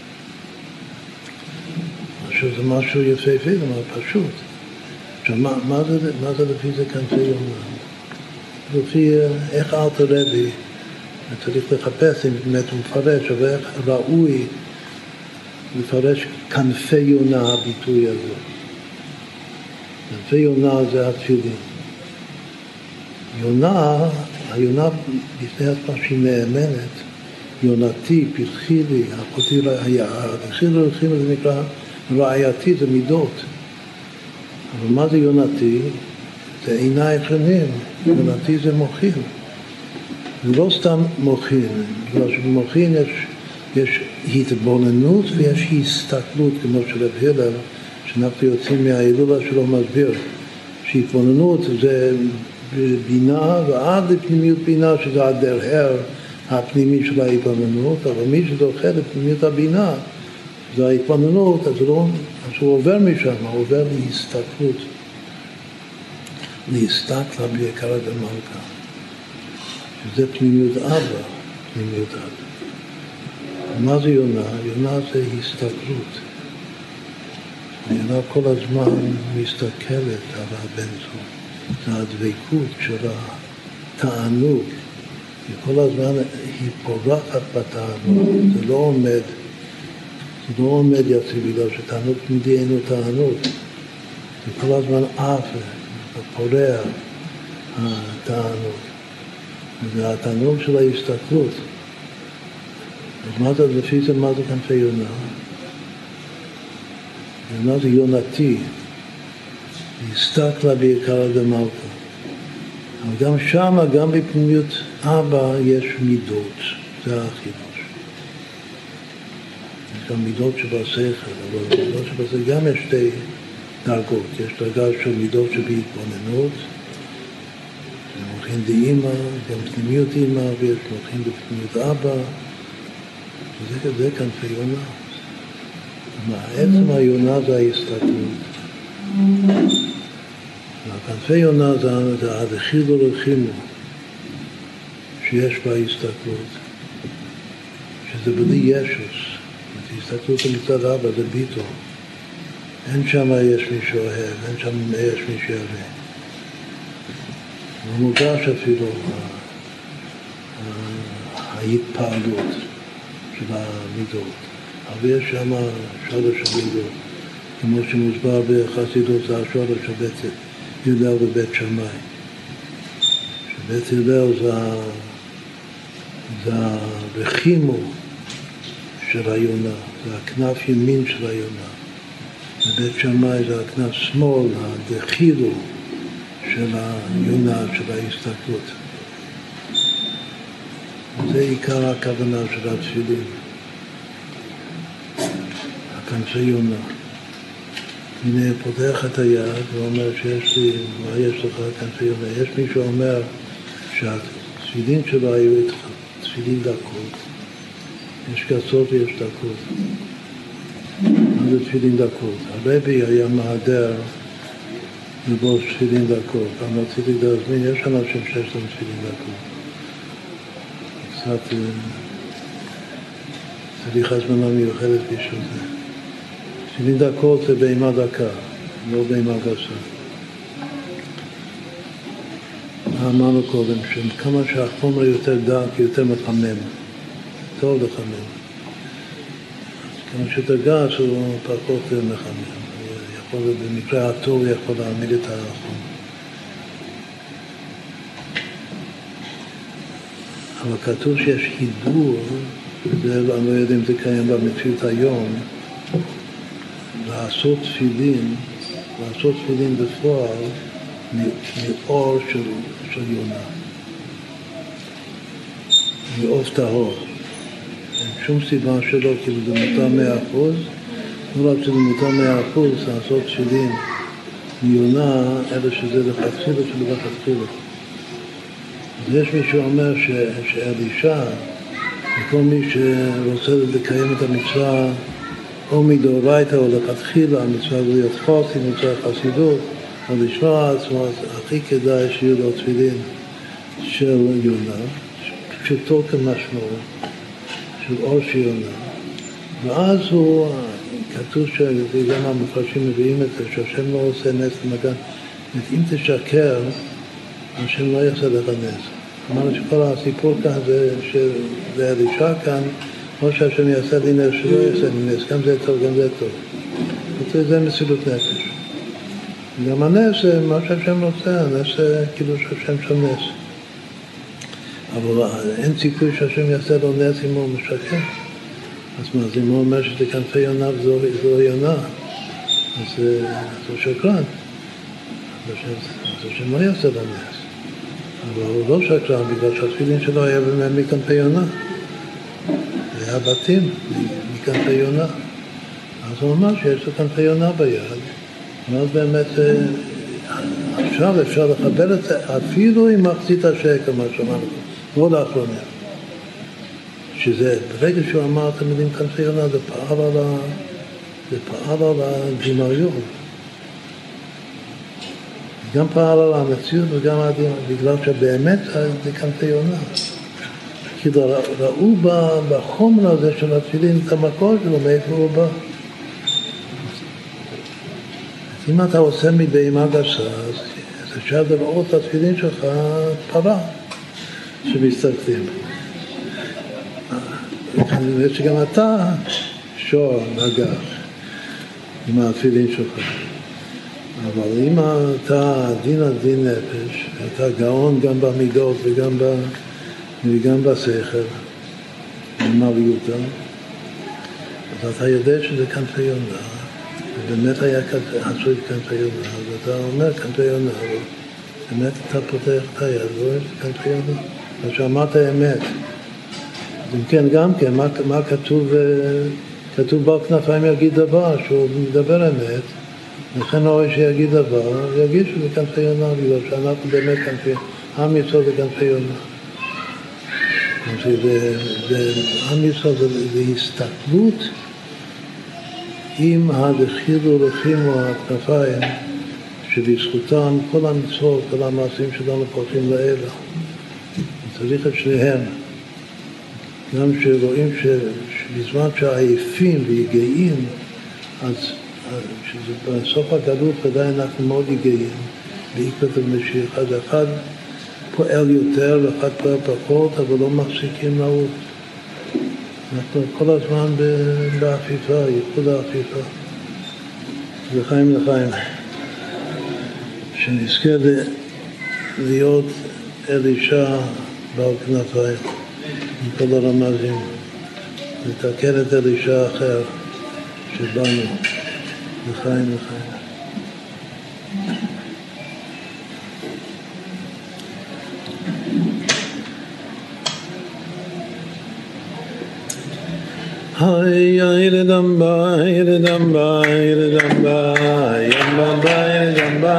זה משהו יפהפה, זה מאוד פשוט. עכשיו, מה, מה, זה, מה זה לפי זה כנפי יונה? לפי איך אלתר רבי, צריך לחפש אם באמת הוא מפרש, אבל איך ראוי לפרש כנפי יונה, הביטוי הזה. כנפי יונה זה התפילין. יונה, היונה לפני עצמה שהיא נאמנת, יונתי, פרחי לי, אחותי רעיה, פרחי לי הולכים זה נקרא רעייתי, זה מידות. אבל מה זה יונתי? זה עינייך עינים, יונתי זה מוחין. זה לא סתם מוחין, בגלל שבמוחין יש, יש התבוננות ויש הסתכלות, כמו שרב הלל, שאנחנו יוצאים מההילולה שלו מסביר, שהתבוננות זה בינה ועד לפנימיות בינה, שזה הדרהר הפנימי של ההתבוננות, אבל מי שזוכה לפנימיות הבינה, זה ההתבוננות, אז הוא, אז הוא עובר משם, הוא עובר להסתכלות, להסתכלה בעיקר במלכה, שזה פנימיות אבא, פנימיות אבא. מה זה יונה? יונה זה הסתכלות. יונה כל הזמן מסתכלת על הבן זוג. זה הדבקות של התענוג. וכל הזמן היא פורחת בתענוג. זה לא עומד, זה לא עומד יציב, בגלל שתענוג תמידי אינו תענוג. זה כל הזמן עף, פורח התענוג. זה התענוג של ההסתכלות. אז מה זה, לפי זה, מה זה כנפי יונה? יונה זה יונתי. הסתכלה בעיקר במלכה. אבל גם שם, גם בפנימיות אבא, יש מידות. זה החידוש. יש גם מידות שבשכל, אבל מידות שבשכל גם יש שתי דרגות. יש דרגה של מידות שבהתבוננות, מוחין דאמא, גם פנימיות אמא, ויש מוחין בפנימיות אבא, זה, זה כנפי יונה. עצם היונה זה ההסתכלות. כנפי יונה זה, זה הדחילו רחימו שיש בה הסתכלות. שזה בלי ישוס. הסתכלות מצד אבא, זה ביטו. אין שם יש מי שאוהב, אין שם יש מי שיבא. הוא מוגש אפילו ההתפעלות של המידות. אבל יש שם שורש המידות, כמו שמוסבר בחסידות זה השורש של בית הלל ובית שמאי. שבית הלל זה, זה הרחימו של היונה, זה הכנף ימין של היונה. בבית שמאי זה הכנף שמאל, הדחילו של היונה, של ההסתכלות. זה עיקר הכוונה של התפילין. הכנפי יונה. הנה פותח את היד ואומר שיש לי, מה יש לך כנפי יונה? יש מי שאומר שהתפילין שלו היו תפילין דקות. יש קצות ויש דקות. מה זה תפילין דקות? הרבי היה מהדר לבוש תפילין דקות. פעם רציתי להזמין, יש אנשים שיש להם תפילין דקות. קצת צריך הזמנה מיוחדת בשביל זה. תפילין דקות זה בהמה דקה, לא בהמה גסה. אמרנו קודם שכמה שהחומר יותר דק, יותר מחמם. טוב לחמם. כמה שיותר גס הוא פחות מחמם. יכול, במקרה הטוב יכול להעמיד את החומר. אבל כתוב שיש הידור, וזה אני לא יודע אם זה קיים במציאות היום, לעשות תפילין, לעשות תפילין בפועל מאור של, של יונה. מאור טהור. אין שום סיבה שלא, כאילו זה מותר מאה אחוז, לא רק שזה מותר מאה אחוז, לעשות תפילין מיונה, אלא שזה לכתחילה של לכתחילה. אז יש מי שאומר ש, שאלישע, וכל מי שרוצה לקיים את המצווה, או מדאורייתא או לכתחילה, המצווה להיות חוסי, מצווה חסידות, או לשמוע עצמו, הכי כדאי שיהיו לו תפילין של יונה, פשוטו כמשמעו, של אור של יונה. ואז הוא, כתוב שגם המפרשים מביאים את זה, שהשם לא עושה נס למגן. אם תשקר, השם לא יעשה לך נס. אמרנו שכל הסיפור כאן זה שזה אלישע כאן, או שהשם יעשה לי נס, שלא יעשה לי נס, גם זה טוב, גם זה טוב. זה מסירות נפש. גם הנס זה מה שהשם רוצה, הנס זה כאילו שהשם של נס. אבל אין סיכוי שהשם יעשה לו נס אם הוא משקר. אז מה, אז אם הוא אומר שזה כנפי יונה וזו יונה, אז הוא שקרן. אז השם לא יעשה לו נס. אבל הוא לא שקרן בגלל שהתפילין שלו היה באמת מכנפי יונה. זה היה בתים מכנפי יונה. אז הוא אמר שיש לו כנפי יונה ביד. ואז באמת עכשיו אפשר לחבר את זה אפילו עם מחצית השקל, מה שאמרנו, לא לאחרונה. שזה ברגע שהוא אמר את המילים כנפי יונה, זה פעל על, ה... זה פעל על הדמיון. גם פעל על המציאות וגם הדמיון, בגלל שבאמת זה כנפי יונה. כי ראו בחומר הזה של התפילין את המקור שלו, מאיפה הוא בא. אם אתה עושה מבהמה גסה, אז אפשר לראות את התפילין שלך פרה שמסתכלים. כנראה שגם אתה שור נגח עם התפילין שלך. אבל אם אתה דין על דין נפש, אתה גאון גם במידות וגם, ב, וגם בשכל, במעליותא, אז אתה יודע שזה כנפי יונה. באמת היה עשוי כנפי יונה, אז אתה אומר כנפי יונה, אבל באמת אתה פותח את היד, רואה כנפי יונה. אז שאמרת אמת. אם כן, גם כן, מה, מה כתוב, כתוב בר כנפיים יגיד דבר, שהוא מדבר אמת, לכן הורי שיגיד דבר, יגיד שזה כנפי יונה, בגלל שאנחנו באמת כנפי, עם יצור זה כנפי יונה. ועם ישראל זה הסתכלות עם הדחילו רחימו הכנפיים שבזכותם כל המצוות, כל המעשים שלנו פורחים לאלה. צריך את שניהם. גם שרואים שבזמן שהעייפים ויגעים, אז בסוף הגלות ודאי אנחנו מאוד יגעים, בעקבות המשיח. אז אחד פועל יותר ואחד פועל פחות, אבל לא מפסיקים לעוד. אנחנו כל הזמן באכיפה, ייחוד האכיפה. לחיים לחיים. שנזכה להיות אלישע בעל כנפיים, עם כל הרמזים, לתקן את אלישע אחר שבאנו, לחיים לחיים. Hay yidamba yidamba yidamba yamba yidamba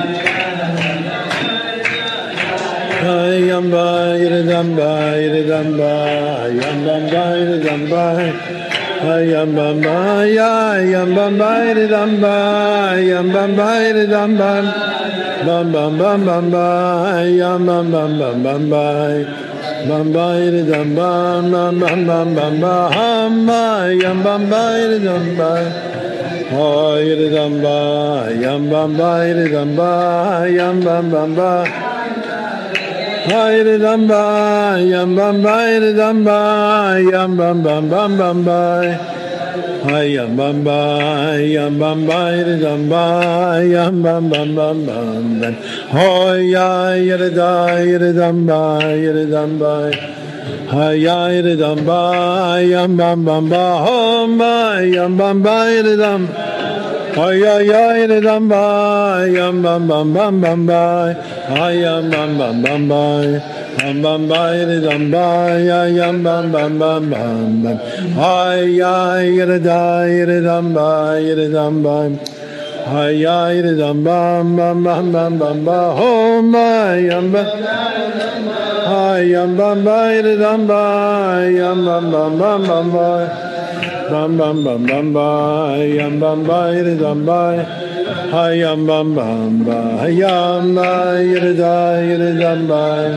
Hay yamba yidamba yidamba yamba yidamba Hay yamba ya yamba yidamba yamba yidamba bam bam bam bam bam yamba bam bam bam bam Bam bam bam bam bam bam bam bam yam bam bam bam hoy dam bam yam bam bam bam yam bam bam bam hoy dam bam yam bam bam bam yam bam bam bam bam bam hoy yam bam bam yam bam bam bam yam bam bam bam bam hoy ya yada yada ba yada ba hoy ya yada ba yam bam bam ba hom ba yam bam ba yada hoy ya ya yada ba yam bam bam bam bam ba hoy yam bam bam bam ba bam bam ba yada ba ya yam bam bam bam bam hoy ya yada yada ba yada ba Hay yada dam bam bam bam bam bam bam hom yam bam hay yam bam yada dam bam yam bam bam bam bam bam bam bam bam bam yam bam yada dam bam hay yam bam bam bam hay yam yada yada dam bam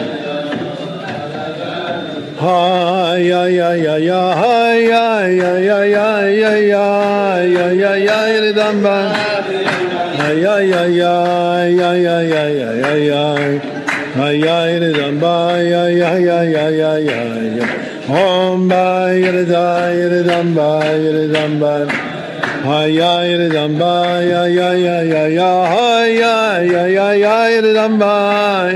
Hay ya ya ya ya hay ya ya ya ya ya ya ya ya ya ya dam bam hay ya ya ya ya ya ya ya ya ya hay ya ya dam bam ya ya ya ya ya ya ya om ba ya da ya dam bam ya dam bam hay ya ya dam bam ya ya ya ya ya hay ya ya ya ya ya dam bam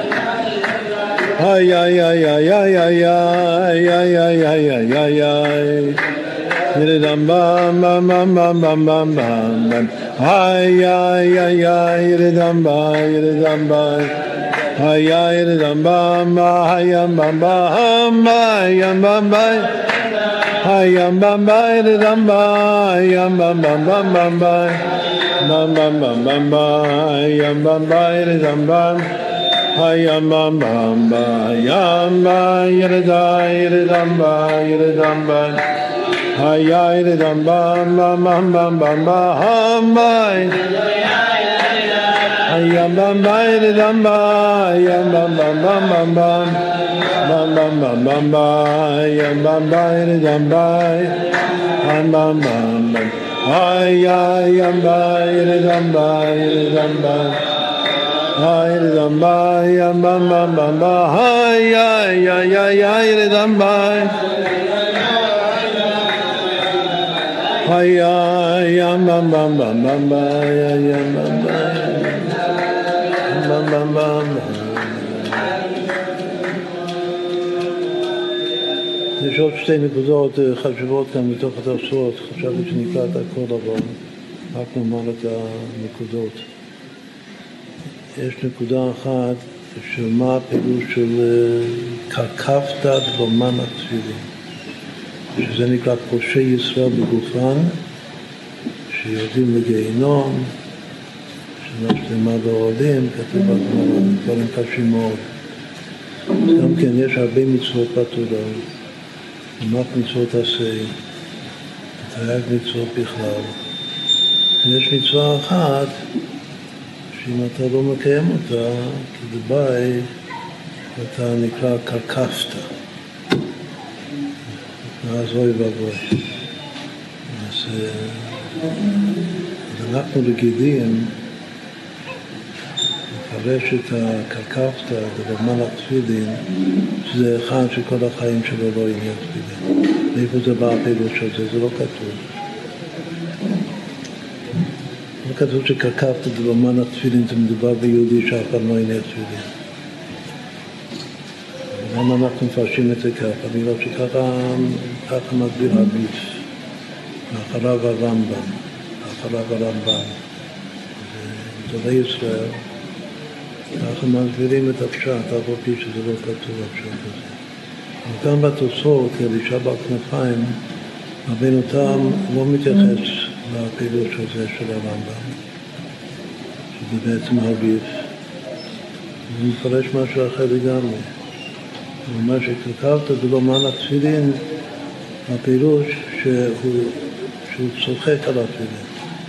Hay ya ya ya ya ya ya ya ya ya ya ya ya Yada dam bam bam bam bam bam bam bam Hay ya ya ya yada dam bam yada dam bam Hay ya yada dam bam hay yam bam bam hay yam bam bam hay yam bam bam yada dam bam yam bam bam bam bam bam bam bam bam bam bam yam bam bam yada dam bam Hay yam bam bam bam yam bam yada da yada dam bam yada dam bam Hay yada dam bam bam bam bam bam bam Hay yam bam bam yada dam bam yam bam bam bam bam bam bam bam bam bam bam yam bam bam yada dam bam bam bam bam bam Hay yam bam yada dam bam yada dam bam Hay dam ba yam bam bam bam ba hay ya ya ya ya dam ba hay ya yam bam bam bam bam ba ya yam bam bam bam bam bam יש עוד שתי נקודות חשובות כאן מתוך התוספות, חשבתי שנקרא את הכל אבל רק נאמר את הנקודות. יש נקודה אחת של מה הפירוש של קרקפת דרומן התפילין, שזה נקרא פושעי ישראל בגופן, שיורדים לגיהינום, שנה שלמה באוהלים, כתוב בגמרא, דברים קשים מאוד. גם כן יש הרבה מצוות בתורה, למעט מצוות עשה, תרי"ג מצוות בכלל. ויש מצווה אחת, שאם אתה לא מקיים אותה, כדבעי, אתה נקרא קרקפת. אז אוי ואבוי. אז, אז אנחנו רגילים לפרש את הקרקפת, בזמן התפילין, שזה אחד שכל החיים שלו לא יהיה תפילין. ואיפה זה בא הפעילות של זה? זה לא כתוב. לא כתוב שקרקפת בזמן התפילין זה מדובר ביהודי שאף פעם לא יהיה תפילין. למה אנחנו מפרשים את זה ככה? בגלל שככה מסביר הביף, ואחריו הרמב"ם, ואחריו הרמב"ם. גדולי ישראל, ככה מסבירים את הפשט, אף על פי שזה לא כתוב הפשט הזה. אבל גם בתוספות, אלישע בר כנפיים, רבינו תם לא מתייחס לפעילות של זה של הרמב"ם, שזה בעצם הביף. הוא מפרש משהו אחר לגמרי. הוא אומר שקרקפת בזמן התפילין, הפירוש שהוא, שהוא צוחק על התפילין.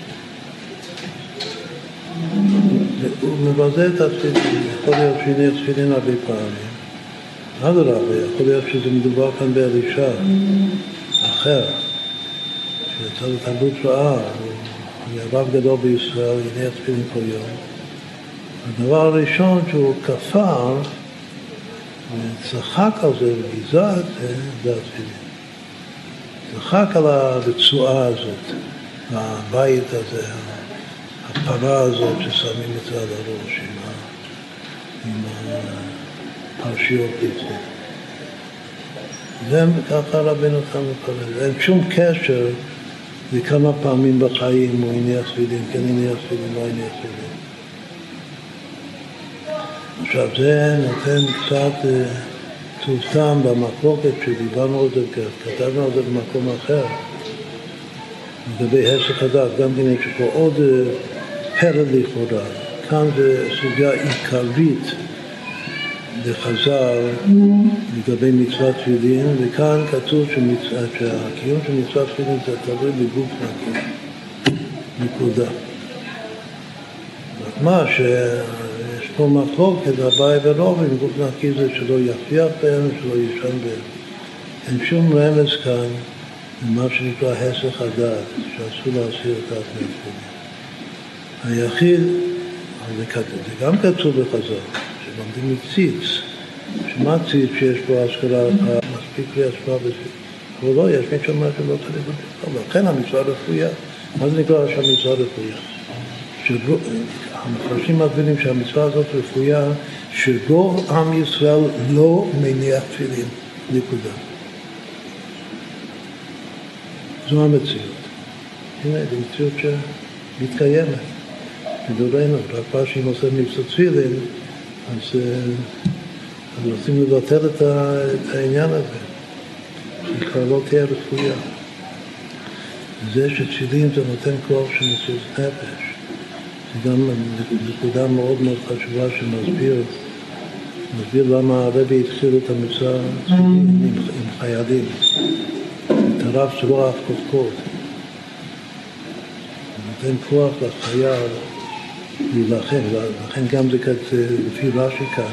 הוא מבזה את התפילין, יכול להיות שהנה תפילין הרבה פעמים. אדרבה, יכול להיות שזה מדובר כאן באלישע אחר, שיצא לתרבות רעה, הוא רב גדול בישראל, הנה תפילין כל יום. הדבר הראשון שהוא כפר, וצחק על זה וגיזה את זה, זה התפילין. צחק על הרצועה הזאת, הבית הזה, הפרה הזאת ששמים את זה על הראש עם הפרשיות לפני. זה ככה רבינו תם מקבל. אין שום קשר לכמה פעמים בחיים הוא הניח תפילין, כן הניח תפילין, לא הניח תפילין. עכשיו זה נותן קצת טוב טעם במחלוקת שדיברנו על זה, כתבנו על זה במקום אחר, לגבי הסח הדעת, גם כן יש פה עוד פרד לכאורה. כאן זה סוגיה עיקרית בחז"ל לגבי מצוות תפילין, וכאן כתוב שהקיום של מצוות תפילין זה תלוי בגוף נקי, נקודה. מה ש... יש פה מחלוקת, אביי ורוב, עם גוף נקי זה שלא יפיח בהם, שלא ישן בהם. אין שום רמז כאן למה שנקרא הסח הדעת, שאסור להסיר את התפילין. היחיד, זה גם כתוב בחז"ל, שלומדים מציץ, שמה ציץ שיש בו השכלה מספיק להשפעה בספיק, אבל לא, יש מי שאומר שלא צריך לבדוק. לכן המצווה רפויה, מה זה נקרא שהמצווה רפויה? המפרשים מסבירים שהמצווה הזאת רפויה, שרוב עם ישראל לא מניח תפילין, נקודה. זו המציאות. הנה, זו מציאות שמתקיימת. בדורנו, רק פעם שאם עושה מבצע תפילין, אז, אז רוצים לבטל את, ה, את העניין הזה, שכבר לא תהיה רפויה. זה שתפילין זה נותן כוח של מציאות נפש. זה גם נקודה מאוד מאוד חשובה שמסביר, מסביר למה הרבי התחיל את המצווה עם, עם חיילים, את הרב שלו אף כוחקות. זה נותן כוח לחייל להילחם, לכן גם זה כזה לפי רש"י כאן.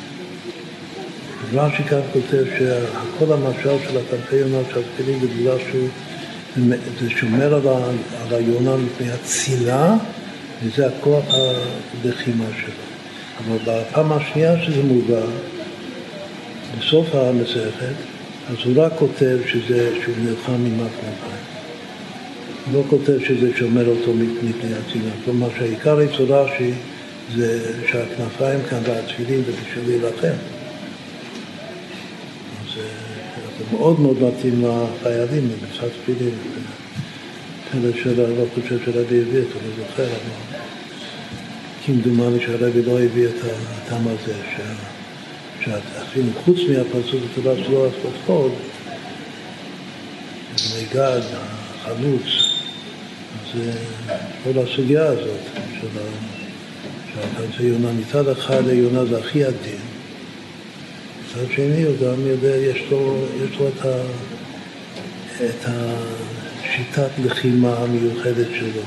רש"י כאן כותב שכל המשל של הכנפי יונה של התפילין זה בגלל שהוא שומר על, על היונה מפני הצילה, וזה הכוח הלחימה שלו. אבל בפעם השנייה שזה מובא, בסוף המסכת, אז הוא רק כותב שזה, שהוא נלחם עם הכנפיים. הוא לא כותב שזה שומר אותו מפני הצילה. כלומר שהעיקר אצל רש"י זה שהכנפיים כאן והתפילין זה בשביל להילחם. אז זה מאוד מאוד מתאים לחיילים, במצוות תפילין. פלא של לא חושב שהרבי הביא אותו, אני זוכר, אבל כמדומני שהרבי לא הביא את הטעם הזה, שאפילו חוץ מהפסוק התורה שלו הספקות, נגד, החלוץ, אז כל הסוגיה הזאת, שהכנפי יונה מצד אחד, היונה זה הכי עדין, מצד שני הוא גם יודע, יש לו, יש לו את, ה, את השיטת לחימה המיוחדת שלו,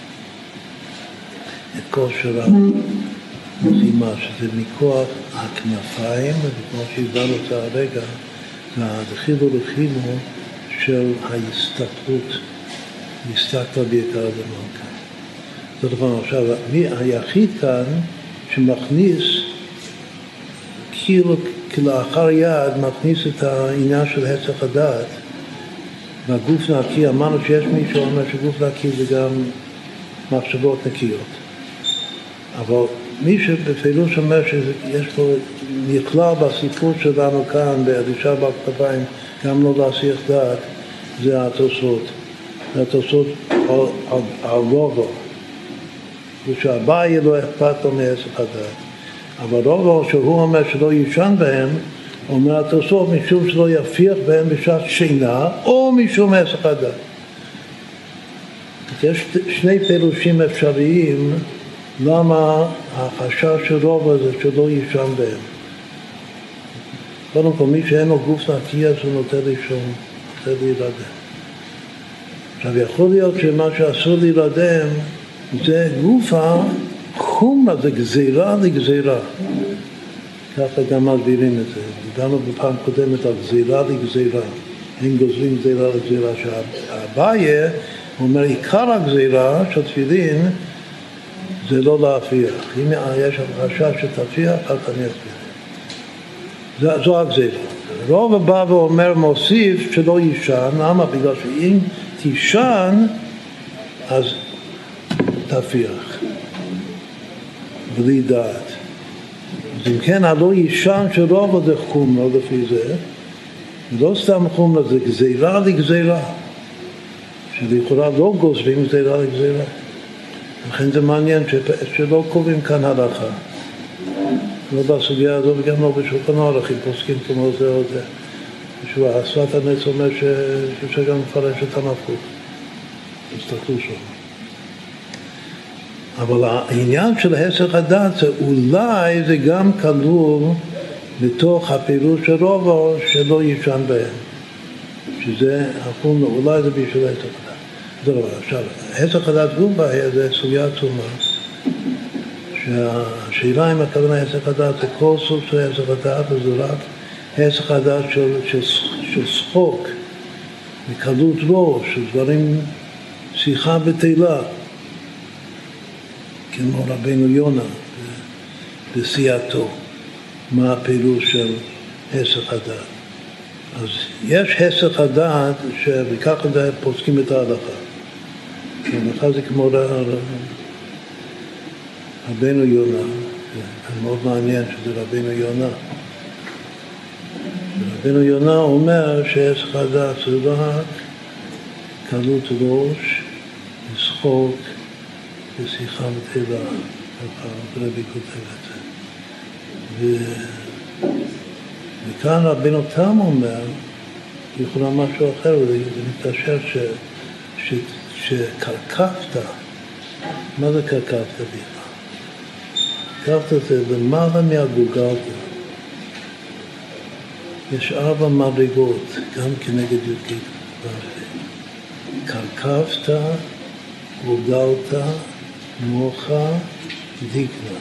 את כושר הלחימה, שזה מכוח הכנפיים, וכמו שהבנו את זה הרגע, זה הדחילו לחימו של ההסתכלות, הסתכלה בעיקר במלכה. זאת אומרת, עכשיו, היחיד כאן שמכניס, כאילו כלאחר יד, מכניס את העניין של היסח הדעת, והגוף נקי, אמרנו שיש מישהו שאומר שגוף נקי זה גם מחשבות נקיות. אבל מי שבפירוש אומר שיש פה נכלל בסיפור שלנו כאן, באדישה בכתביים, גם לא להסיח דעת, זה התוספות. זה התוספות על, על, על רובו. ושהבעיה לא אכפת לו מהיסח הדעת. אבל רובו שהוא אומר שלא ישן בהם, אומר התוספות משום שלא יפיח בהם בשעת שינה, או משום היסח הדעת. יש שני פירושים אפשריים למה החשש של רובו זה שלא ישן בהם. קודם כל, מי שאין לו גוף נקי, אז הוא נוטה לישון, נוטה להירדם. עכשיו, יכול להיות שמה שאסור להירדם זה גופה, חומרה, זה גזירה לגזירה. ככה גם מסבירים את זה. דיברנו בפעם קודמת על גזירה לגזירה. הם גוזרים גזירה לגזירה. שהבעיה, הוא אומר, עיקר הגזירה של תפילין זה לא להפיח. אם יש חשש שתפיח, אז אני אסביר. זו הגזירה. רוב הבא ואומר מוסיף שלא ישן, למה? בגלל שאם תישן, אז תפיח, בלי דעת. אז אם כן, הלא ישן של רוב זה חומרה לפי זה, לא סתם חומרה, זה גזירה לגזירה, שלכאורה לא גוזרים גזירה לגזירה. לכן זה מעניין שלא קובעים כאן הלכה. לא בסוגיה הזו וגם לא בשולחן ערוך, אם פוסקים כמו זה או זה. השפת הנץ אומר שאפשר גם לפרש את המפוך. תסתכלו שם. אבל העניין של היסח הדעת זה אולי זה גם כלול בתוך הפירוש של רובו שלא ישן בהם. שזה, אולי זה בשביל היסח הדעת. זה לא, עכשיו, היסח הדעת גובה זה סוגיה עצומה. שהשאלה אם הכוונה היסח הדעת זה כל סוג של היסח הדעת, וזה רק היסח הדעת של, של, של שחוק, מקלות ראש, של דברים, שיחה בתהילה, כמו רבינו יונה בסייעתו, מה הפירוש של היסח הדעת. אז יש היסח הדעת שבכך פוסקים את ההלכה. ההלכה זה כמו רבינו יונה, זה מאוד מעניין שזה רבינו יונה. רבינו יונה אומר שהיסח הדעת זה רק קלות ראש, לשחוק, בשיחה בתהילה, רבי כותב את זה. ו... וכאן רבינו תם אומר, יכולה משהו אחר, זה מתקשר ש... ש... שקרקפת, מה זה קרקפת בכלל? קרקפת זה למעלה מהגוגלתא. יש ארבע מדרגות, גם כנגד י"ג. קרקפת, גוגלתא, מוחה, דיקנה.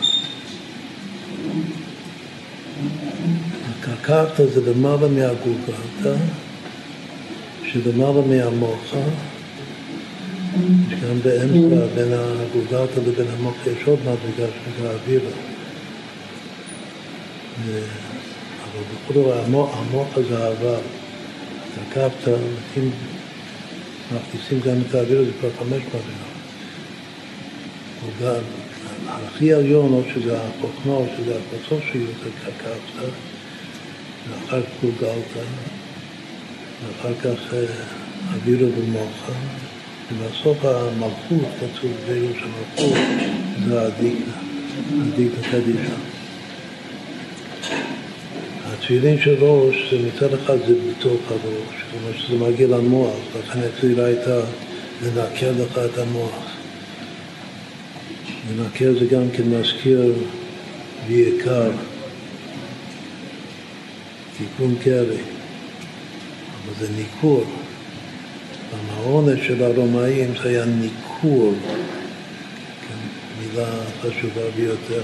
הקרקפתא זה למעלה מהגוגלתא, שלמעלה מהמוחה, יש גם באמצע בין הגוגלתא לבין המוחה יש עוד מדרגה שנקרא אווירה. אבל בכל המוחה זה העבר. הקרקפתא, אם מכניסים גם את האווירה, זה כבר חמש מדרגות. הכי עליון, או שזה החוכמה, או שזה הפרצופיות, זה קרקפתא, ואחר כך גוגלתא, ואחר כך אווירה במוחה, ובסוף המלכות, כתוב בירוש המלכות, זה הדיקנה, הדיקנה קדישה. התפילין של ראש, זה מצד אחד זה בתוך הראש, זאת אומרת שזה מגיע למוח, לכן התפילה הייתה לנקר לך את המוח. לנקר זה גם כן מזכיר ויקר. תיקון קרי, אבל זה ניכור. העונש של הרומאים זה היה ניכור, מילה חשובה ביותר.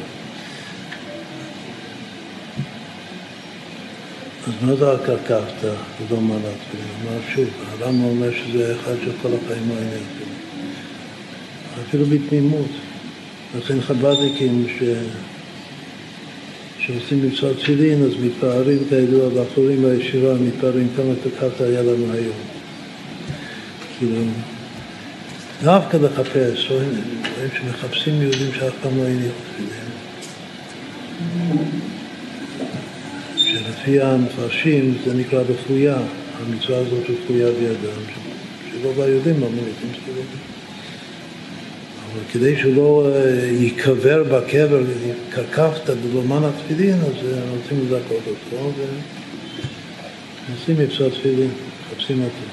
אז מה זה הקרקפתא? זה לא מה להתפיל. אמר שוב, הרמב"ם אומר שזה אחד של כל החיים לא עניין. אפילו בתמימות. לכן חב"דניקים ש... שעושים מצוות תפילין, אז מתפארים כידוע, בחורים בישיבה מתפארים כמה קרקפתא היה לנו היום. כאילו, דווקא לחפש, רואים שמחפשים יהודים שאף פעם לא הניחו תפילין. שלפי המפרשים זה נקרא רפויה, המצווה הזאת רפויה בידם, שלא ביודעים מה מניחים תפילין. אבל כדי שהוא לא ייקבר בקבר, קרקפתא דלומן התפילין, אז רוצים לזכות אותו, ועושים מצוות תפילין, מחפשים אותו.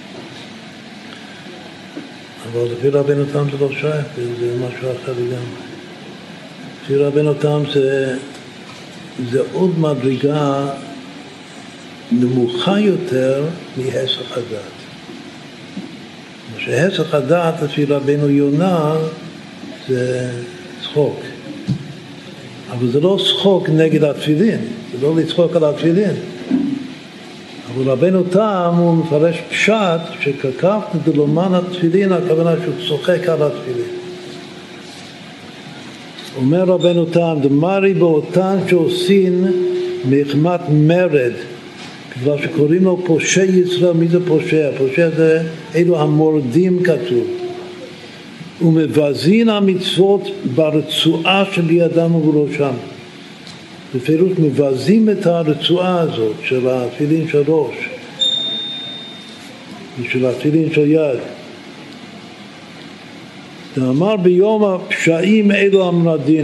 אבל לפי רבנו תם זה לא שייך, זה משהו אחר לגמרי. לפי רבנו תם זה, זה עוד מדרגה נמוכה יותר מהסח הדעת. שהסח הדעת לפי רבנו יונה זה צחוק. אבל זה לא צחוק נגד התפילין, זה לא לצחוק על התפילין. אבל רבנו תם הוא מפרש פשט שקרקפתא דלומן התפילין, הכוונה שהוא צוחק על התפילין. אומר רבנו תם, דמרי באותן שעושים מחמת מרד, בגלל שקוראים לו פושע ישראל. מי זה פושע? פושע זה אלו המורדים כתוב. ומבזין המצוות ברצועה שבידם ובראשם. בפירוש מבזים את הרצועה הזאת של התפילין של ראש ושל התפילין של יד. ואמר ביום הפשעים אלו המרדים.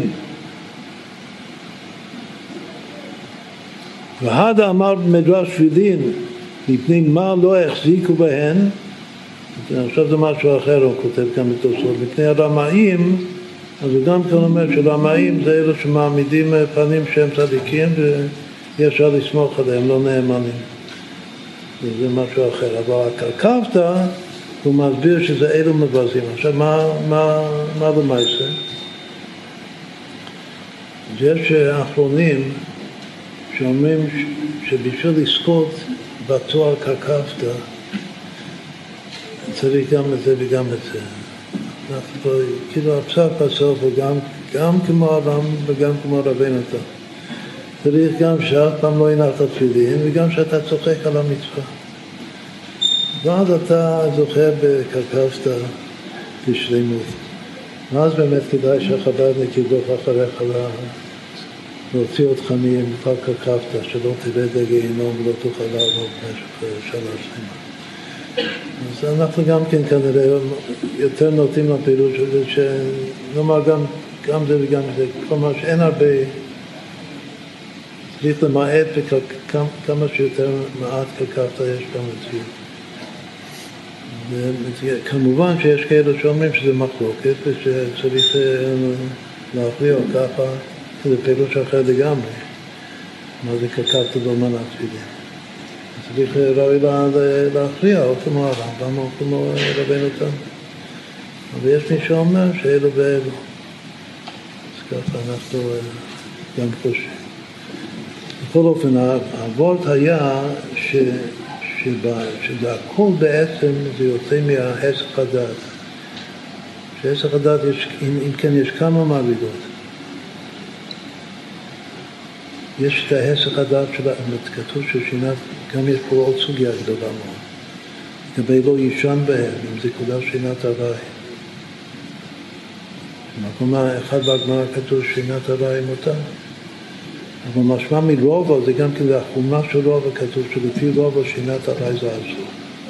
והדה אמר במדרש תפילין, מפני מה לא החזיקו בהן, עכשיו זה משהו אחר, הוא כותב כאן בתוספות, מפני הרמאים, אז הוא גם כאן אומר שרמאים זה אלו שמעמידים פנים שהם צדיקים ויש אפשר לסמוך עליהם, לא נאמנים. זה משהו אחר. אבל הקרקפתא, הוא מסביר שזה אלו מבזים. עכשיו, מה, מה, מה למעשה? יש אחרונים שאומרים שבשביל לזכות בתואר קרקפתא צריך גם את זה וגם את זה. אנחנו כאילו הפסק בסוף וגם גם כמו הרם וגם כמו רבנו תם. צריך גם שאף פעם לא הנחת תפילין וגם שאתה צוחק על המצווה. ואז אתה זוכה בקרקפתא בשלמות. ואז באמת כדאי שהחב"דניק ירדוף אחריך להוציא אותך ממפעל קרקפתא, שלא תרד לגיהינום ולא תוכל לעבור במשך שנה שלמה. אז אנחנו גם כן כנראה יותר נוטים לפעילות של זה, שנאמר גם, גם זה וגם זה, כלומר שאין הרבה, צריך למעט וכמה שיותר מעט קרקפתא יש גם לציון. כמובן שיש כאלה שאומרים שזה מחלוקת ושצריך להכריע ככה, זה פעילות אחר לגמרי. מה זה קרקפתא דלומן התפילין? צריך ראוי להכריע, או כמו הרמב"ם, או כמו רבנו תם. אבל יש מי שאומר שאלו ואלו. אז ככה אנחנו גם חושבים. בכל אופן, העבוד היה ש... שזה הכל בעצם זה יוצא מההסח הדעת. שההסח הדעת, יש, אם, אם כן, יש כמה מעבידות. יש את ההסח הדעת של כתוב ששינת, גם יש פה עוד סוגיה גדולה מאוד. לגבי לא ישן בהם, אם זה כולה שינת הרי. במקום אחד בהגמרא כתוב שינת הרי מותר. אבל משמע מרובו, זה גם כן החומה של רובו, כתוב שלפי רובו שינת הרי זה אסור.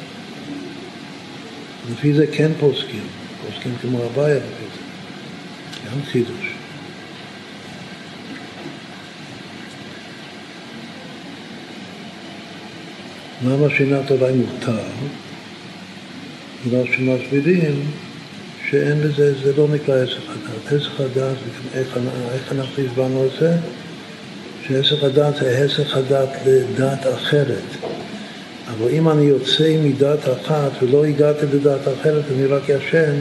לפי זה כן פוסקים, פוסקים כמו אביי לפי זה. גם חידוש. למה שינת הרי מותר? בגלל שמסבירים שאין בזה, זה לא נקרא הסח הדעת. הסח הדעת, איך אנחנו הסברנו את זה? שהסך הדעת זה הסך הדעת לדעת אחרת. אבל אם אני יוצא מדעת אחת ולא הגעתי לדעת אחרת, אני רק ישן.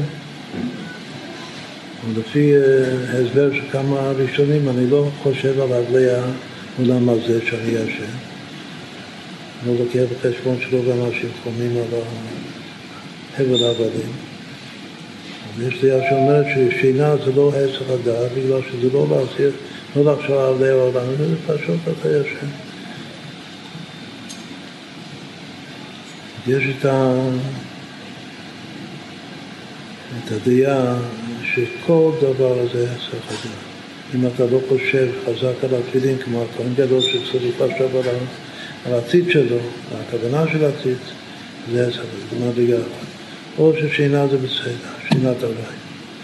ולפי הסבר של כמה ראשונים, אני לא חושב על הבלי העולם הזה שאני ישן. אני לא לוקח בחשבון שלו גם אנשים חומים על הבל העבדים. יש דעה שאומרת ששינה זה לא הסך הדעת, בגלל שזה לא להסיר, לא לחשוב על הבלי העולם, זה פשוט אתה ישן. יש את, ה... את הדעה שכל דבר הזה הסך הדעת. אם אתה לא חושב חזק על התפילין, כמו הכהן גדול שצריך לחשוב על, על הציץ שלו, הכוונה של הציץ, זה הסך הדעת, זה מדרגה אחת. או ששינה זה בסדר, שינת הוואי.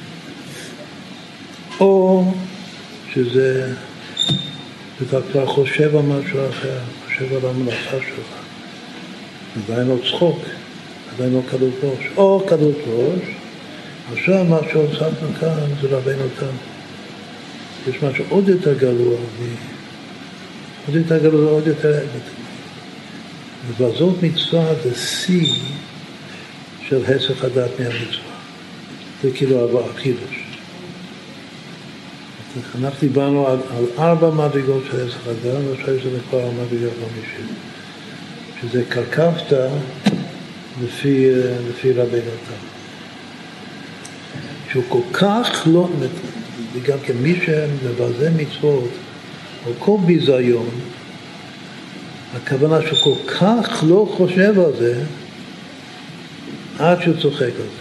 או שזה, אתה כבר חושב על משהו אחר, חושב על המלאכה שלך. עדיין לא צחוק, עדיין לא קדוש ראש. או קדוש ראש, עכשיו מה שהוספנו כאן זה רבינו תם. יש משהו עוד יותר גרוע, עוד יותר גרוע, עוד יותר... ובזאת מצווה זה שיא של הסך הדעת מהמצווה. זה כאילו ארבע חידוש. אנחנו דיברנו על, על ארבע מדרגות של הסך הדעת, ועכשיו זה כבר המדרגה חמישית. שזה קרקפת לפי, לפי רבינו תם. שהוא כל כך לא, וגם כמי שמבזה מצוות, או כל ביזיון, הכוונה שהוא כל כך לא חושב על זה, עד שהוא צוחק על זה.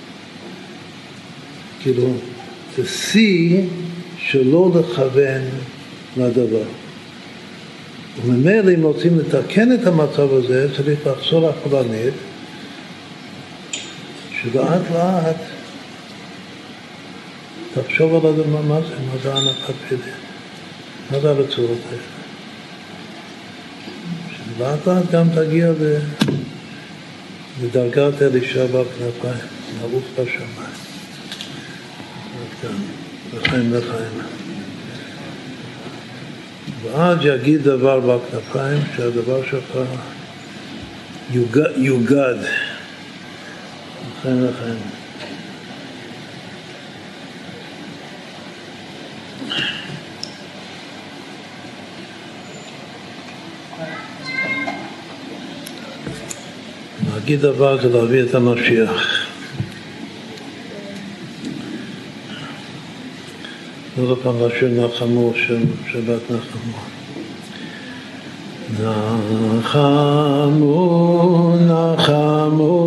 כאילו, זה שיא שלא לכוון לדבר. וממילא אם רוצים לתקן את המצב הזה, צריך לחזור אחורנית, שלאט לאט תחשוב על הדבר, מה זה? מה זה הנחת תפילין? מה זה הרצועות האלה? שלאט לאט גם תגיע לדרגת אלישע בכנפיים, נעוף בשמיים. לחיים לחיים. ואז יגיד דבר בכנפיים, שהדבר שלך יוגד, יוגד. לחיים לחיים. להגיד דבר זה להביא את המשיח. לא פעם לשיר נחמו, שבת נחמו. נחמו, נחמו,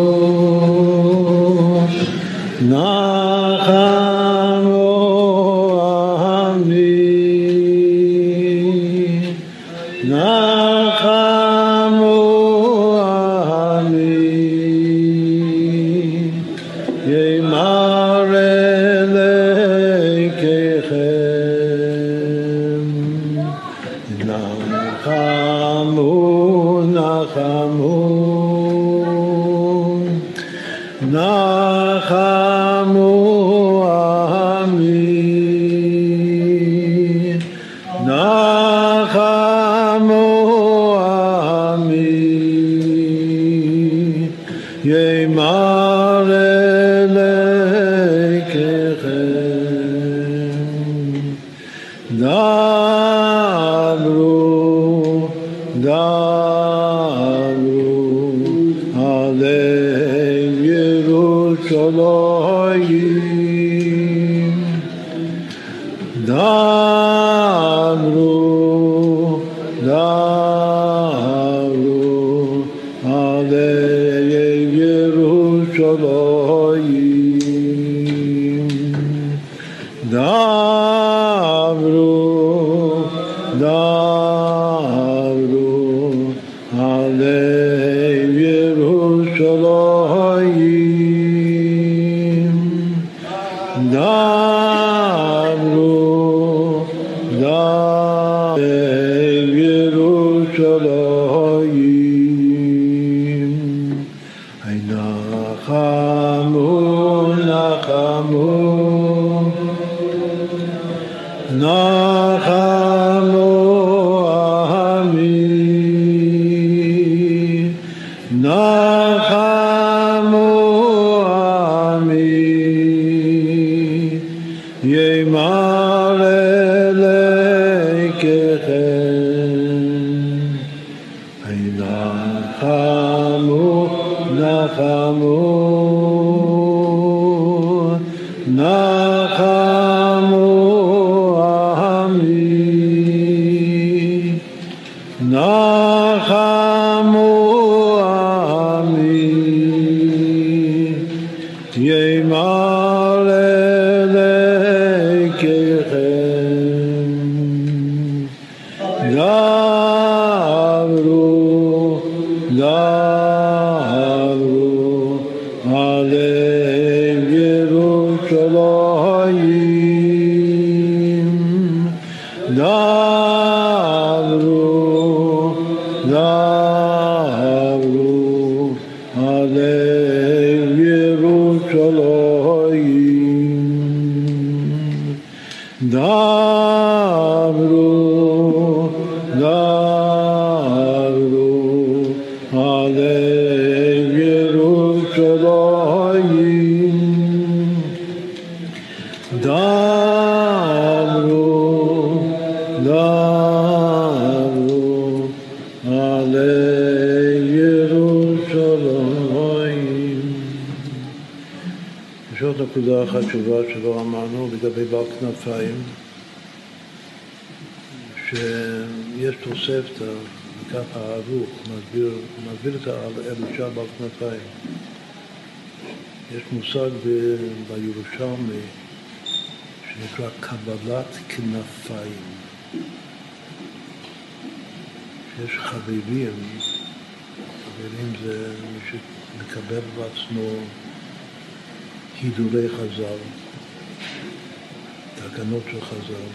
נחמו עמי, נחמו עמי, יאמר אלוהיכם, נחמו, נחמו, נחמו עמי, נחמו עמי, יאמר אלוהיכם, דברו, דברו עלי ירושלים, דברו, דברו עלי ירושלים, דברו, דברו עלי ירושלים, דברו, דברו ירושלים, נחמו, נחמו, נחמו יאמר אלוהיכם נחמו נחמו נחמו עמי נחמו עמי יאמר אלוהיכם דברו דברו עליהם ירושלים דברו דברו עליהם ירושלים דברו דברו עליהם ירושלים דברו דברו עליהם ירושלים. יש עוד נקודה אחת תשובה שלא אמרנו לגבי בעל כנפיים, שיש תוספתא, ככה הערוך מסביר, מסביר את האלישע בעל כנפיים. יש מושג בירושלמי שנקרא קבלת כנפיים. שיש חביבים, חביבים זה מי שמקבל בעצמו הידורי חז"ל, תקנות של חז"ל.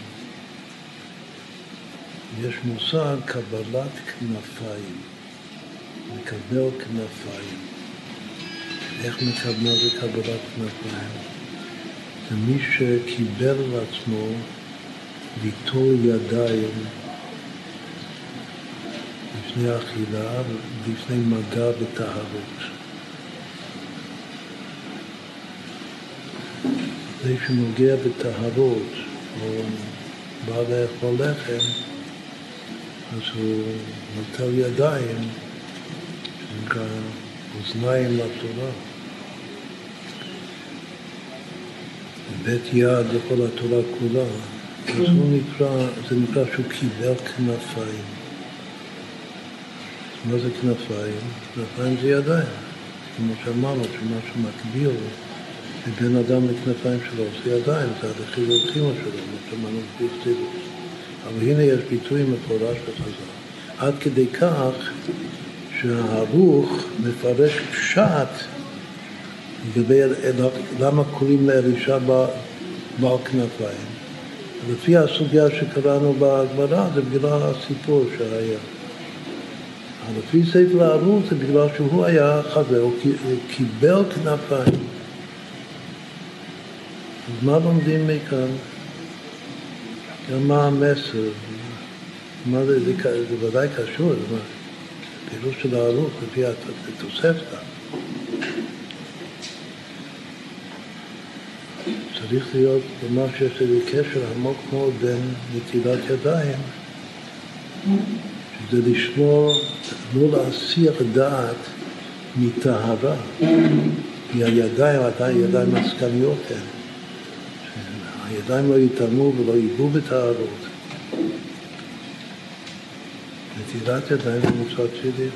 יש מושג קבלת כנפיים, מקבל כנפיים. איך מקבל זה קבלת כנפיים? זה מי שקיבל לעצמו ליטול ידיים לפני אכילה ולפני מגע בטהרות. לפני שנוגע בטהרות או בא לאכול לחם, אז הוא נוטל ידיים, שנקרא אוזניים לתורה. בית יד לכל התורה כולה. אז הוא נקרא, זה נקרא שהוא קיבל כנפיים. מה זה כנפיים? כנפיים זה ידיים. כמו שאמרנו, שמה שמקביל בין אדם לכנפיים שלו זה ידיים, זה הדחילו לחימה שלו, כמו שאמרנו בפסטיבוס. אבל הנה יש ביטוי מפורש בחז"ל. עד כדי כך שהערוך מפרש פשט לגבי למה קוראים לאלישע בעל כנפיים. לפי הסוגיה שקראנו בגמרא זה בגלל הסיפור שהיה. לפי ספר הערוך זה בגלל שהוא היה חבר, הוא קיבל כנפיים. אז מה לומדים מכאן? גם מה המסר? מה זה, זה, זה ודאי קשור, זה פירוש של הערוך לפי התוספתא. צריך להיות ממש שיש איזה קשר עמוק מאוד בין נטילת ידיים, שזה לשמור, לא להסיח דעת מטהרה, כי הידיים, עדיין ידיים עסקניות הן. הידיים לא יתאמו ולא ייבאו בטהרות. נטילת ידיים זה מצוות שלי.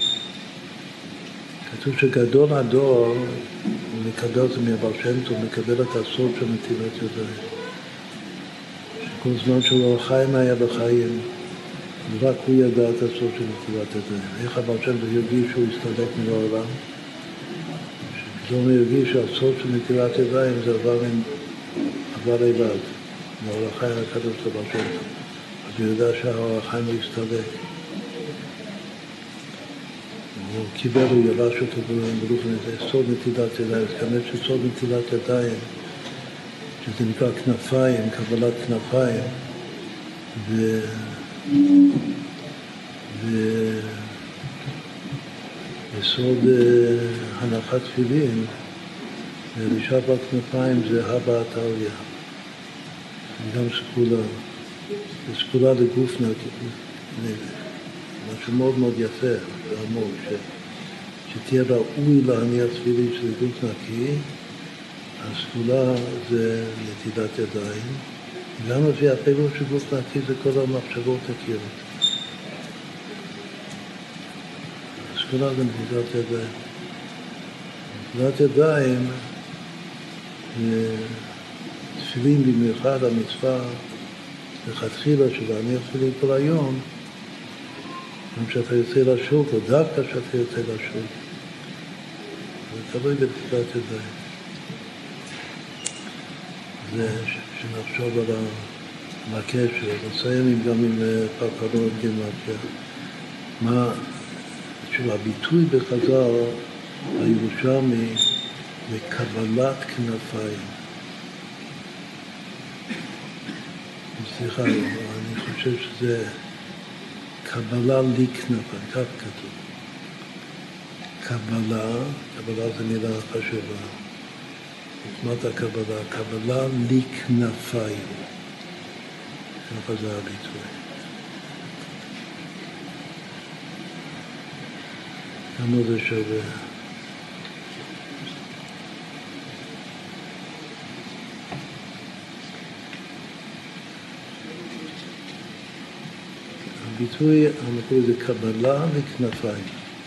כתוב שגדול הדור, הוא מקבל זה מהבעל שם טוב, מקבל את הסוד של נטילת ידיים. שכל זמן של אור החיים היה בחיים, ורק הוא ידע את הסוד של נטילת ידיים. איך הבעל שם טוב ירגיש שהוא הסתלק מן העולם? שפתאום הוא ירגיש שהסוד של נטילת ידיים זה עבר עם עבר לבד, מהאור החיים הקדוש לבעל שם טוב. אז הוא יודע שהאור החיים לא הסתלק. הוא קיבל, הוא ירש אותו ברוך זה סוד נטילת ידיים, זה כנראה שסוד נטילת ידיים, שזה נקרא כנפיים, קבלת כנפיים, ו... ו... וסוד הנחת תפילין, ואלישע בכנפיים זה הבעת העלייה. גם סגולה. זה סגולה לגוף נקי. משהו מאוד מאוד יפה, ועמוק, ש... שתהיה ראוי להניח תפילין של גוף נקי. הסגולה זה נטילת ידיים. גם לפי הפירוש של גוף נקי זה כל המחשבות נקיות. הסגולה זה נטילת ידיים. נטילת ידיים, תפילין במיוחד, המצווה, לכתחילה של להניח תפילין כל היום, גם כשאתה יוצא לשוק, או דווקא כשאתה יוצא לשוק. זה תלוי בנטילת ידיים. זה שנחשוב על הקשר, נסיים גם עם פרפרון גימטריה. מה, שוב, הביטוי בחז"ל הירושלמי זה קבלת כנפיים. סליחה, אני חושב שזה קבלה לי כנפיים, כך כתוב. קבלה, קבלה זה מילה חשובה. חוכמת הקבלה, קבלה לי כנפיים. ככה זה הביטוי. כמה זה שווה? הביטוי המקורי זה קבלה לכנפיים.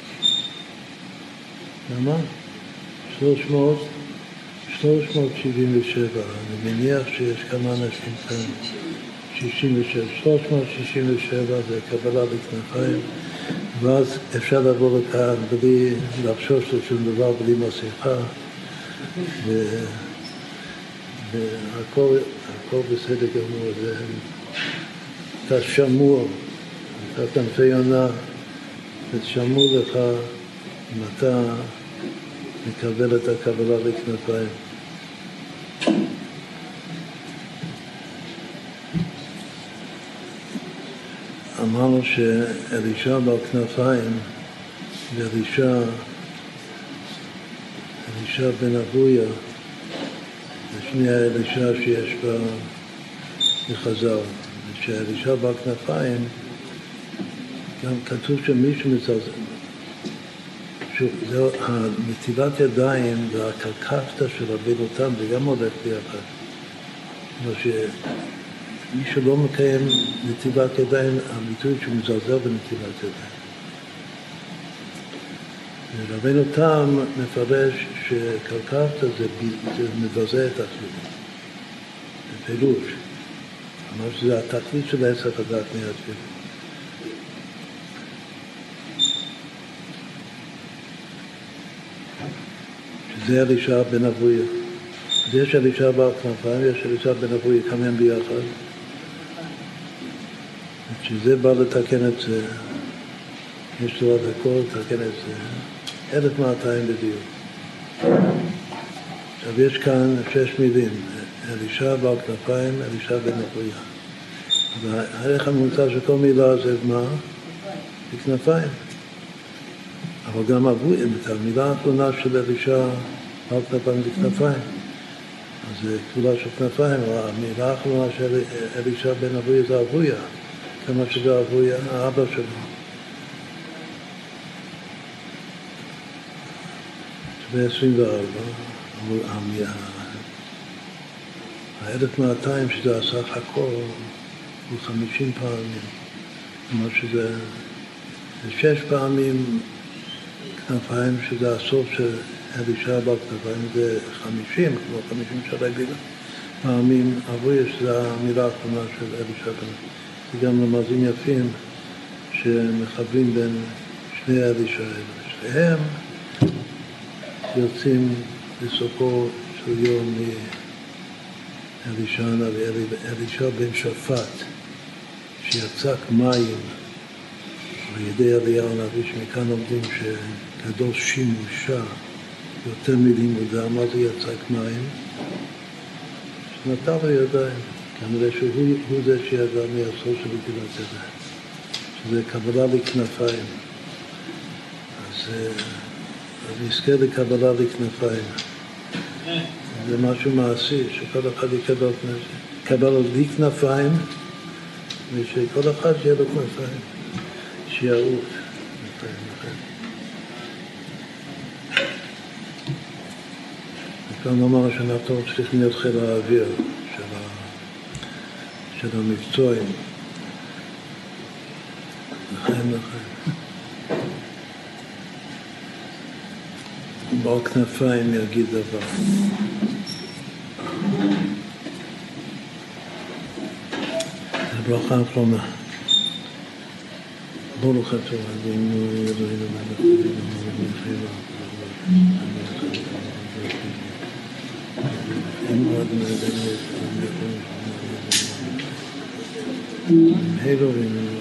למה? שלוש מאות שבעים ושבע. אני מניח שיש כמה אנשים כאן. שישים ושבע. שלוש מאות שישים ושבע זה קבלה לכנפיים. ואז אפשר לבוא לכאן בלי לחשוש לשום דבר, בלי מסכה. והכל הכל בסדר גמור. אתה שמור. אתה כנפי יונה, ותשמעו לך אם אתה מקבל את הקבלה לכנפיים. אמרנו שאלישע בעל כנפיים ואלישע אלישע בן אבויה, זה שני האלישע שיש בחז"ל. שאלישע בעל כנפיים גם כתוב שמישהו מזלזל. זהו, הנטילת ידיים והקרקפתא של רבנו תם, זה גם הולך ביחד. כמו שמי שלא מקיים נטילת ידיים, הביטוי שהוא מזלזל בנטילת ידיים. רבנו תם מפרש שקרקפתא זה, זה מבזה את התפילין. זה פירוש. אמר שזה התכלית של היסח הדעת מהתפילין. זה אלישע בן אבויה. יש אלישע בעל כנפיים, יש אלישע בן אבויה, כמה הם ביחד. שזה בא לתקן את זה, יש תורת הכל, לתקן את זה, אלף מאתיים בדיוק. עכשיו יש כאן שש מילים, אלישע בעל כנפיים, אלישע בן אבויה. והערך הממוצע של כל מילה זה מה? בכנפיים. אבל גם אבויה, את המילה האחרונה של אלישע בעל כנפיים בכנפיים. אז זה כפולה של כנפיים, אבל המילה האחרונה של אלישע בן אבויה זה אבויה. כמה שזה אבויה, האבא שלו. ב-עשרים וארבע, האלף מאתיים שזה הסך הכל הוא חמישים פעמים. כלומר שזה שש פעמים כנפיים, שזה הסוף של אלישע בעל כנפיים, זה חמישים, כמו חמישים של רגילה. פעמים אבויה שזה המילה האחרונה של אלישע בן אבויה. זה גם רמזים יפים שמחברים בין שני אלישע האלה. שהם יוצאים בסופו של יום מאלישע הנביא, אלישע בן שפט, שיצק מים על ידי אליהו הנביא, שמכאן לומדים שגדול שימושה יותר מלימודה. מה זה יצק מים? שנטל לו ידיים. כנראה שהוא זה שידע מהסוף של נטילת ידיים, שזה קבלה לכנפיים. אז, אז נזכה לקבלה לכנפיים. זה משהו מעשי, שכל אחד יקבל לי כנפיים, ושכל אחד שיהיה לו כנפיים, שיעוף. כאן נאמר שאנחנו צריכים להיות חיל האוויר של, ה... של המקצועים. לחיים לחיים. בעל כנפיים יגיד דבר. ברכה אחרונה. ברוך אתה אדוני אלוהינו מלך העולם והחיים. אין עוד מלך אלוהינו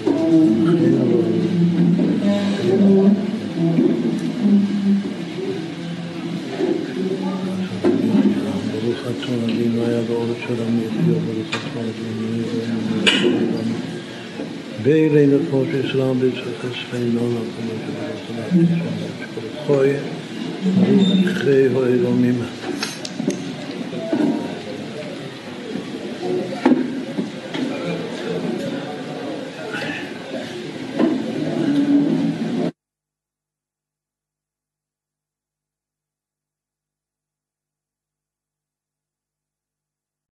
ברוך אתה אדוני היה באורץ שלנו יחיו ברוך אתה אדוני ואלינו כמו שישראל ביצחק שכנו נקומו שבלך נקומו שכל חוי אחרי האלוהים